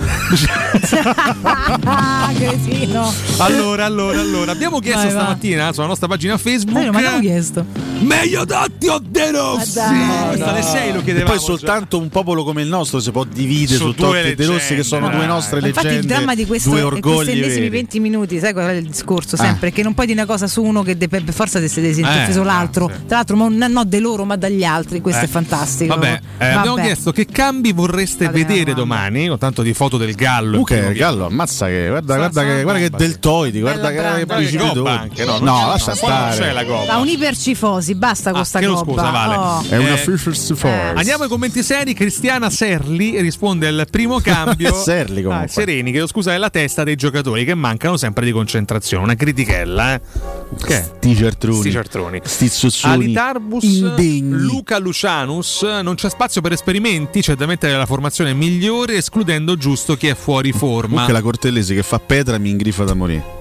Cretino. Allora, abbiamo chiesto stamattina sulla nostra pagina Facebook. Ma l'abbiamo chiesto. Meglio Totti o De Rossi? Alle 6 lo chiedevamo. E poi soltanto un popolo come il nostro si può dividere su Totti e De Rossi, che sono due nostre leggende. Infatti il dramma di questi ennesimi 20 minuti, sai qual è il discorso? Sempre che non puoi dire una cosa su uno che per forza si è difeso l'altro. Tra l'altro non de loro ma dagli altri. Questo è fantastico. Vabbè, abbiamo chiesto che cambi vorreste vedere domani, con tanto di foto del Gallo. Il Gallo ammazza che guarda che deltoidi, guarda che anche, no, lascia stare. C'è la gobba. Un'ipercifosi, basta con sta gobba. Scusa, Vale. È una cifosi. Andiamo ai commenti seri. Cristiana Serli risponde al primo cambio. Serli comunque. Sereni, chiedo scusa, è la testa dei giocatori che mancano sempre di concentrazione. Una critichella, Che è? Sti ciartroni. Sti zuzzoni. Alitarbus indegni. Luca Lucianus. Non c'è spazio per esperimenti, c'è da mettere la formazione migliore, escludendo giusto chi è fuori forma. Comunque la Cortellesi che fa Petra mi ingrifa da morire.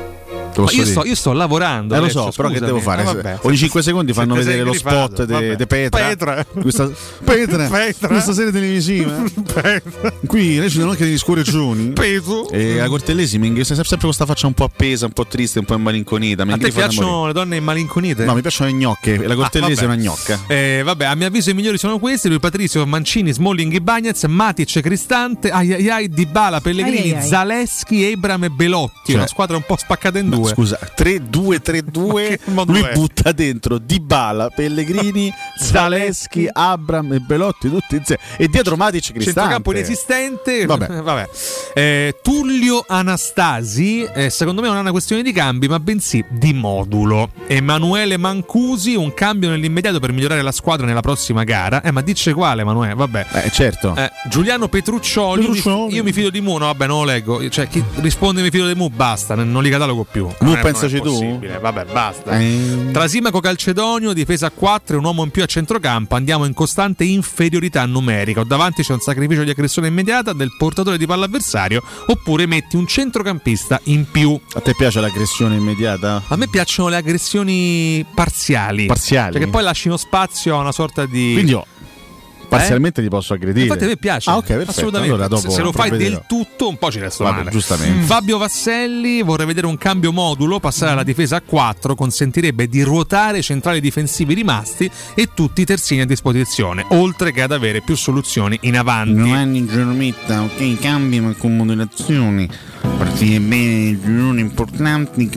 Io sto lavorando. Lo so, però che devo fare? Ogni 5 secondi fanno vedere lo spot di Petra. Questa serie televisiva. Qui recitano anche degli scorreggioni. E la Cortellesi mi ingriffa sempre con questa faccia un po' appesa, un po' triste, un po' immalinconita. A te piacciono le donne immalinconite? No, mi piacciono le gnocche. La Cortellesi è una gnocca. Vabbè, a mio avviso i migliori sono questi: lui Patrizio, Mancini, Smalling, Ibañez, Matic, Cristante, Dybala, Pellegrini, Zaleschi, Ebram e Belotti. Una squadra un po' spaccata in due. Scusa, 3-2-3-2. Lui butta dentro Dybala, Pellegrini, Zaleschi, Abram e Belotti tutti insieme. E dietro Matic, Cristante. Centrocampo inesistente. Vabbè. Tullio Anastasi, secondo me non è una questione di cambi, ma bensì di modulo. Emanuele Mancusi, un cambio nell'immediato per migliorare la squadra nella prossima gara. Ma dice quale, Emanuele? Vabbè. Certo. Giuliano Petruccioli. Io mi fido di Mu, no, vabbè, non lo leggo. Cioè, chi risponde mi fido di Mu, basta, non li catalogo più. Pensaci tu? Vabbè, basta. Trasimaco Calcedonio, difesa a 4 e un uomo in più a centrocampo. Andiamo in costante inferiorità numerica. Davanti c'è un sacrificio di aggressione immediata del portatore di palla avversario, oppure metti un centrocampista in più. A te piace l'aggressione immediata? A me piacciono le aggressioni parziali. Cioè che poi lasciano spazio a una sorta di... Quindi parzialmente ti posso aggredire. Infatti a me piace. Ok, perfetto. Assolutamente. Allora, dopo se lo fai del tutto un po' ci resto male. Giustamente. Fabio Vasselli vorrei vedere un cambio modulo, passare alla difesa a 4 consentirebbe di ruotare i centrali difensivi rimasti e tutti i terzini a disposizione, oltre che ad avere più soluzioni in avanti. Giovanni Giormetta, ok, cambi ma con modulazioni. Partire bene i gironi importanti,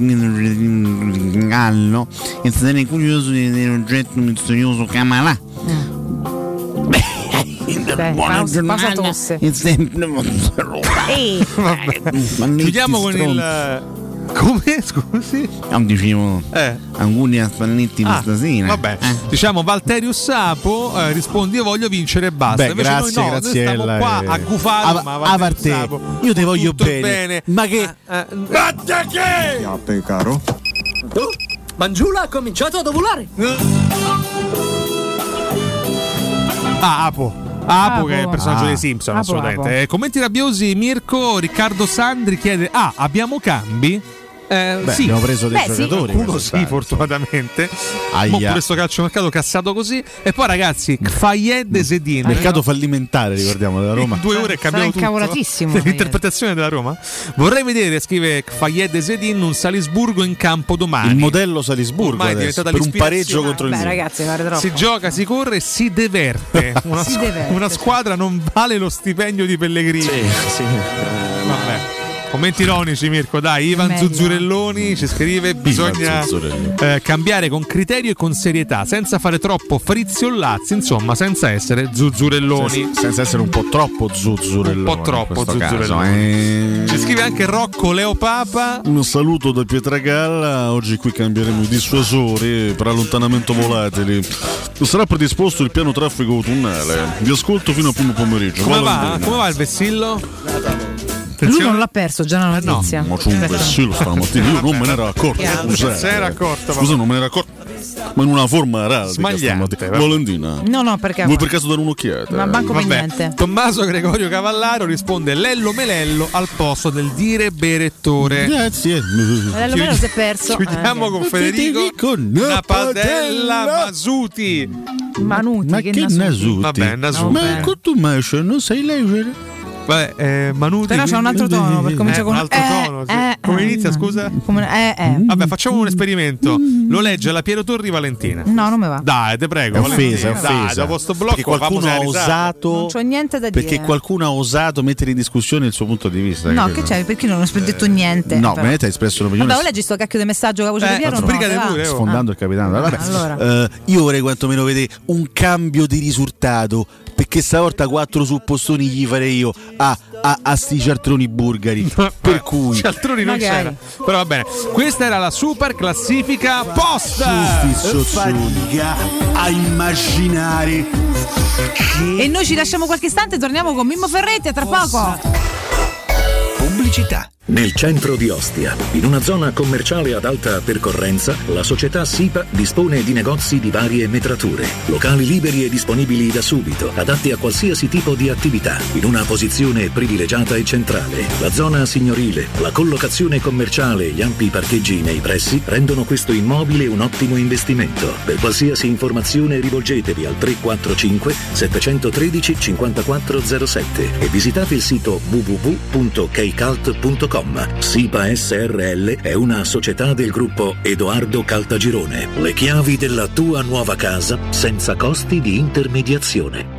Gallo e sarei curioso di vedere oggetto misterioso Camalà. Buona giornata è sempre chiudiamo con il come? Scusi? Dicevo auguri a Spalletti stasera. Vabbè, diciamo Valterius Sapo rispondi io voglio vincere e basta. Invece grazie, noi stiamo qua a gufare, ma io ti voglio bene. Ma che che? Caro? Mangiula ha cominciato ad ovulare. Apo che è il personaggio dei Simpson, assolutamente. Commenti rabbiosi. Mirko Riccardo Sandri chiede: abbiamo cambi? Sì, abbiamo preso dei giocatori. Uno sì, fortunatamente. Pure questo calciomercato cassato così. E poi ragazzi, Fayed Zedin. Mercato fallimentare, ricordiamo, della Roma. In 2 ore è cambiato tutto. L'interpretazione della Roma. Vorrei vedere, scrive Fayed Zedin, un Salisburgo in campo domani. Il modello Salisburgo adesso, per un pareggio contro il Milan. Ragazzi, guarda troppo. Si gioca, si corre, si diverte. Una squadra non vale lo stipendio di Pellegrini. Sì. Vabbè. Commenti ironici, Mirko, dai. Ivan Zuzzurelloni ci scrive: bisogna cambiare con criterio e con serietà, senza fare troppo friziollazzi, insomma, senza essere zuzzurelloni. Senza essere un po' troppo zuzzurelloni. Un po' troppo zuzzurelloni. Ci scrive anche Rocco Leo Papa. Un saluto da Pietragalla. Oggi qui cambieremo i dissuasori per allontanamento volatili. Sarà predisposto il piano traffico autunnale. Vi ascolto fino a primo pomeriggio. Come va il vessillo? Lui non l'ha perso, già una notizia. Ma c'è un vessillo stamattina, io non me ne ero accorto. Scusa, non me ne ero accorto. Ma in una forma araldica stamattina. Valentina. No, perché vuoi per caso dare un'occhiata? Ma banco per niente. Tommaso Gregorio Cavallaro risponde Lello Melello al posto del dire berettore. Grazie. Lello Melello si è perso. Chiudiamo con Federico Napadella Masuti. Manuti. Ma che Nasuti? Vabbè, Nasuti. Ma tu non sai leggere? Vabbè, Manuti. Però c'è un altro tono, per cominciare con un altro tono. Come inizia, scusa? Vabbè, facciamo un esperimento. Lo legge la Piero Torri Valentina. No, non mi va. Dai, te prego. È offesa. Dai, dopo sto blocco perché qualcuno ha osato. Non c'ho niente da dire. Perché qualcuno ha osato mettere in discussione il suo punto di vista. No, che c'è? Perché non ho detto niente. No, veramente hai espresso un'opinione. Vabbè, leggi sto cacchio di messaggio che la voce di Piero. Pure, sfondando il capitano. Vabbè. Allora. Io vorrei quantomeno vedere un cambio di risultato. Perché stavolta 4 suppostoni gli farei io a sti cialtroni bulgari. Per cui cialtroni non c'era. Però va bene. Questa era la super classifica post. Fatica a immaginare che... E noi ci lasciamo qualche istante, torniamo con Mimmo Ferretti a tra poco. Pubblicità. Nel centro di Ostia, in una zona commerciale ad alta percorrenza, la società SIPA dispone di negozi di varie metrature, locali liberi e disponibili da subito, adatti a qualsiasi tipo di attività, in una posizione privilegiata e centrale. La zona signorile, la collocazione commerciale e gli ampi parcheggi nei pressi rendono questo immobile un ottimo investimento. Per qualsiasi informazione rivolgetevi al 345 713 5407 e visitate il sito www.kcalt.com. SIPA SRL è una società del gruppo Edoardo Caltagirone. Le chiavi della tua nuova casa senza costi di intermediazione.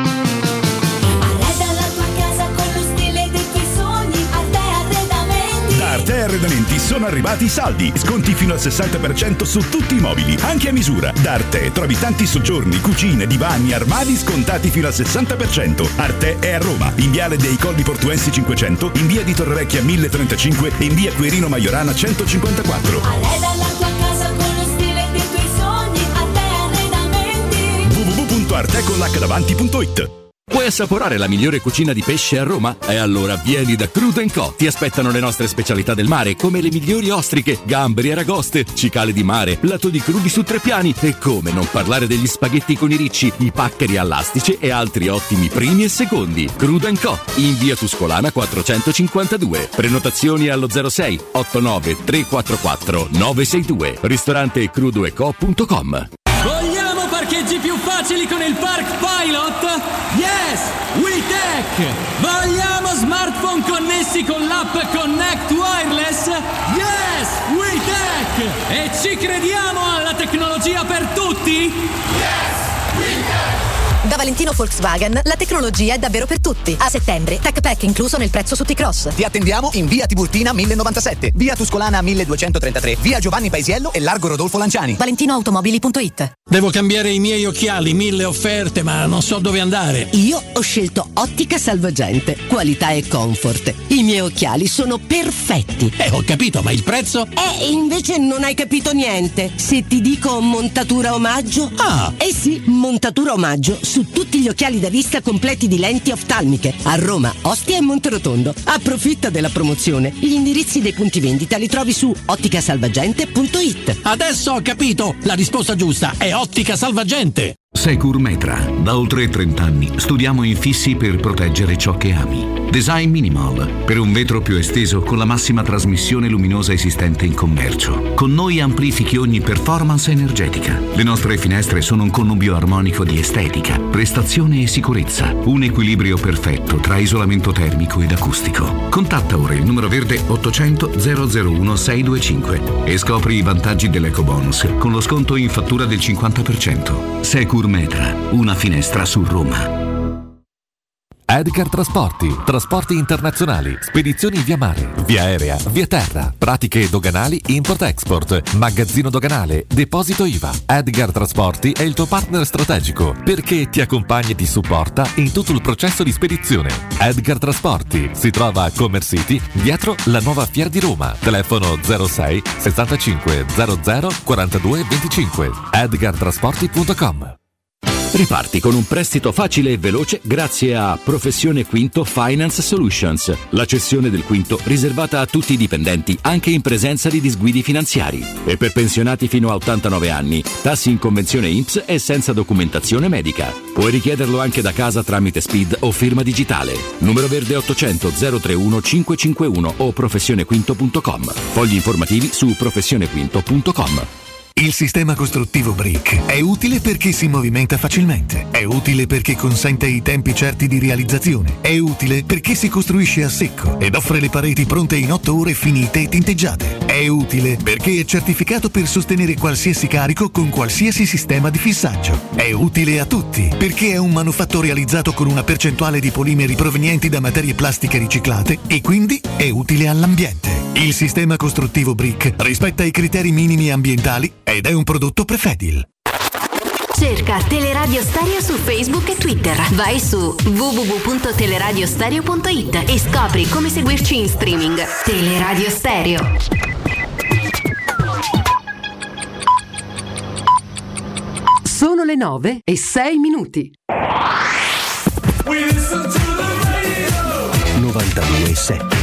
Arte Arredamenti sono arrivati i saldi. Sconti fino al 60% su tutti i mobili, anche a misura. Da Arte trovi tanti soggiorni, cucine, divani, armadi scontati fino al 60%. Arte è a Roma, in viale dei Colli Portuensi 500, in via di Torrevecchia 1035 e in via Quirino Maiorana 154. Arreda la tua casa con lo stile dei tuoi sogni. Arte Arredamenti. www.arteconlacdavanti.it. Puoi assaporare la migliore cucina di pesce a Roma? E allora vieni da Crudo & Co. Ti aspettano le nostre specialità del mare, come le migliori ostriche, gamberi e aragoste, cicale di mare, latoni crudi su 3 piani e come non parlare degli spaghetti con i ricci, i paccheri all'astice e altri ottimi primi e secondi. Crudo & Co. in via Tuscolana 452. Prenotazioni allo 06 89 344 962. Ristorante crudoeco.com. Vogliamo parcheggi più facili con il Park Pilot? Yes! WeTech! Vogliamo smartphone connessi con l'app Connect Wireless? Yes! WeTech! E ci crediamo alla tecnologia per tutti? Yes! WeTech! Da Valentino Volkswagen la tecnologia è davvero per tutti. A settembre, Tech Pack incluso nel prezzo su T-Cross. Ti attendiamo in via Tiburtina 1097, via Tuscolana 1233, via Giovanni Paisiello e largo Rodolfo Lanciani. ValentinoAutomobili.it. Devo cambiare i miei occhiali, 1000 offerte, ma non so dove andare. Io ho scelto Ottica Salvagente, qualità e comfort. I miei occhiali sono perfetti. Ho capito, ma il prezzo? Invece non hai capito niente. Se ti dico montatura omaggio? Sì, montatura omaggio su tutti gli occhiali da vista completi di lenti oftalmiche a Roma, Ostia e Monterotondo. Approfitta della promozione. Gli indirizzi dei punti vendita li trovi su otticasalvagente.it. Adesso ho capito! La risposta giusta è Ottica Salvagente. Secur Metra. Da oltre 30 anni studiamo infissi per proteggere ciò che ami. Design Minimal, per un vetro più esteso con la massima trasmissione luminosa esistente in commercio. Con noi amplifichi ogni performance energetica. Le nostre finestre sono un connubio armonico di estetica, prestazione e sicurezza. Un equilibrio perfetto tra isolamento termico ed acustico. Contatta ora il numero verde 800 001 625 e scopri i vantaggi dell'EcoBonus con lo sconto in fattura del 50%. Secur Metra, una finestra su Roma. Edgar Trasporti, trasporti internazionali, spedizioni via mare, via aerea, via terra, pratiche doganali import-export, magazzino doganale, deposito IVA. Edgar Trasporti è il tuo partner strategico perché ti accompagna e ti supporta in tutto il processo di spedizione. Edgar Trasporti si trova a Commerce City, dietro la nuova Fiera di Roma. Telefono 06 65 00 42 25. edgartrasporti.com. Riparti con un prestito facile e veloce grazie a Professione Quinto Finance Solutions, la cessione del quinto riservata a tutti i dipendenti anche in presenza di disguidi finanziari. E per pensionati fino a 89 anni, tassi in convenzione INPS e senza documentazione medica. Puoi richiederlo anche da casa tramite SPID o firma digitale. Numero verde 800 031 551 o professionequinto.com. Fogli informativi su professionequinto.com. Il sistema costruttivo Brick è utile perché si movimenta facilmente, è utile perché consente i tempi certi di realizzazione, è utile perché si costruisce a secco ed offre le pareti pronte in 8 ore finite e tinteggiate, è utile perché è certificato per sostenere qualsiasi carico con qualsiasi sistema di fissaggio, è utile a tutti perché è un manufatto realizzato con una percentuale di polimeri provenienti da materie plastiche riciclate e quindi è utile all'ambiente. Il sistema costruttivo Brick rispetta i criteri minimi ambientali ed è un prodotto Prefedil. Cerca Teleradio Stereo su Facebook e Twitter. Vai su www.teleradiostereo.it e scopri come seguirci in streaming. Teleradio Stereo. Sono le 9:06. 92.7.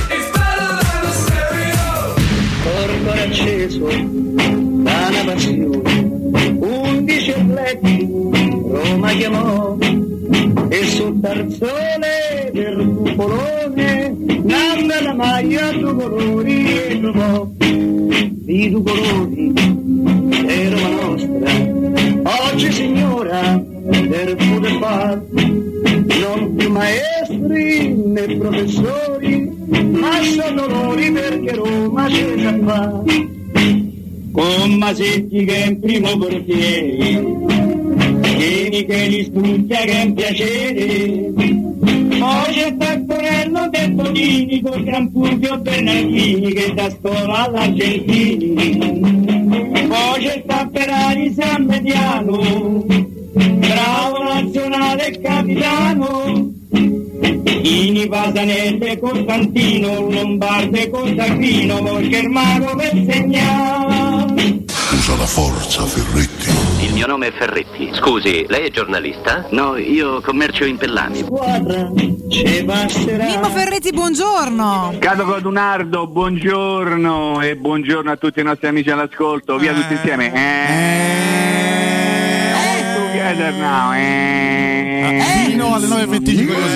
Corpo acceso da una passione, 11 atleti Roma chiamò e sul tarzone del cupolone nanda la maglia due colori e trovò i due colori è Roma nostra. Oggi signora del football non più maestri né professori, ma sono dolori perché Roma c'è già fa. Con Masetti che è in primo portiere, Tieni che li studia che è un piacere. Poi c'è Taccorello del Tonini con Gran Fulvio Bernardini che da scuola all'Argentini. Poi c'è Ferrari San Mediano, bravo nazionale capitano. Ini Pasanese Costantino, Lombarde Costantino, Germano per segnare. Usa la forza, Ferretti. Il mio nome è Ferretti. Scusi, lei è giornalista? No, io commercio in Pellami. Mimmo Ferretti, buongiorno. Cato Codunardo, buongiorno e buongiorno a tutti i nostri amici all'ascolto. Via tutti insieme. Together now. Fino alle 9.25 così.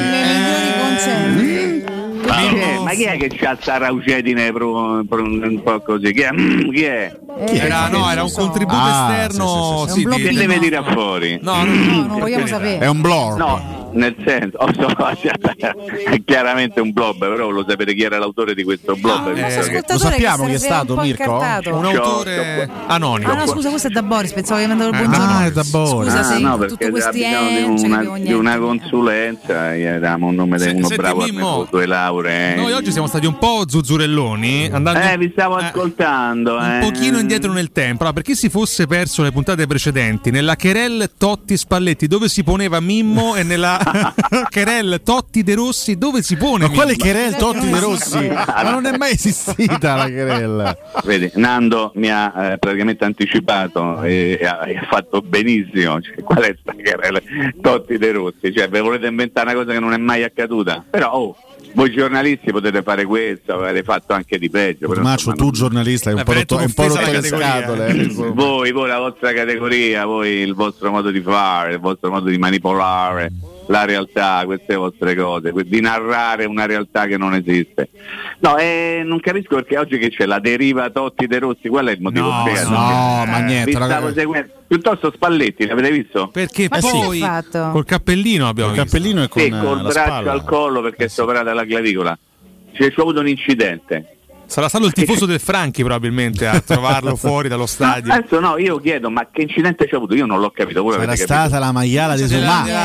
Ma chi è che c'ha sta raucedine un po' così? Chi è? Era un contributo esterno. Sì, che deve dire fuori? No, non vogliamo sapere. È un blog. No, nel senso, è chiaramente un blog, però lo sapete chi era l'autore di questo blog? Lo sappiamo chi è stato, Mirko? Un autore anonimo. Ah no, scusa, questo è da Boris, pensavo che mandato il buongiorno. È da Boris. Scusa, sì, no, perché tutti questi di una consulenza, gli diamo un nome di uno bravo a me, 2 lauree. Noi oggi siamo stati un po' zuzzurelloni, andando vi stavo ascoltando. Un pochino indietro nel tempo. Allora, per chi si fosse perso le puntate precedenti, nella Querel Totti Spalletti dove si poneva Mimmo e nella Querel Totti De Rossi dove si pone? Ma quale Querel Totti De Rossi? Ma non è mai esistita la Querel. Vedi, Nando mi ha praticamente anticipato e ha fatto benissimo. Cioè, qual è sta Querel Totti De Rossi? Cioè, ve volete inventare una cosa che non è mai accaduta? Però voi giornalisti potete fare questo, avete fatto anche di peggio. Maccio, tu giornalista hai un po' rotto le scatole. Voi la vostra categoria, voi il vostro modo di fare, il vostro modo di manipolare la realtà, queste vostre cose, di narrare una realtà che non esiste. No, non capisco perché oggi che c'è la deriva Totti De Rossi, qual è il motivo? Ma niente. Stavo seguendo. Piuttosto Spalletti, l'avete visto? Perché poi col cappellino abbiamo visto. Cappellino e con col la braccio spalla al collo perché è sovrata la clavicola. C'è avuto un incidente. Sarà stato il tifoso del Franchi probabilmente a trovarlo fuori dallo stadio. Adesso no, io chiedo, ma che incidente c'è avuto? Io non l'ho capito. Voi sarà stata la maiala di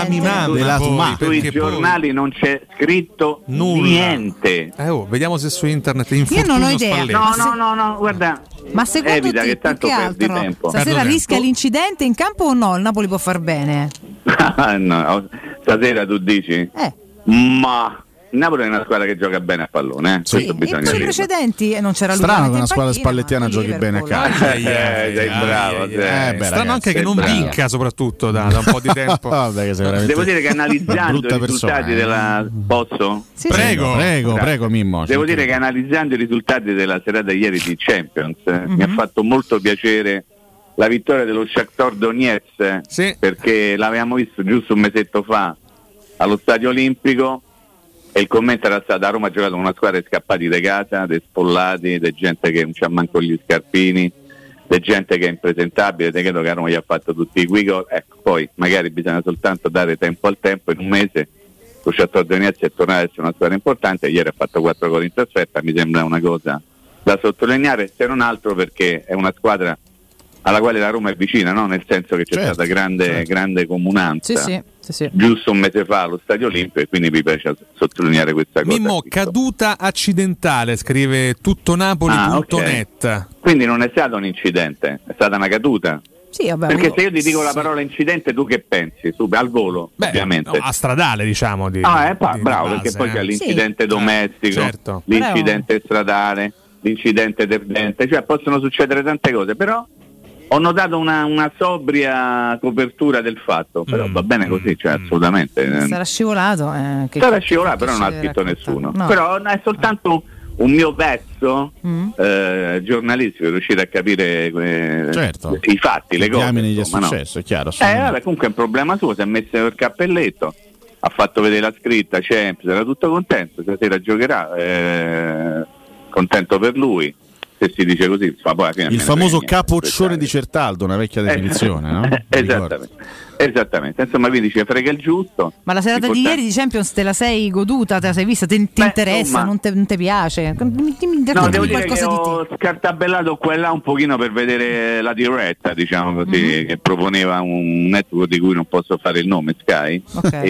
Sumà. Sui giornali non c'è scritto niente. Vediamo se su internet io non ho idea. No, guarda. Ma secondo evita te che tanto perdi tempo. Stasera rischia l'incidente in campo o no? Il Napoli può far bene? No, stasera tu dici? Ma il Napoli è una squadra che gioca bene a pallone, sì. E per i precedenti non c'era lui. Strano che una squadra spallettiana giochi bene a calcio. Sei bravo. Strano anche che non vinca, soprattutto da un po' di tempo. Devo dire che analizzando i risultati della posso? Sì, prego Mimmo. Devo dire che analizzando i risultati della serata ieri di Champions mi ha fatto molto piacere la vittoria dello Shakhtar Donetsk, perché l'avevamo visto giusto un mesetto fa allo Stadio Olimpico. E il commento era stato: a Roma ha giocato con una squadra di scappati di casa, dei spollati, di gente che non c'ha manco gli scarpini, di gente che è impresentabile. Te credo che a Roma gli ha fatto tutti i gol. Ecco, poi magari bisogna soltanto dare tempo al tempo. In un mese lo Shakhtar Donetsk è tornato ad essere una squadra importante. Ieri ha fatto 4 gol in trasferta, mi sembra una cosa da sottolineare, se non altro perché è una squadra alla quale la Roma è vicina, no? Nel senso che c'è stata grande comunanza. Sì. Giusto un mese fa allo Stadio Olimpico, e quindi mi piace sottolineare questa cosa. Mimmo, caduta accidentale, scrive tuttonapoli.net. Quindi non è stato un incidente, è stata una caduta. Sì, vabbè, perché se io ti dico la parola incidente, tu che pensi? Al volo, ovviamente. No, a stradale, diciamo. Bravo, perché poi c'è l'incidente domestico, l'incidente stradale, l'incidente derdente, cioè possono succedere tante cose, però ho notato una sobria copertura del fatto, però va bene così, cioè assolutamente. Sarà scivolato. Sarà scivolato, però non ha scritto nessuno. No. Però è soltanto un mio pezzo giornalistico, riuscire a capire i fatti, le cose. Gli è successo, è chiaro. Comunque è un problema suo, si è messo il cappelletto, ha fatto vedere la scritta Champions, era tutto contento, stasera giocherà, contento per lui. Se si dice così, poi il famoso capoccione di Certaldo, una vecchia definizione, no? Esattamente, insomma, quindi ci frega il giusto. Ma la serata di ieri di Champions te la sei goduta, te la sei vista, ti interessa, non ti piace? No, devo dire che ho scartabellato quella un pochino per vedere la diretta, diciamo così, che proponeva un network di cui non posso fare il nome, Sky,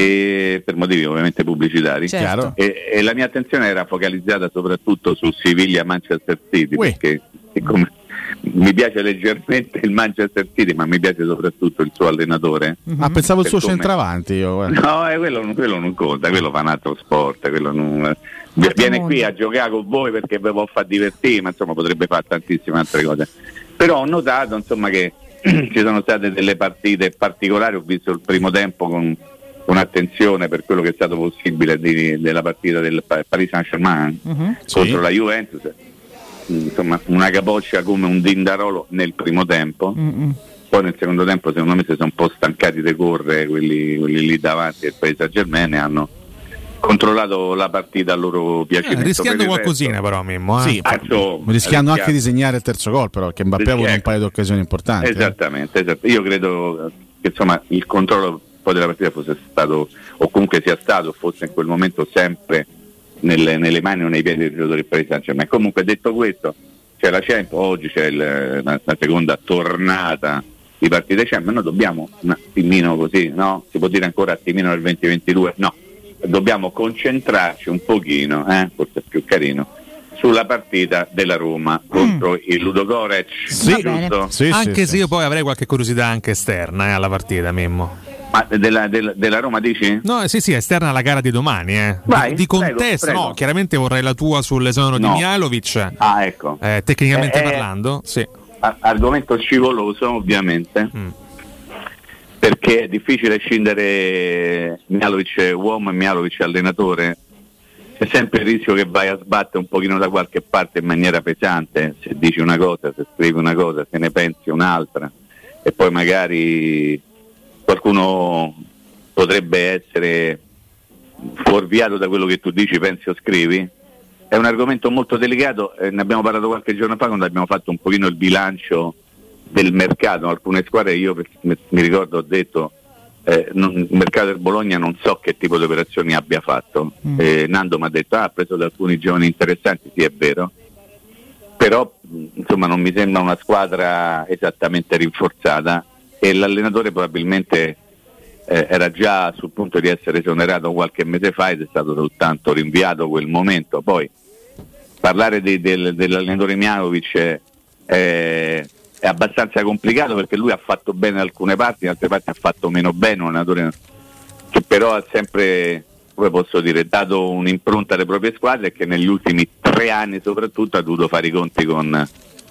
e per motivi ovviamente pubblicitari. Certo. E la mia attenzione era focalizzata soprattutto su Siviglia-Manchester City, perché siccome mi piace leggermente il Manchester City, ma mi piace soprattutto il suo allenatore. Pensavo il suo centravanti io. No, quello non conta, quello fa un altro sport, quello non viene qui a giocare con voi perché vi può far divertire, ma insomma potrebbe fare tantissime altre cose. Però ho notato insomma che ci sono state delle partite particolari, ho visto il primo tempo con attenzione per quello che è stato possibile della partita del Paris Saint-Germain contro la Juventus. Insomma, una capoccia come un Dindarolo nel primo tempo. Poi nel secondo tempo secondo me si sono un po' stancati di correre quelli lì davanti al Paris Saint-Germain, hanno controllato la partita a loro piacimento, rischiando qualcosina però Mimmo, rischiando anche di segnare il terzo gol, però che Mbappé ha avuto un paio di occasioni importanti. Esattamente. Io credo che insomma il controllo poi della partita fosse stato, o comunque sia stato, fosse in quel momento sempre nelle mani o nei piedi del giocatore del Paris Saint-Germain. Comunque, detto questo, c'è la Champions, oggi c'è la seconda tornata di partite Champions, noi dobbiamo un attimino così, no? Si può dire ancora attimino nel 2022? No, dobbiamo concentrarci un pochino, forse è più carino, sulla partita della Roma contro il Ludogorets, giusto? Anche se io poi avrei qualche curiosità anche esterna alla partita, Mimmo. Ma della Roma dici? No, sì, esterna alla gara di domani. Vai, di contesto, prego. No, chiaramente vorrei la tua sull'esonero di Mihajlovic. Ecco. Tecnicamente parlando, sì. Argomento scivoloso, ovviamente. Perché è difficile scindere Mihajlovic uomo e Mihajlovic allenatore, c'è sempre il rischio che vai a sbattere un pochino da qualche parte in maniera pesante, se dici una cosa, se scrivi una cosa, se ne pensi un'altra, e poi magari qualcuno potrebbe essere fuorviato da quello che tu dici, pensi o scrivi. È un argomento molto delicato, ne abbiamo parlato qualche giorno fa quando abbiamo fatto un pochino il bilancio del mercato. Alcune squadre, io mi ricordo, ho detto il mercato del Bologna non so che tipo di operazioni abbia fatto. Nando mi ha detto ha preso da alcuni giovani interessanti, sì è vero, però insomma non mi sembra una squadra esattamente rinforzata, e l'allenatore probabilmente era già sul punto di essere esonerato qualche mese fa ed è stato soltanto rinviato quel momento. Poi parlare dell'allenatore Mihajlovic è abbastanza complicato, perché lui ha fatto bene in alcune parti, in altre parti ha fatto meno bene, un allenatore che però ha sempre, come posso dire, dato un'impronta alle proprie squadre, e che negli ultimi 3 anni soprattutto ha dovuto fare i conti con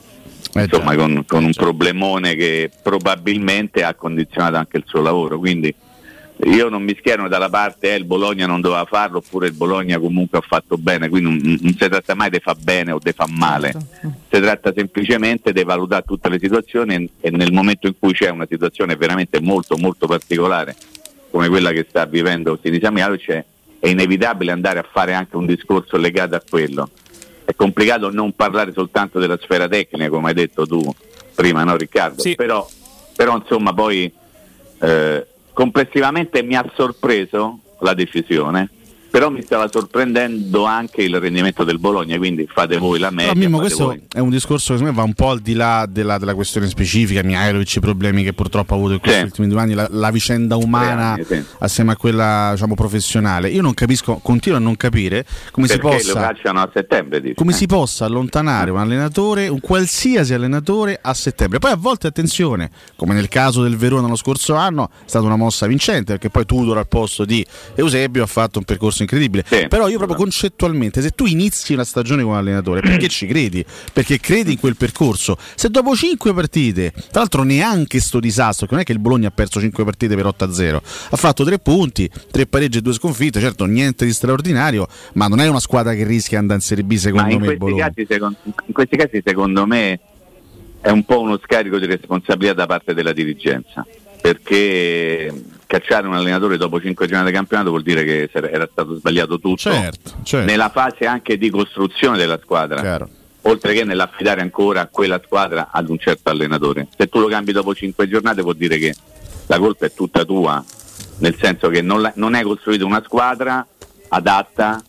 un problemone che probabilmente ha condizionato anche il suo lavoro. Quindi io non mi schiero dalla parte il Bologna non doveva farlo, oppure il Bologna comunque ha fatto bene, quindi non si tratta mai di fa bene o di fa male, si tratta semplicemente di valutare tutte le situazioni, e nel momento in cui c'è una situazione veramente molto molto particolare come quella che sta vivendo Sinisa Mihajlovic, è inevitabile andare a fare anche un discorso legato a quello. È complicato non parlare soltanto della sfera tecnica, come hai detto tu prima, no Riccardo? Sì. Però insomma poi complessivamente mi ha sorpreso la decisione, però mi stava sorprendendo anche il rendimento del Bologna, quindi fate voi la media. Mimmo, questo è un discorso che secondo me va un po' al di là della questione specifica, Mihajlovic, i problemi che purtroppo ha avuto in questi ultimi 2 anni, la vicenda umana assieme a quella, diciamo, professionale. Io non capisco, continuo a non capire come perché si possa, lo cacciano a settembre, dici. come si possa allontanare un allenatore, un qualsiasi allenatore, a settembre. Poi a volte, attenzione, come nel caso del Verona lo scorso anno, è stata una mossa vincente, perché poi Tudor al posto di Eusebio ha fatto un percorso incredibile. Però io proprio concettualmente, se tu inizi una stagione come allenatore, perché ci credi? Perché credi in quel percorso. Se dopo 5 partite, tra l'altro neanche sto disastro, che non è che il Bologna ha perso 5 partite per 8-0, ha fatto 3 punti, 3 pareggi e 2 sconfitte, certo niente di straordinario, ma non è una squadra che rischia di andare in Serie B secondo me il Bologna. In questi casi secondo me è un po' uno scarico di responsabilità da parte della dirigenza, perché cacciare un allenatore dopo 5 giornate di campionato vuol dire che era stato sbagliato tutto, certo. Nella fase anche di costruzione della squadra, chiaro, oltre che nell'affidare ancora quella squadra ad un certo allenatore. Se tu lo cambi dopo 5 giornate vuol dire che la colpa è tutta tua, nel senso che non hai costruito una squadra adatta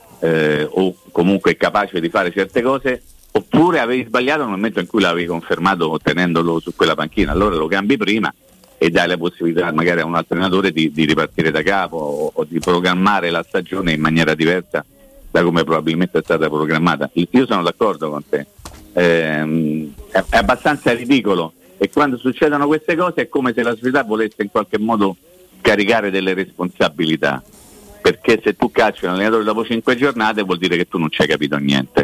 o comunque capace di fare certe cose, oppure avevi sbagliato nel momento in cui l'avevi confermato tenendolo su quella panchina. Allora lo cambi prima e dai la possibilità magari a un altro allenatore di ripartire da capo o di programmare la stagione in maniera diversa da come probabilmente è stata programmata. Io sono d'accordo con te, è abbastanza ridicolo, e quando succedono queste cose è come se la società volesse in qualche modo caricare delle responsabilità, perché se tu cacci un allenatore dopo 5 giornate vuol dire che tu non ci hai capito niente,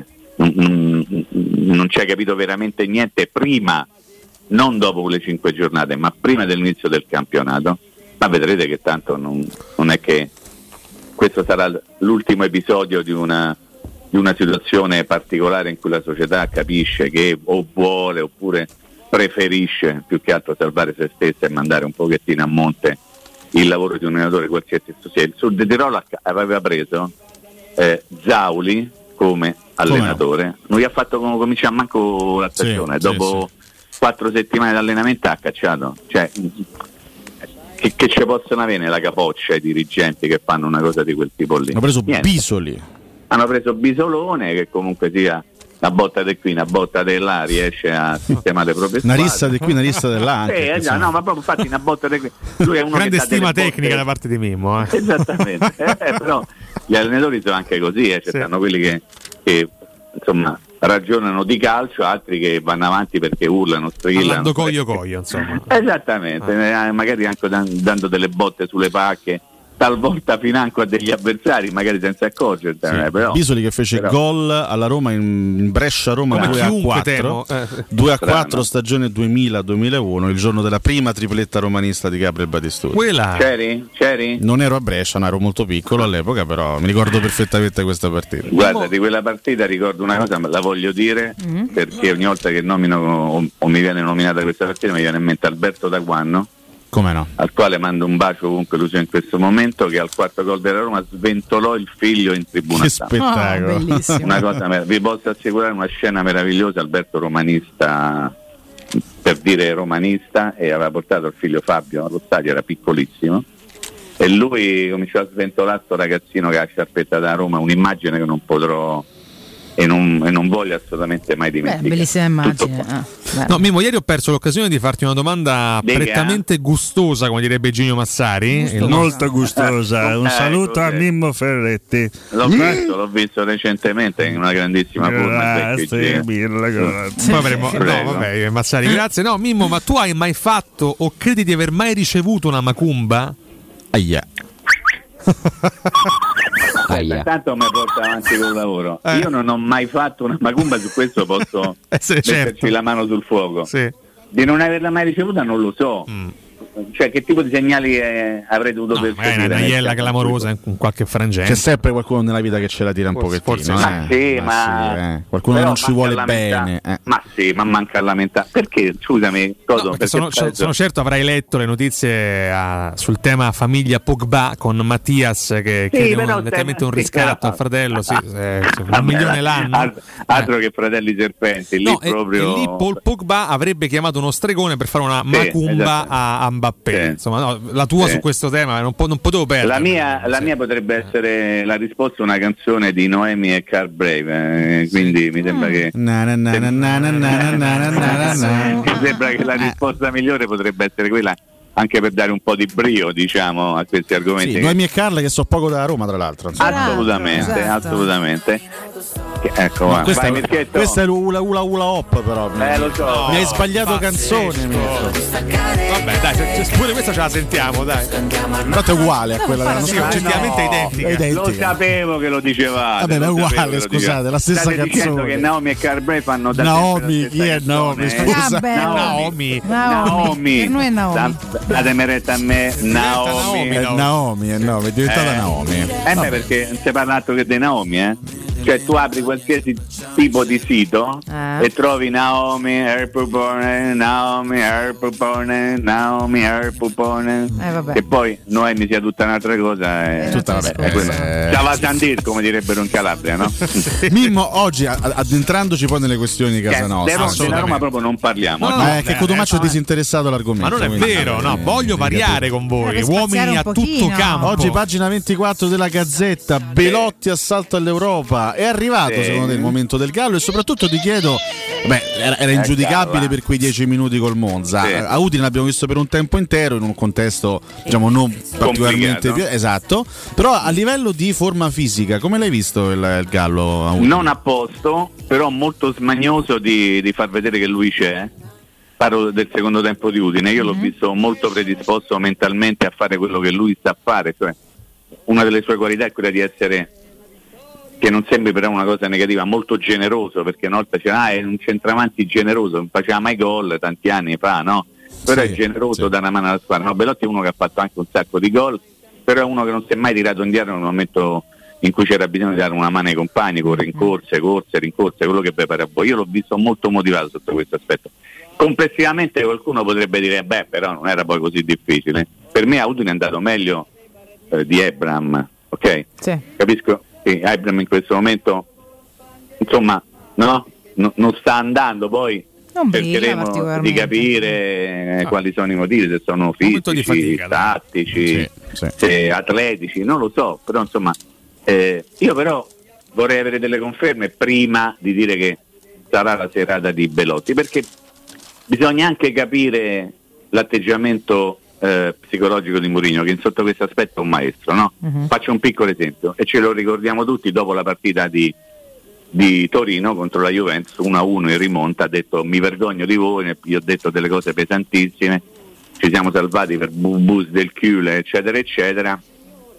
non ci hai capito veramente niente prima, non dopo quelle 5 giornate, ma prima dell'inizio del campionato. Ma vedrete che tanto non è che questo sarà l'ultimo episodio di una situazione particolare in cui la società capisce che o vuole oppure preferisce più che altro salvare se stessa e mandare un pochettino a monte il lavoro di un allenatore qualsiasi esso sia. Il Sud di Tirolo aveva preso Zauli come allenatore, non gli ha fatto cominciare manco la stagione, dopo 4 settimane di allenamento ha cacciato. Cioè, che ci possono avere nella capoccia i dirigenti che fanno una cosa di quel tipo lì? Hanno preso Bisoli. Hanno preso Bisolone, che comunque sia una botta di qui, una botta di là, riesce a sistemare le proprie squadre. Una rissa di qui, una rissa di là. No, ma proprio infatti una botta di qui. Lui è uno grande che stima tecnica da parte di Mimmo. Esattamente. Però gli allenatori sono anche così, stanno quelli che insomma ragionano di calcio, altri che vanno avanti perché urlano, strillano. Coglio, insomma. Esattamente, magari anche dando delle botte sulle pacche talvolta financo a degli avversari, magari senza accorgertene. Però, Bisoli che fece gol alla Roma in Brescia-Roma 2-4 stagione 2000-2001, il giorno della prima tripletta romanista di Gabriel Batistuta. C'eri? Non ero a Brescia, no, ero molto piccolo all'epoca, però mi ricordo perfettamente questa partita. Guarda, di quella partita ricordo una cosa, la voglio dire, perché ogni volta che nomino o mi viene nominata questa partita mi viene in mente Alberto Daguanno. Come no? Al quale mando un bacio comunque lui in questo momento, che al quarto gol della Roma sventolò il figlio in tribuna. Che spettacolo! Una cosa vi posso assicurare, una scena meravigliosa. Alberto romanista, per dire romanista, e aveva portato il figlio Fabio allo stadio, era piccolissimo, e lui cominciò a sventolare sto ragazzino che ha la sciarpetta da Roma, un'immagine che non potrò e non voglio assolutamente mai dimenticare. Bellissima immagine. No, Mimmo, ieri ho perso l'occasione di farti una domanda prettamente gustosa, come direbbe Ginio Massari. Molto gustosa. Un saluto a Mimmo Ferretti. L'ho visto recentemente in una grandissima forma. Vabbè, Massari, grazie. No, Mimmo, ma tu hai mai fatto o credi di aver mai ricevuto una macumba? Aia. Tanto mi porta avanti col lavoro. Io non ho mai fatto una macumba, su questo posso metterci la mano sul fuoco. Di non averla mai ricevuta non lo so. Cioè, che tipo di segnali avrei dovuto percepire? È una iella clamorosa in qualche frangente. C'è sempre qualcuno nella vita che ce la tira un pochettino. Qualcuno che non ci vuole bene. Ma sì, ma manca a lamentare. Perché? Scusami, sono certo avrai letto le notizie sul tema famiglia Pogba con Mattias che chiede letteralmente un riscatto al fratello. $1 milione l'anno. Altro che fratelli serpenti. Lì proprio. E lì Paul Pogba avrebbe chiamato uno stregone per fare una macumba a Mbappé. Insomma, no, la tua su questo tema non potevo perdere. La mia potrebbe essere la risposta a una canzone di Noemi e Carl Brave, quindi mi sembra che mi sembra che la risposta migliore potrebbe essere quella, anche per dare un po' di brio, diciamo, a questi argomenti. Noemi e Carl che so poco dalla Roma, tra l'altro. Assolutamente. Ecco, questa è l'ula hop, però. Lo so. Mi hai sbagliato canzone. Vabbè, dai, pure questa ce la sentiamo, dai. Tanto è uguale a quella della nostra. Oggettivamente identica. Lo sapevo che lo dicevate. Vabbè, ma è uguale, scusate, la stessa State canzone. dicendo che Naomi e Carl Bray fanno da Naomi, chi è Naomi? Scusa. Naomi. Per noi è Naomi. Datemi retta a me, Naomi. È diventata Naomi. Perché non si parla altro che di Naomi, Cioè tu apri qualsiasi tipo di sito e trovi Naomi, Erpupone, Naomi, Erpupone, Naomi, Erpupone, e poi Noemi sia tutta un'altra cosa. Ciao Sandir, come direbbero in Calabria, no? Mimmo, oggi addentrandoci poi nelle questioni di casa nostra, della Roma proprio non parliamo. Che Cotomaccio è disinteressato all'argomento. Ma non è vero, no, voglio variare con voi, uomini a tutto campo. Oggi pagina 24 della Gazzetta, Belotti assalto all'Europa. È arrivato secondo te il momento del Gallo? E soprattutto ti chiedo, era ingiudicabile per quei 10 minuti col Monza. A Udine l'abbiamo visto per un tempo intero in un contesto, diciamo, non particolarmente esatto, però a livello di forma fisica come l'hai visto il Gallo a Udine? Non a posto, però molto smagnoso di far vedere che lui c'è. Parlo del secondo tempo di Udine. Io l'ho visto molto predisposto mentalmente a fare quello che lui sa fare, cioè una delle sue qualità è quella di essere, che non sembri però una cosa negativa, molto generoso, perché una volta c'era è un centravanti generoso, non faceva mai gol tanti anni fa, no? Però è generoso, dà una mano alla squadra. No, Belotti è uno che ha fatto anche un sacco di gol, però è uno che non si è mai tirato indietro nel momento in cui c'era bisogno di dare una mano ai compagni, con rincorse, quello che prepara voi. Io l'ho visto molto motivato sotto questo aspetto. Complessivamente qualcuno potrebbe dire però non era poi così difficile. Per me a Udine è andato meglio di Ebram, ok? Sì. Capisco che Ebram in questo momento insomma non sta andando, poi cercheremo di capire quali sono i motivi, se sono fisici, tattici, atletici, non lo so, però insomma io però vorrei avere delle conferme prima di dire che sarà la serata di Belotti, perché bisogna anche capire l'atteggiamento psicologico di Mourinho, che sotto questo aspetto è un maestro, no? Faccio un piccolo esempio e ce lo ricordiamo tutti dopo la partita di Torino contro la Juventus 1-1 in rimonta. Ha detto mi vergogno di voi, io ho detto delle cose pesantissime, ci siamo salvati per bus del culo eccetera eccetera,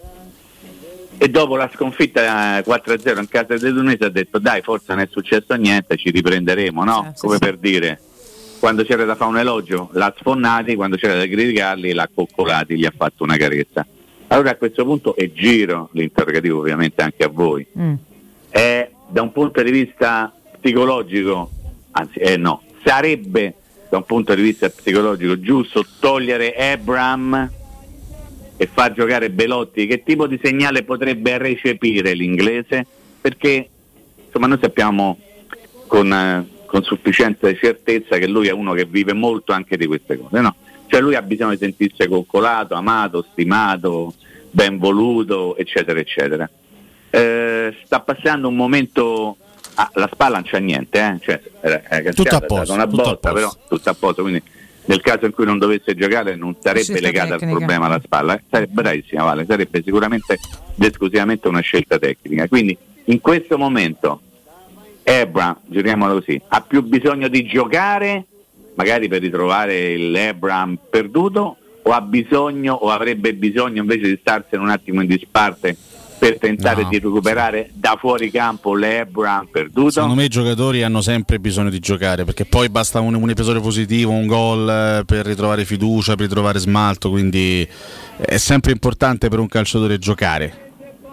e dopo la sconfitta 4-0 in casa dei Tunisi ha detto dai, forse non è successo niente, ci riprenderemo, no? Come per dire, quando c'era da fare un elogio l'ha sfonnati, quando c'era da criticarli l'ha coccolati, gli ha fatto una carezza. Allora a questo punto, e giro l'interrogativo ovviamente anche a voi, è da un punto di vista psicologico, anzi no, sarebbe da un punto di vista psicologico giusto togliere Abraham e far giocare Belotti? Che tipo di segnale potrebbe recepire l'inglese? Perché insomma noi sappiamo con sufficiente certezza che lui è uno che vive molto anche di queste cose, no? Cioè lui ha bisogno di sentirsi coccolato, amato, stimato, ben voluto, eccetera eccetera. Sta passando un momento, la spalla non c'ha niente, cioè, tutto a posto, una botta, però tutto a posto, quindi nel caso in cui non dovesse giocare non sarebbe legata al problema alla spalla, sarebbe bravissima, Vale, sarebbe sicuramente ed esclusivamente una scelta tecnica. Quindi in questo momento Abraham, giriamolo così, ha più bisogno di giocare magari per ritrovare l'Abraham perduto, o ha bisogno o avrebbe bisogno invece di starsene un attimo in disparte per tentare di recuperare da fuori campo l'Abraham perduto? Secondo me i giocatori hanno sempre bisogno di giocare, perché poi basta un episodio positivo, un gol per ritrovare fiducia, per ritrovare smalto, quindi è sempre importante per un calciatore giocare.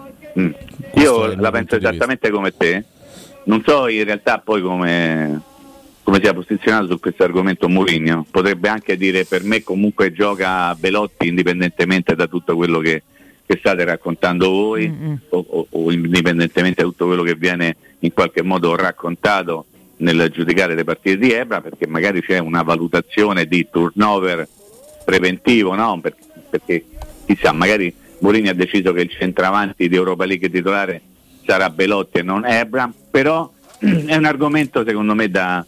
Io la penso esattamente come te, non so in realtà poi come sia posizionato su questo argomento Mourinho. Potrebbe anche dire per me comunque gioca Belotti indipendentemente da tutto quello che state raccontando voi o indipendentemente da tutto quello che viene in qualche modo raccontato nel giudicare le partite di Ebra, perché magari c'è una valutazione di turnover preventivo, no? Perché chissà, magari Mourinho ha deciso che il centravanti di Europa League titolare sarà Belotti e non Ebra, però è un argomento secondo me da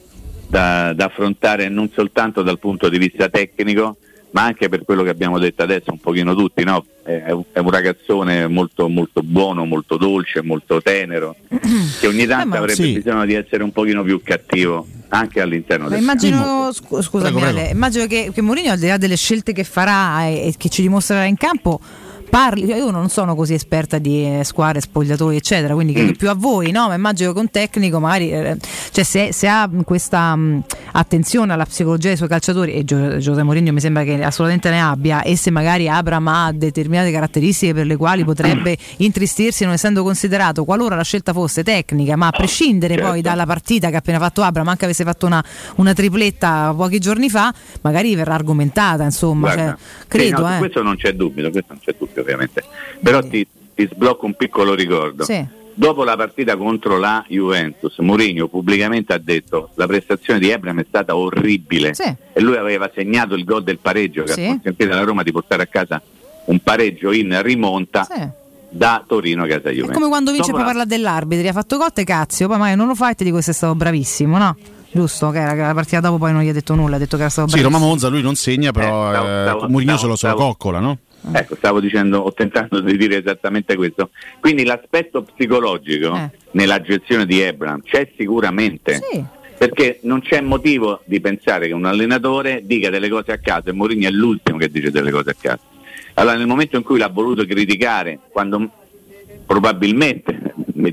affrontare non soltanto dal punto di vista tecnico, ma anche per quello che abbiamo detto adesso un pochino tutti, no? È un ragazzone molto molto buono, molto dolce, molto tenero, che ogni tanto avrebbe bisogno di essere un pochino più cattivo anche all'interno del immagino, scusami Ale, immagino che Mourinho, al di là delle scelte che farà e che ci dimostrerà in campo, io non sono così esperta di squadre, spogliatoi eccetera, quindi credo più a voi, no? Ma immagino che un tecnico magari cioè se ha questa attenzione alla psicologia dei suoi calciatori, e José Mourinho mi sembra che assolutamente ne abbia, e se magari Abraham ha determinate caratteristiche per le quali potrebbe intristirsi non essendo considerato, qualora la scelta fosse tecnica, ma a prescindere poi dalla partita che ha appena fatto Abraham, anche avesse fatto una tripletta pochi giorni fa, magari verrà argomentata, insomma. Guarda, credo sì, no, questo non c'è dubbio ovviamente, però ti sblocco un piccolo ricordo. Dopo la partita contro la Juventus, Mourinho pubblicamente ha detto la prestazione di Abraham è stata orribile, e lui aveva segnato il gol del pareggio che ha consentito alla Roma di portare a casa un pareggio in rimonta da Torino a casa Juventus. È come quando vince poi parla dell'arbitro, ha fatto Cotte cazzo, poi magari non lo fa e ti dico che sei stato bravissimo, no? Giusto, che la partita dopo poi non gli ha detto nulla, ha detto che era stato bravissimo. Roma Monza lui non segna, però Mourinho se lo coccola, no? Ecco, stavo dicendo, ho tentato di dire esattamente questo. Quindi l'aspetto psicologico nella gestione di Abraham c'è sicuramente, perché non c'è motivo di pensare che un allenatore dica delle cose a caso, e Mourinho è l'ultimo che dice delle cose a caso. Allora nel momento in cui l'ha voluto criticare, quando probabilmente,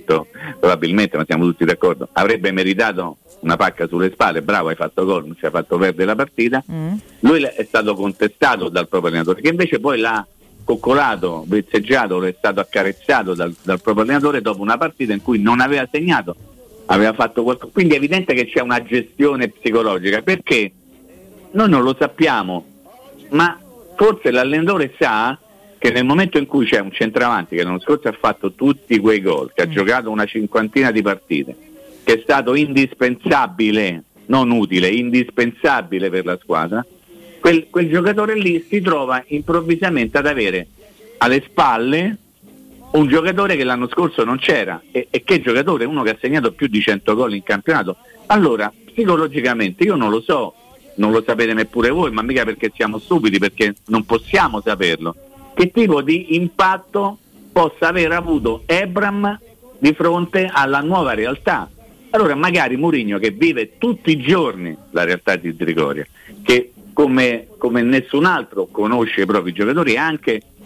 ma siamo tutti d'accordo, avrebbe meritato una pacca sulle spalle, bravo, hai fatto gol, non ci hai fatto perdere la partita, lui è stato contestato dal proprio allenatore, che invece poi l'ha coccolato, vezzeggiato, è stato accarezzato dal proprio allenatore dopo una partita in cui non aveva segnato, aveva fatto qualcosa. Quindi è evidente che c'è una gestione psicologica, perché noi non lo sappiamo, ma forse l'allenatore sa che nel momento in cui c'è un centravanti che l'anno scorso ha fatto tutti quei gol, che ha giocato una cinquantina di partite, che è stato indispensabile, non utile, indispensabile per la squadra, quel giocatore lì si trova improvvisamente ad avere alle spalle un giocatore che l'anno scorso non c'era. E che giocatore? Uno che ha segnato più di 100 gol in campionato. Allora, psicologicamente, io non lo so, non lo sapete neppure voi, ma mica perché siamo stupidi, perché non possiamo saperlo, che tipo di impatto possa aver avuto Abraham di fronte alla nuova realtà. Allora magari Mourinho, che vive tutti i giorni la realtà di Trigoria, che come nessun altro conosce i propri giocatori e anche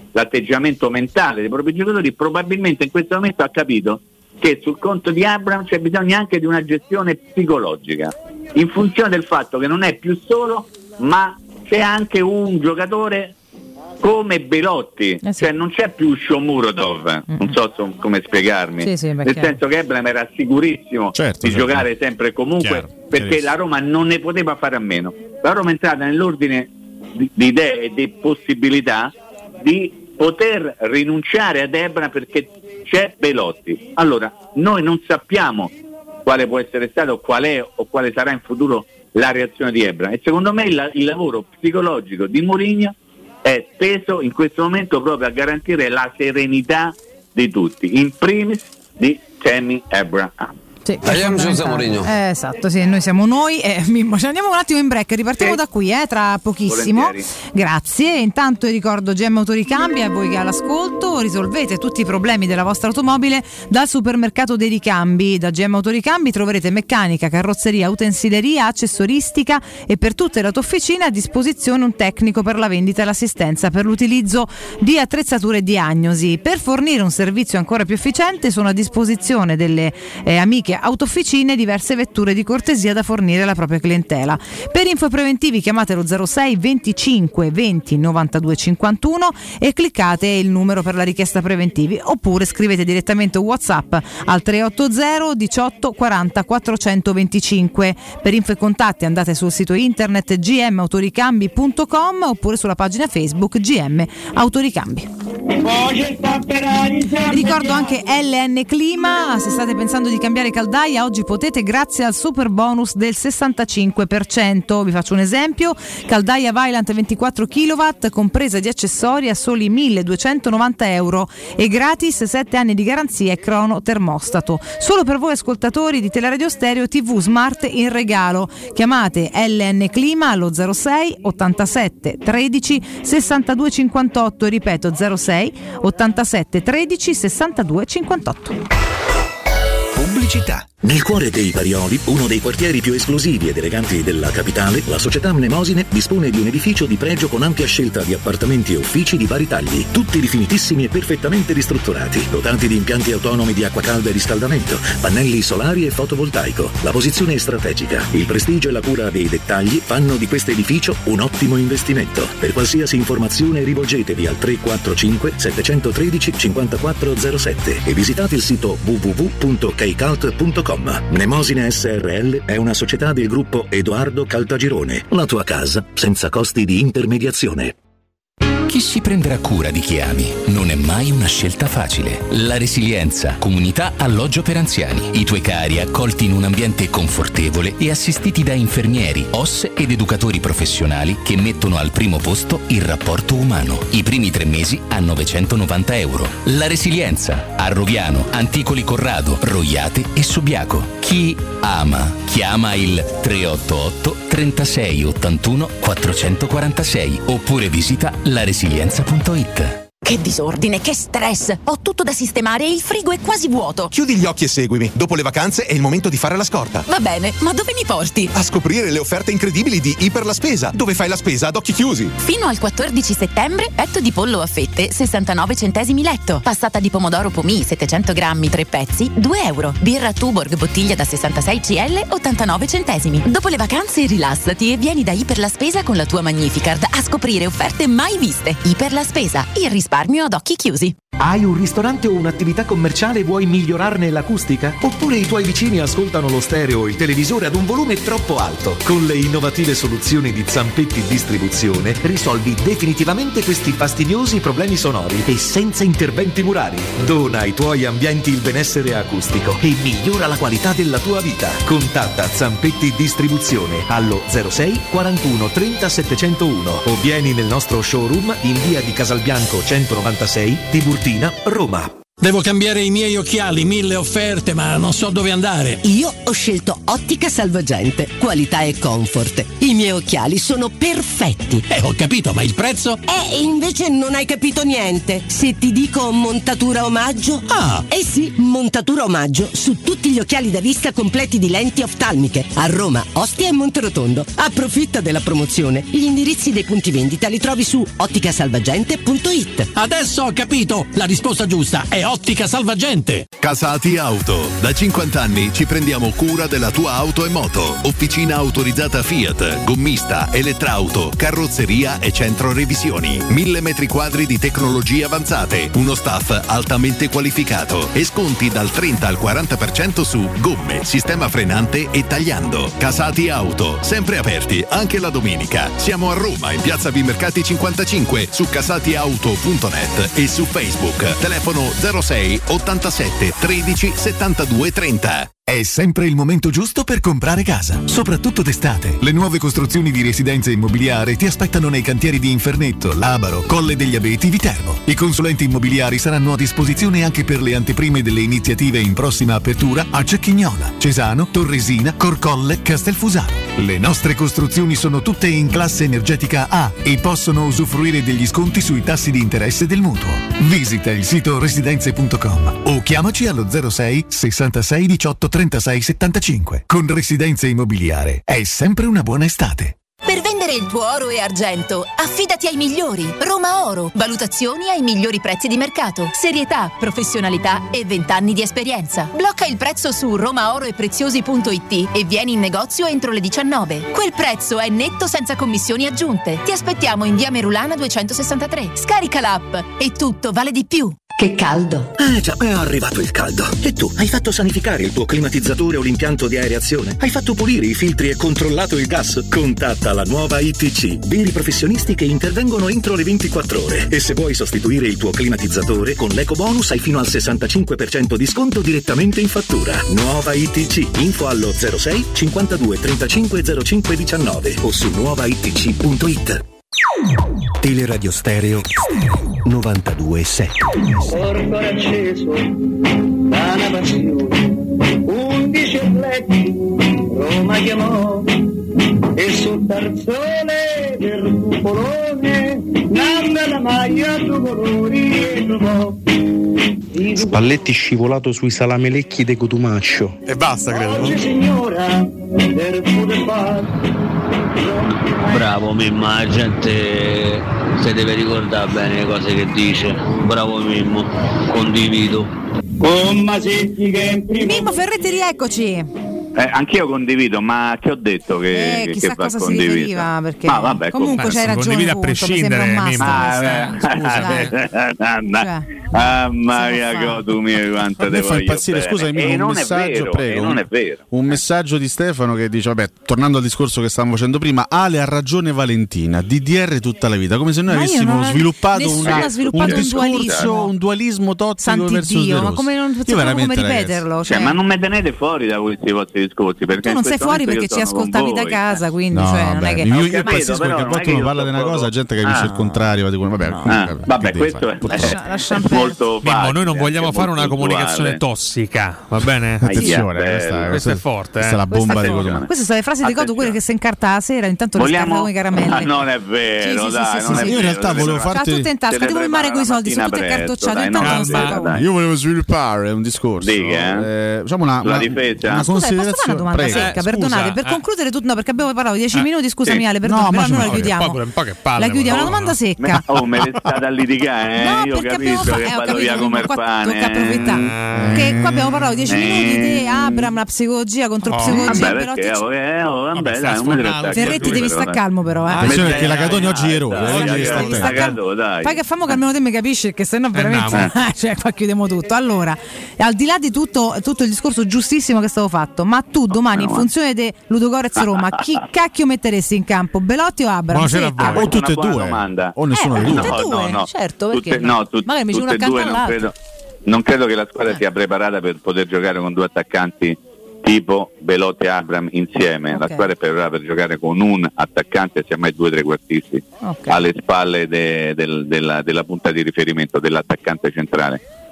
l'atteggiamento mentale dei propri giocatori, probabilmente in questo momento ha capito che sul conto di Abraham c'è bisogno anche di una gestione psicologica, in funzione del fatto che non è più solo, ma c'è anche un giocatore come Belotti, cioè non c'è più Shomurodov, non so come spiegarmi, nel senso che Abraham era sicurissimo di giocare sempre e comunque, perché la Roma non ne poteva fare a meno. La Roma è entrata nell'ordine di idee e di possibilità di poter rinunciare ad Abraham perché c'è Belotti. Allora noi non sappiamo quale può essere stato, qual è o quale sarà in futuro la reazione di Abraham, e secondo me il lavoro psicologico di Mourinho è teso in questo momento proprio a garantire la serenità di tutti, in primis di Tammy Abraham. Esatto, sì, noi siamo noi. Mimmo, ci andiamo un attimo in break, ripartiamo da qui tra pochissimo. Volentieri. Grazie. Intanto ricordo GM Autoricambi, a voi che all'ascolto, risolvete tutti i problemi della vostra automobile dal supermercato dei ricambi. Da GM Autoricambi troverete meccanica, carrozzeria, utensileria, accessoristica e per tutte le autofficine a disposizione un tecnico per la vendita e l'assistenza per l'utilizzo di attrezzature e diagnosi. Per fornire un servizio ancora più efficiente sono a disposizione delle amiche autofficine diverse vetture di cortesia da fornire alla propria clientela. Per info preventivi chiamate lo 06 25 20 92 51 e cliccate il numero per la richiesta preventivi, oppure scrivete direttamente un WhatsApp al 380 18 40 425. Per info e contatti andate sul sito internet gmautoricambi.com oppure sulla pagina Facebook GM Autoricambi. Ricordo anche LN Clima, se state pensando di cambiare caldaia oggi potete grazie al super bonus del 65%. Vi faccio un esempio: caldaia Vaillant 24 kW compresa di accessori a soli 1.290 euro e gratis 7 anni di garanzia e crono termostato. Solo per voi ascoltatori di Teleradio Stereo TV Smart in regalo. Chiamate LN Clima allo 06 87 13 62 58, ripeto 06 87 13 62 58. Pubblicità. Nel cuore dei Parioli, uno dei quartieri più esclusivi ed eleganti della capitale, la società Mnemosine dispone di un edificio di pregio con ampia scelta di appartamenti e uffici di vari tagli, tutti rifinitissimi e perfettamente ristrutturati, dotati di impianti autonomi di acqua calda e riscaldamento, pannelli solari e fotovoltaico. La posizione è strategica, il prestigio e la cura dei dettagli fanno di questo edificio un ottimo investimento. Per qualsiasi informazione rivolgetevi al 345 713 5407 e visitate il sito www.kcult.com. Mnemosine SRL è una società del gruppo Edoardo Caltagirone. La tua casa senza costi di intermediazione. Chi si prenderà cura di chi ami? Non è mai una scelta facile. La Resilienza, comunità alloggio per anziani. I tuoi cari accolti in un ambiente confortevole e assistiti da infermieri, OSS ed educatori professionali che mettono al primo posto il rapporto umano. I primi 3 mesi a 990 euro. La Resilienza, a Roviano, Anticoli Corrado, Roiate e Subiaco. Chi ama, chiama il 388 36 81 446 oppure visita laresilienza.it. Che disordine, che stress! Ho tutto da sistemare e il frigo è quasi vuoto. Chiudi gli occhi e seguimi. Dopo le vacanze è il momento di fare la scorta. Va bene, ma dove mi porti? A scoprire le offerte incredibili di Iper la Spesa, dove fai la spesa ad occhi chiusi. Fino al 14 settembre, petto di pollo a fette, 69 centesimi letto. Passata di pomodoro Pomì, 700 grammi, 3 pezzi, 2 euro. Birra Tuborg, bottiglia da 66 CL, 89 centesimi. Dopo le vacanze rilassati e vieni da Iper la Spesa con la tua Magnificard a scoprire offerte mai viste. Iper la Spesa, il risparmio ad occhi chiusi. Hai un ristorante o un'attività commerciale e vuoi migliorarne l'acustica? Oppure i tuoi vicini ascoltano lo stereo o il televisore ad un volume troppo alto? Con le innovative soluzioni di Zampetti Distribuzione risolvi definitivamente questi fastidiosi problemi sonori e senza interventi murari. Dona ai tuoi ambienti il benessere acustico e migliora la qualità della tua vita. Contatta Zampetti Distribuzione allo 06 41 30 701 o vieni nel nostro showroom in via di Casalbianco 196 Tiburtina, Roma. Devo cambiare i miei occhiali, 1000 offerte, ma non so dove andare. Io ho scelto Ottica Salvagente, qualità e comfort. I miei occhiali sono perfetti. Ho capito, ma il prezzo? Invece non hai capito niente. Se ti dico montatura omaggio? Sì, montatura omaggio su tutti gli occhiali da vista completi di lenti oftalmiche. A Roma, Ostia e Monterotondo. Approfitta della promozione. Gli indirizzi dei punti vendita li trovi su otticasalvagente.it. Adesso ho capito, la risposta giusta è Ottica Salvagente. Casati Auto. Da 50 anni ci prendiamo cura della tua auto e moto. Officina autorizzata Fiat, gommista, elettrauto, carrozzeria e centro revisioni. 1000 metri quadri di tecnologie avanzate. Uno staff altamente qualificato. E sconti dal 30 al 40% su gomme, sistema frenante e tagliando. Casati Auto. Sempre aperti anche la domenica. Siamo a Roma in piazza Vimercati 55 su casatiauto.net e su Facebook. Telefono 06 87 13 72 30. È sempre il momento giusto per comprare casa, soprattutto d'estate. Le nuove costruzioni di residenze immobiliari ti aspettano nei cantieri di Infernetto, Labaro, Colle degli Abeti, Viterbo. I consulenti immobiliari saranno a disposizione anche per le anteprime delle iniziative in prossima apertura a Cecchignola, Cesano, Torresina, Corcolle, Castelfusaro. Le nostre costruzioni sono tutte in classe energetica A e possono usufruire degli sconti sui tassi di interesse del mutuo. Visita il sito residenze.com o chiamaci allo 06 66 18 36 75. Con Residenze Immobiliare è sempre una buona estate. Per vendere il tuo oro e argento, affidati ai migliori. Roma Oro. Valutazioni ai migliori prezzi di mercato. Serietà, professionalità e 20 anni di esperienza. Blocca il prezzo su romaoroepreziosi.it e vieni in negozio entro le 19. Quel prezzo è netto senza commissioni aggiunte. Ti aspettiamo in via Merulana 263. Scarica l'app e tutto vale di più. Che caldo! Già, è arrivato il caldo. E tu, hai fatto sanificare il tuo climatizzatore o l'impianto di areazione? Hai fatto pulire i filtri e controllato il gas? Contatta la nuova ITC, veri professionisti che intervengono entro le 24 ore. E se vuoi sostituire il tuo climatizzatore, con l'ecobonus hai fino al 65% di sconto direttamente in fattura. Nuova ITC, info allo 06 52 35 05 19 o su nuovaitc.it. Teleradio Stereo 92.7. Porto acceso da una passione, 11 atleti Roma chiamò e sul tarzone del cupolone nanda la maglia due colori e trovò Spalletti scivolato sui salamelecchi de Cotumaccio. E basta, credo. oggi signora del Budapest. Bravo Mimmo, la gente si deve ricordare bene le cose che dice. Bravo Mimmo, condivido. Mimmo Ferretti, rieccoci. Anch'io condivido, ma che ho detto che chissà va cosa si condiviso? riferiva, perché Ma vabbè, comunque c'hai ragione, condivide a punto, prescindere, mi sembra un Maria Cotu mio, quanto mi te fa voglio impazzire, bene. scusami, E un non messaggio, è vero, prego. non è vero. Un messaggio di Stefano che dice, vabbè, tornando al discorso che stavamo facendo prima, Ale ha ragione Valentina, DDR tutta la vita, come se noi avessimo sviluppato un dualismo tossico verso Dio, ma come non sappiamo come ripeterlo? Cioè, ma non mi tenete fuori da questi vostri discorsi, perché tu non sei fuori perché ci ascoltavi da casa, quindi no, non è che io pazzesco perché a volte uno parla di una cosa, la gente capisce il contrario, vabbè, questo è molto facile. Mimmo, noi non vogliamo fare una comunicazione tossica, va bene? Attenzione, questa è forte. Questa è la bomba di Cotumaccio. Queste sono le frasi di Cotu, quelle che si incarta la sera, intanto le scarta come caramelle. Non è vero, dai, io in realtà volevo farti tutto in tasca, ti vuoi mare con i soldi, sono tutte cartocciate, intanto non sta. Io volevo sviluppare un discorso, diciamo una difesa. Posso fare una domanda secca, perdonate, per concludere tutto, no, perché abbiamo parlato 10 minuti, scusami Ale, perdona, però noi la chiudiamo. La chiudiamo, una domanda secca. Me ne state a litigare, io capisco che vado via come il pane. Tocca approfittare. Che qua abbiamo parlato 10 minuti di Abram, la psicologia contro psicologia. Ferretti devi stare calmo però. Attenzione perché la Catoni oggi è eroe. Fai che famo che almeno te mi capisci, che sennò veramente cioè qua chiudiamo tutto. Allora, al di là di tutto il discorso giustissimo che è stato fatto, ma tu domani in funzione di Ludogorez Roma chi cacchio metteresti in campo? Belotti o Abram? O tutte e due o nessuno dei due. No, certo, perché magari mi tutte e due non credo che la squadra sia preparata per poter giocare con due attaccanti tipo Belotti e Abram insieme. La squadra è preparata per giocare con un attaccante e semmai 2 trequartisti alle spalle della punta di riferimento dell'attaccante centrale.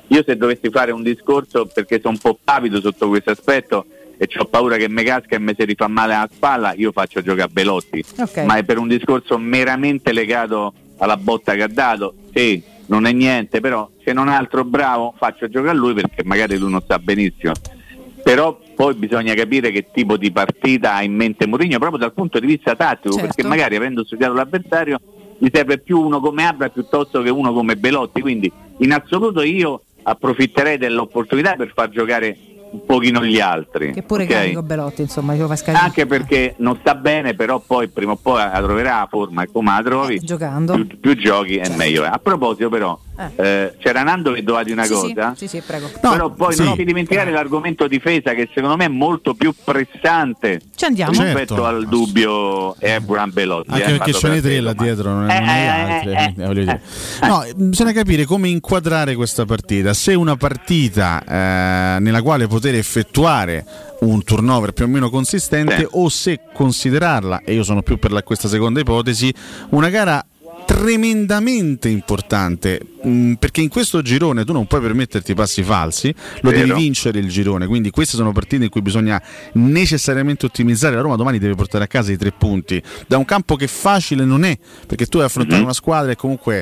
io se dovessi fare un discorso, perché sono un po' pavido sotto questo aspetto e ho paura che mi casca e mi si rifà male alla spalla, io faccio giocare Belotti, ma è per un discorso meramente legato alla botta che ha dato. Sì, non è niente, però se non altro bravo faccio giocare lui, perché magari lui non sa benissimo, però poi bisogna capire che tipo di partita ha in mente Mourinho proprio dal punto di vista tattico, certo. Perché magari avendo studiato l'avversario gli serve più uno come Abra piuttosto che uno come Belotti, quindi in assoluto io approfitterei dell'opportunità per far giocare un pochino gli altri, che pure carico Belotti, insomma, anche perché non sta bene, però poi prima o poi la troverà la forma, e come la trovi giocando più giochi e meglio è. A proposito però c'era Nando che doveva dire una cosa, sì, prego. Però poi non ti dimenticare l'argomento difesa, che secondo me è molto più pressante rispetto al dubbio Abraham Belotti, anche perché c'è Netrella dietro, non è altri, no, bisogna capire come inquadrare questa partita. Se una partita nella quale poter effettuare un turnover più o meno consistente, o se considerarla, e io sono più per questa seconda ipotesi, una gara tremendamente importante, perché in questo girone tu non puoi permetterti passi falsi, lo devi vincere il girone, quindi queste sono partite in cui bisogna necessariamente ottimizzare. La Roma domani deve portare a casa i 3 punti da un campo che facile non è, perché tu hai affrontato una squadra e comunque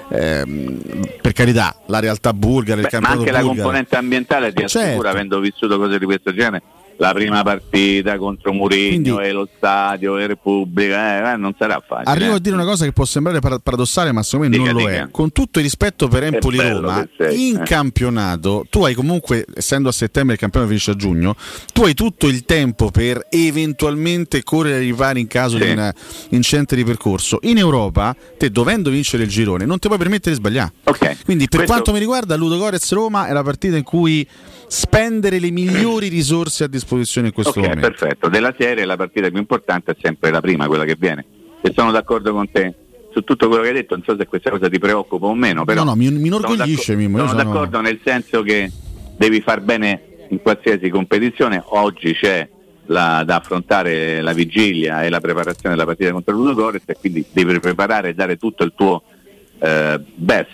per carità la realtà bulgara, il campionato ma anche bulgaro, la componente ambientale ti assicura, avendo vissuto cose di questo genere, la prima partita contro Mourinho e lo stadio e Repubblica, non sarà facile. Arrivo a dire una cosa che può sembrare paradossale, ma secondo me non lo è. Con tutto il rispetto per Empoli-Roma, in campionato tu hai comunque, essendo a settembre il campionato finisce a giugno, tu hai tutto il tempo per eventualmente correre ai ripari in caso di un incidente di percorso. In Europa, te dovendo vincere il girone, non ti puoi permettere di sbagliare. Quindi per quanto mi riguarda, Ludogorets-Roma è la partita in cui spendere le migliori risorse a disposizione in questo momento. Perfetto. Della serie la partita più importante è sempre la prima, quella che viene. E sono d'accordo con te su tutto quello che hai detto, non so se questa cosa ti preoccupa o meno, però no, mi inorgoglisce. Sono d'accordo nel senso che devi far bene in qualsiasi competizione. Oggi c'è da affrontare la vigilia e la preparazione della partita contro il Ludogorets, e quindi devi preparare e dare tutto il tuo best.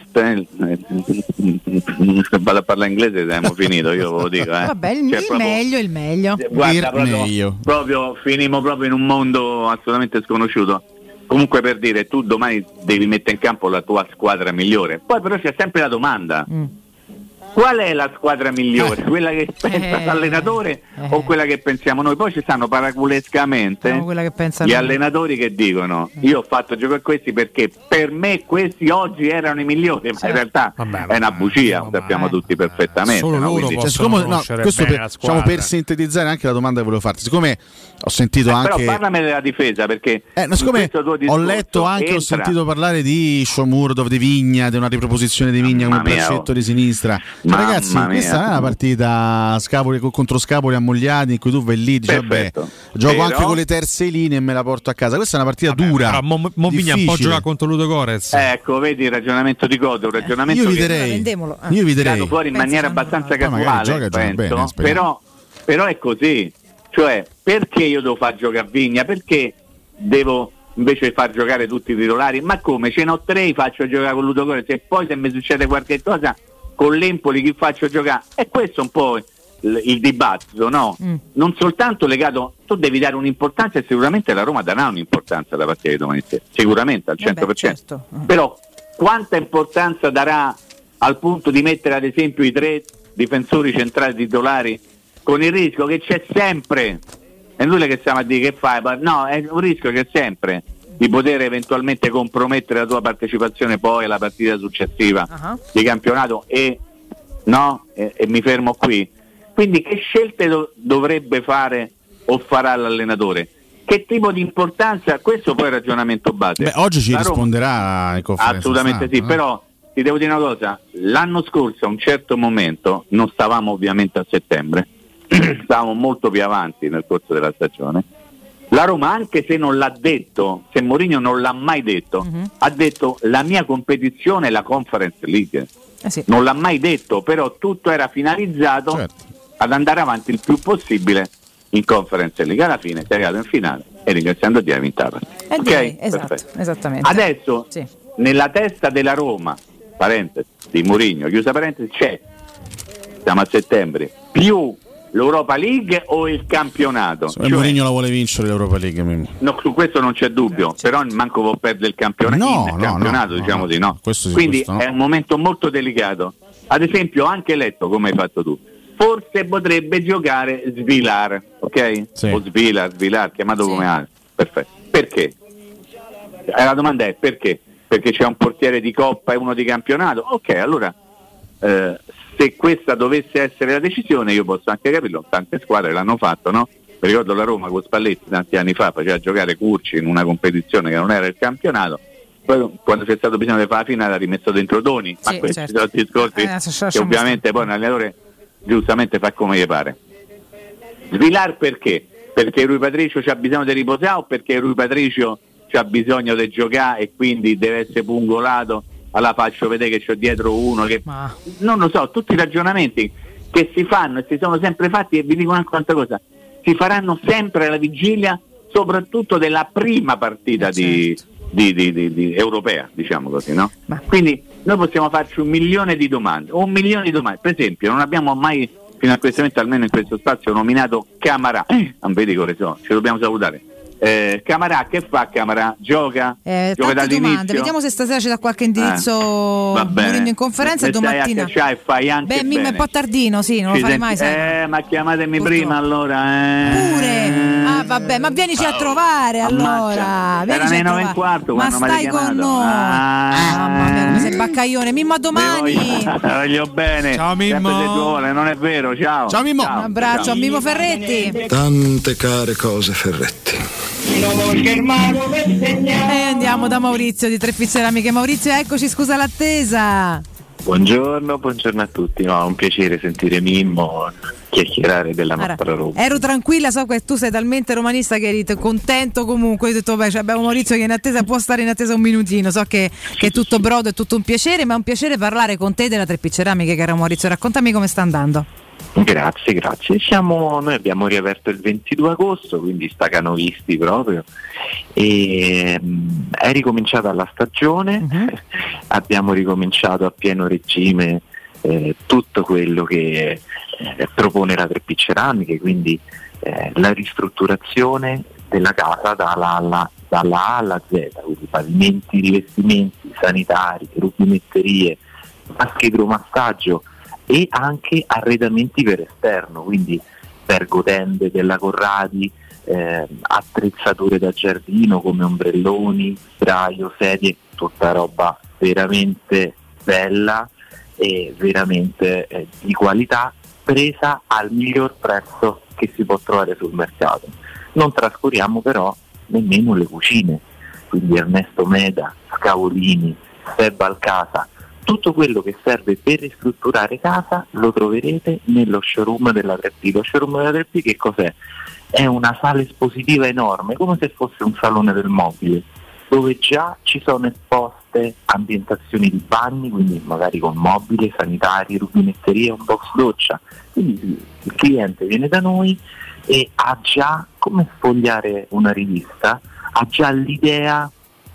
Vado a parlare inglese, abbiamo finito, io ve lo dico. Vabbè, il meglio. Guarda, proprio finimo proprio in un mondo assolutamente sconosciuto. Comunque, per dire, tu domani devi mettere in campo la tua squadra migliore. Poi però c'è sempre la domanda: qual è la squadra migliore? Quella che pensa l'allenatore o quella che pensiamo noi? Poi ci stanno paraculescamente gli allenatori che dicono io ho fatto giocare questi perché per me questi oggi erano i migliori, ma in realtà è una bugia, lo sappiamo tutti perfettamente. Solo loro possono questo per sintetizzare anche la domanda che volevo farti, siccome ho sentito anche, però parlami della difesa, perché siccome ho letto anche, ho sentito parlare di Shomurdov, di Vigna, di una riproposizione di Vigna come braccetto di sinistra. Cioè, ragazzi, questa non è una partita contro Scapoli ammogliati in cui tu vai lì, dici vabbè, gioco anche con le terze linee e me la porto a casa. Questa è una partita dura. Però Vigna un po' gioca contro Ludogorets. Ecco, vedi il ragionamento di Godo, un ragionamento io vi direi fuori in maniera abbastanza casuale, penso, però è così. Cioè, perché io devo far giocare a Vigna? Perché devo invece far giocare tutti i titolari? Ma come? Ce ne ho 3, faccio giocare con Ludogorets e poi se mi succede qualche cosa con l'Empoli chi faccio giocare? E questo è un po' il dibattito, no? Non soltanto legato, tu devi dare un'importanza, e sicuramente la Roma darà un'importanza alla partita di domani sera, sicuramente al 100%. Certo. Però quanta importanza darà al punto di mettere ad esempio i 3 difensori centrali titolari, con il rischio che c'è sempre, è inutile che stiamo a dire che fai, no, è un rischio che c'è sempre di poter eventualmente compromettere la tua partecipazione poi alla partita successiva di campionato, e mi fermo qui. Quindi che scelte dovrebbe fare o farà l'allenatore? Che tipo di importanza? Questo poi è il ragionamento base. Oggi ci risponderà in conferenza assolutamente stampa, sì, però ti devo dire una cosa: l'anno scorso a un certo momento, non stavamo ovviamente a settembre, stavamo molto più avanti nel corso della stagione, la Roma, anche se non l'ha detto, se Mourinho non l'ha mai detto, ha detto la mia competizione è la Conference League. Non l'ha mai detto, però tutto era finalizzato ad andare avanti il più possibile in Conference League. Alla fine si è arrivato in finale e ringraziando Dio ha vinto la partita. Ok, esatto, esattamente. Adesso nella testa della Roma, parentesi, di Mourinho, chiusa parentesi, c'è siamo a settembre, più l'Europa League o il campionato? Mourinho la vuole vincere l'Europa League. No, su questo non c'è dubbio, però manco può perdere il campionato, diciamo di no. Quindi è un momento molto delicato. Ad esempio, anche Letto, come hai fatto tu, forse potrebbe giocare Svilar, ok? Sì. O Svilar, chiamato come altro. Perfetto. Perché? La domanda è perché? Perché c'è un portiere di Coppa e uno di campionato? Ok, allora se questa dovesse essere la decisione, io posso anche capirlo, tante squadre l'hanno fatto, no? Mi ricordo la Roma con Spalletti tanti anni fa faceva giocare Curci in una competizione che non era il campionato, poi quando c'è stato bisogno di fare la finale ha rimesso dentro Doni, ma questi sono discorsi che ovviamente poi un allenatore giustamente fa come gli pare. Svilar perché? Perché Rui Patricio c'ha bisogno di riposare o perché Rui Patricio c'ha bisogno di giocare e quindi deve essere pungolato? Allora faccio vedere che c'ho dietro uno che non lo so, tutti i ragionamenti che si fanno e si sono sempre fatti, e vi dico anche un'altra cosa, si faranno sempre alla vigilia soprattutto della prima partita di europea, diciamo così, no? Quindi noi possiamo farci 1 milione di domande, per esempio non abbiamo mai fino a questo momento, almeno in questo spazio, nominato Camarà, non vedi come so, ci dobbiamo salutare. Camarà, che fa Camarà? Gioca? Gioca dall'inizio? Vediamo se stasera ci dà qualche indirizzo Mourinho in conferenza e domattina. Fai anche Mimmo è un po' tardino, sì, non lo farei mai. Ma chiamatemi prima allora. Pure? Vabbè, ma vienici a trovare allora. Era nei 9:15 ma stai con noi. Mamma mia, come sei baccaglione. Mimmo, a domani. Voglio bene. Ciao Mimmo. Sempre se vuole, non è vero, ciao. Ciao Mimmo. Un abbraccio a Mimmo Ferretti. Tante care cose Ferretti. E andiamo da Maurizio di Treffi Ceramiche. Maurizio, eccoci, scusa l'attesa. Buongiorno a tutti. No, un piacere sentire Mimmo chiacchierare della nostra Roma. Ero tranquilla, so che tu sei talmente romanista che eri contento comunque. Ho detto, abbiamo Maurizio che è in attesa, può stare in attesa un minutino. So che è tutto brodo, è tutto un piacere, ma è un piacere parlare con te della Treffi Ceramiche, caro Maurizio. Raccontami come sta andando. Grazie. Noi abbiamo riaperto il 22 agosto, quindi stacanovisti proprio, e è ricominciata la stagione. Abbiamo ricominciato a pieno regime tutto quello che propone la Treffi Ceramiche, quindi la ristrutturazione della casa dalla A alla Z, quindi pavimenti, rivestimenti, sanitari, rubinetterie, vasche idromassaggio e anche arredamenti per esterno, quindi pergotende della Corradi, attrezzature da giardino come ombrelloni, sdraio, sedie, tutta roba veramente bella e veramente di qualità, presa al miglior prezzo che si può trovare sul mercato. Non trascuriamo però nemmeno le cucine, quindi Ernesto Meda, Scavolini, Seb Alcasa. Tutto quello che serve per ristrutturare casa lo troverete nello showroom della Treffi. Lo showroom della Treffi che cos'è? È una sala espositiva enorme, come se fosse un salone del mobile, dove già ci sono esposte ambientazioni di bagni, quindi magari con mobili, sanitari, rubinetterie, un box doccia. Quindi il cliente viene da noi e ha già, come sfogliare una rivista, ha già l'idea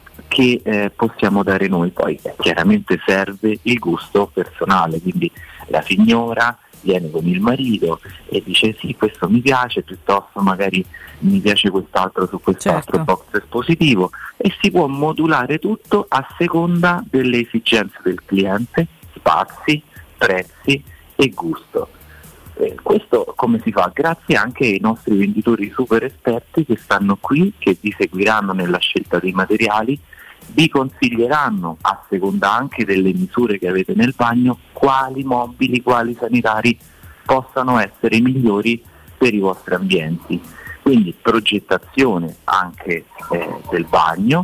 che possiamo dare noi. Poi chiaramente serve il gusto personale, quindi la signora viene con il marito e dice sì, questo mi piace, piuttosto magari mi piace quest'altro su quest'altro box espositivo, e si può modulare tutto a seconda delle esigenze del cliente, spazi, prezzi e gusto. Questo come si fa? Grazie anche ai nostri venditori super esperti che stanno qui, che vi seguiranno nella scelta dei materiali, vi consiglieranno a seconda anche delle misure che avete nel bagno quali mobili, quali sanitari possano essere migliori per i vostri ambienti. Quindi progettazione anche del bagno,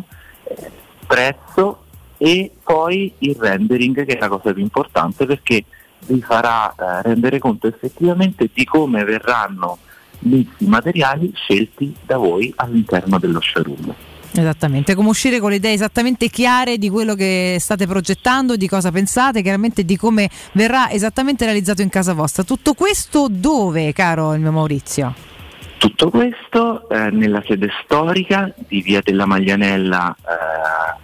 prezzo e poi il rendering, che è la cosa più importante, perché vi farà rendere conto effettivamente di come verranno messi i materiali scelti da voi all'interno dello showroom. Esattamente, come uscire con le idee esattamente chiare di quello che state progettando, di cosa pensate, chiaramente di come verrà esattamente realizzato in casa vostra. Tutto questo dove, caro il mio Maurizio? Tutto questo nella sede storica di Via della Maglianella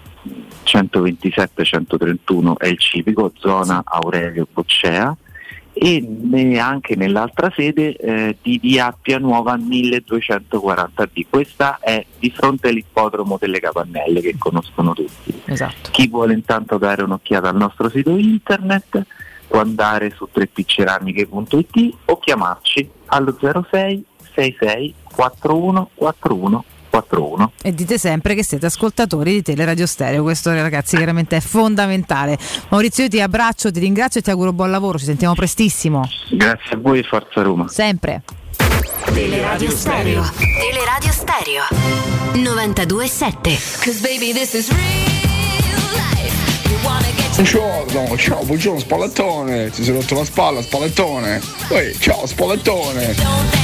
127-131 è il civico, zona Aurelio Boccea, e anche nell'altra sede di via Appia Nuova 1240D. Questa è di fronte all'ippodromo delle Capannelle, che conoscono tutti. Esatto. Chi vuole intanto dare un'occhiata al nostro sito internet può andare su 3pceramiche.it o chiamarci allo 06 66 41 41 41. E dite sempre che siete ascoltatori di Teleradio Stereo, questo ragazzi chiaramente è fondamentale. Maurizio, io ti abbraccio, ti ringrazio e ti auguro buon lavoro, ci sentiamo prestissimo. Grazie a voi e forza Roma. Sempre. Teleradio Stereo. Teleradio Stereo 92.7. 'Cause baby this is real life. You wanna get Buongiorno Spallettone, ti sei rotto la spalla Spallettone. Poi ciao Spallettone.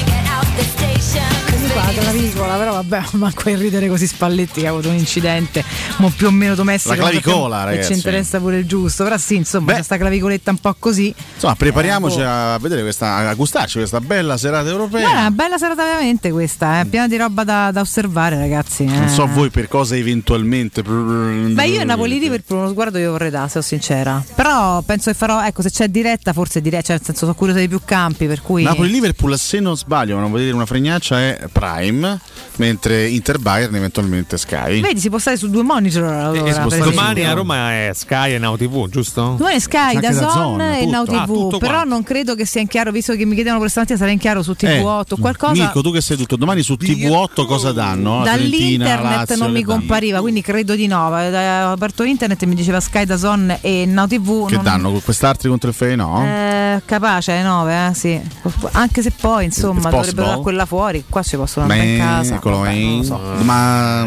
La clavicola, però vabbè, manco a ridere così Spalletti che ha avuto un incidente più o meno domestico. La clavicola, ragazzi. Ci interessa pure il giusto, però sì, insomma, questa clavicoletta un po' così. Insomma, prepariamoci a vedere a gustarci questa bella serata europea. È una bella serata veramente questa, piena di roba da osservare, ragazzi. Non so voi per cosa eventualmente. Beh, io Napoli-Liverpool uno sguardo io vorrei dare, se sono sincera. Però penso che farò, ecco, se c'è diretta, forse diretta, cioè nel senso sono curiosa di più campi, per cui Napoli-Liverpool, se non sbaglio, non vedere una fregnaccia, è Prime, mentre Inter-Bayern eventualmente Sky. Vedi, si può stare su due monitor allora. Domani a Roma è Sky e Now TV, giusto? Domani è Sky, DAZN e Now TV, però non credo che sia in chiaro, visto che mi chiedevano per stamattina sarà in chiaro su TV8 qualcosa. Mirko, tu che sei tutto domani su TV8 cosa danno? Dall'internet non mi compariva, quindi credo di no. Da aperto internet mi diceva Sky, DAZN e Now TV. Che danno quest'altri contro il Feyenoord? Capace alle 9, sì. Anche se poi insomma dovrebbero dare quella fuori, qua ci possono andare in casa. Non lo so. Ma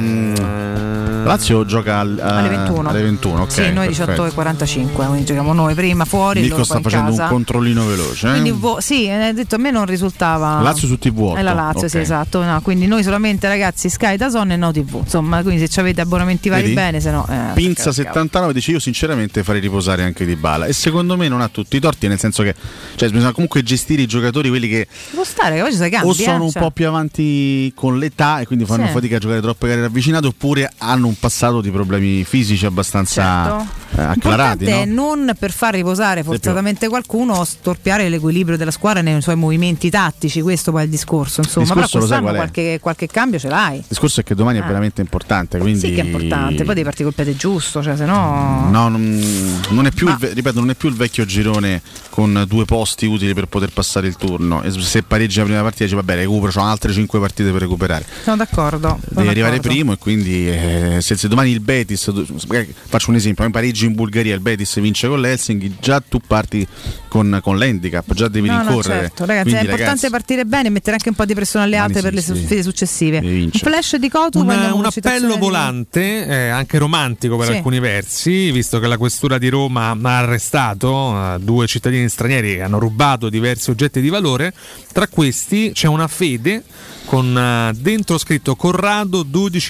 Lazio gioca alle 21. Alle 21, ok. Sì, noi 18:45, quindi giochiamo noi prima fuori. Mirko sta facendo un controllino veloce. Quindi sì, ha detto a me non risultava. Lazio su TV8. È la Lazio, sì, esatto. No, quindi noi solamente ragazzi Sky, DAZN e Now TV. Insomma, quindi se avete abbonamenti vari bene, se no. Pinza 79 dice: io sinceramente farei riposare anche Dybala. E secondo me non ha tutti i torti, nel senso che bisogna comunque gestire i giocatori, quelli che può stare, che poi ci sai cambi, o sono un po' più avanti con l'età e quindi fanno fatica a giocare troppe gare ravvicinate, oppure hanno un passato di problemi fisici abbastanza acclarati. L'importante è non, per far riposare forzatamente qualcuno, storpiare l'equilibrio della squadra nei suoi movimenti tattici. Questo poi è il discorso, insomma. Però quest'anno qualche cambio ce l'hai. Il discorso è che domani è veramente importante, quindi sì che è importante, poi devi partire col piede giusto, cioè se no non è più ripeto, non è più il vecchio girone con due posti utili per poter passare il turno, e se pareggi la prima partita dici vabbè recupero, c'ho altre 5 partite per recuperare. Sono d'accordo. Devi arrivare primo, e quindi se domani il Betis, faccio un esempio, pareggi in Bulgaria, il Betis vince con l'Helsinki, già tu parti con l'handicap, già devi rincorrere. Certo, ragazzi, quindi, è importante partire bene e mettere anche un po' di pressione alle altre per le sfide successive. Un flash di Cotu, un appello volante, anche romantico per alcuni versi, visto che la questura di Roma ha arrestato 2 cittadini stranieri che hanno rubato diversi oggetti di valore. Tra questi c'è una fede con dentro scritto Corrado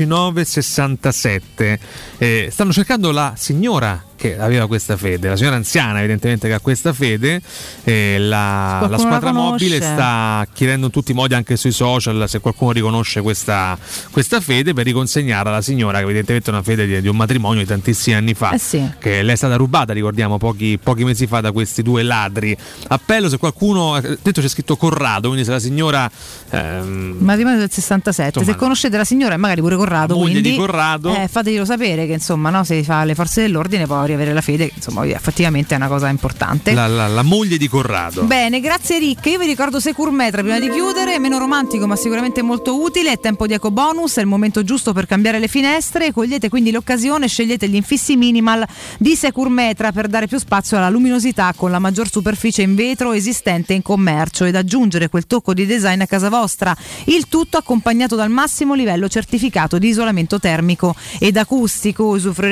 12967. Stanno cercando la signora che aveva questa fede, la signora anziana evidentemente che ha questa fede. La squadra mobile sta chiedendo in tutti i modi, anche sui social, se qualcuno riconosce questa fede, per riconsegnare alla signora, che evidentemente è una fede di un matrimonio di tantissimi anni fa, che lei è stata rubata, ricordiamo, pochi mesi fa da questi 2 ladri. Appello, se qualcuno, dentro c'è scritto Corrado, quindi se la signora matrimonio del 67, insomma, se conoscete la signora e magari pure Corrado, moglie quindi di Corrado, fateglielo sapere che insomma, no, se fa le forze dell'ordine poi riavere la fede, insomma effettivamente è una cosa importante. La moglie di Corrado. Bene, grazie Rick. Io vi ricordo Securmetra prima di chiudere, meno romantico ma sicuramente molto utile. È tempo di ecobonus, è il momento giusto per cambiare le finestre. Cogliete quindi l'occasione, scegliete gli infissi minimal di Securmetra per dare più spazio alla luminosità, con la maggior superficie in vetro esistente in commercio, ed aggiungere quel tocco di design a casa vostra. Il tutto accompagnato dal massimo livello certificato di isolamento termico ed acustico.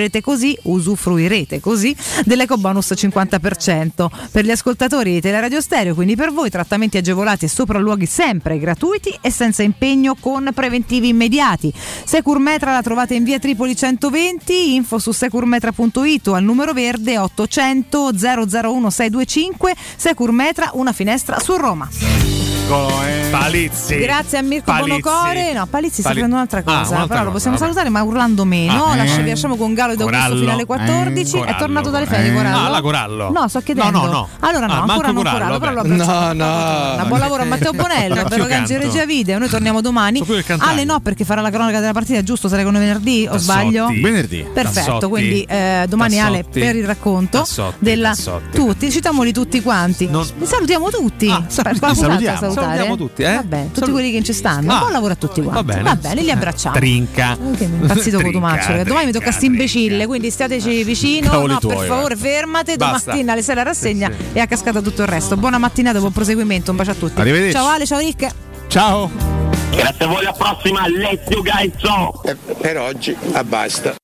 Usufruirete così dell'ecobonus 50% per gli ascoltatori di Teleradio Stereo, quindi per voi trattamenti agevolati e sopralluoghi sempre gratuiti e senza impegno, con preventivi immediati. Securmetra la trovate in via Tripoli 120, info su securmetra.it o al numero verde 800 001 625. Securmetra, una finestra su Roma. Eccolo, Palizzi. Grazie a Mirko Palizzi. Bonocore. No, Palizzi sta prendendo un'altra cosa, però lo possiamo vabbè. salutare, ma urlando meno. Lasciamo con Gallo ed Augusto fino alle 14. È tornato dalle ferie Corallo. Ah, la Corallo. No, sto chiedendo. No. Allora no, ancora non Corallo, però l'ho abbracciato. No. Buon lavoro a Matteo Bonello, Vero Gangi e Regia Video. Noi torniamo domani. Ale no, perché farà la cronaca della partita, giusto? Sarà con venerdì o sbaglio? Venerdì. Perfetto, quindi domani Ale per il racconto della tutti, citiamoli tutti quanti. Li salutiamo tutti. Salutiamo tutti, Vabbè, tutti quelli che ci stanno. Buon lavoro a tutti quanti. Va bene, li abbracciamo. Trinca. Impazzito Cotumaccio, perché domani mi tocca sti imbecille, quindi stateci vicino. Cavoli No, tuoi, per favore, fermate. Basta. Domattina alle 6 la rassegna e a cascata tutto il resto. Buona mattinata, buon proseguimento, un bacio a tutti. Arrivederci. Ciao Ale, ciao Rick. Ciao. Grazie a voi, alla prossima. Let's go guys. Per oggi basta.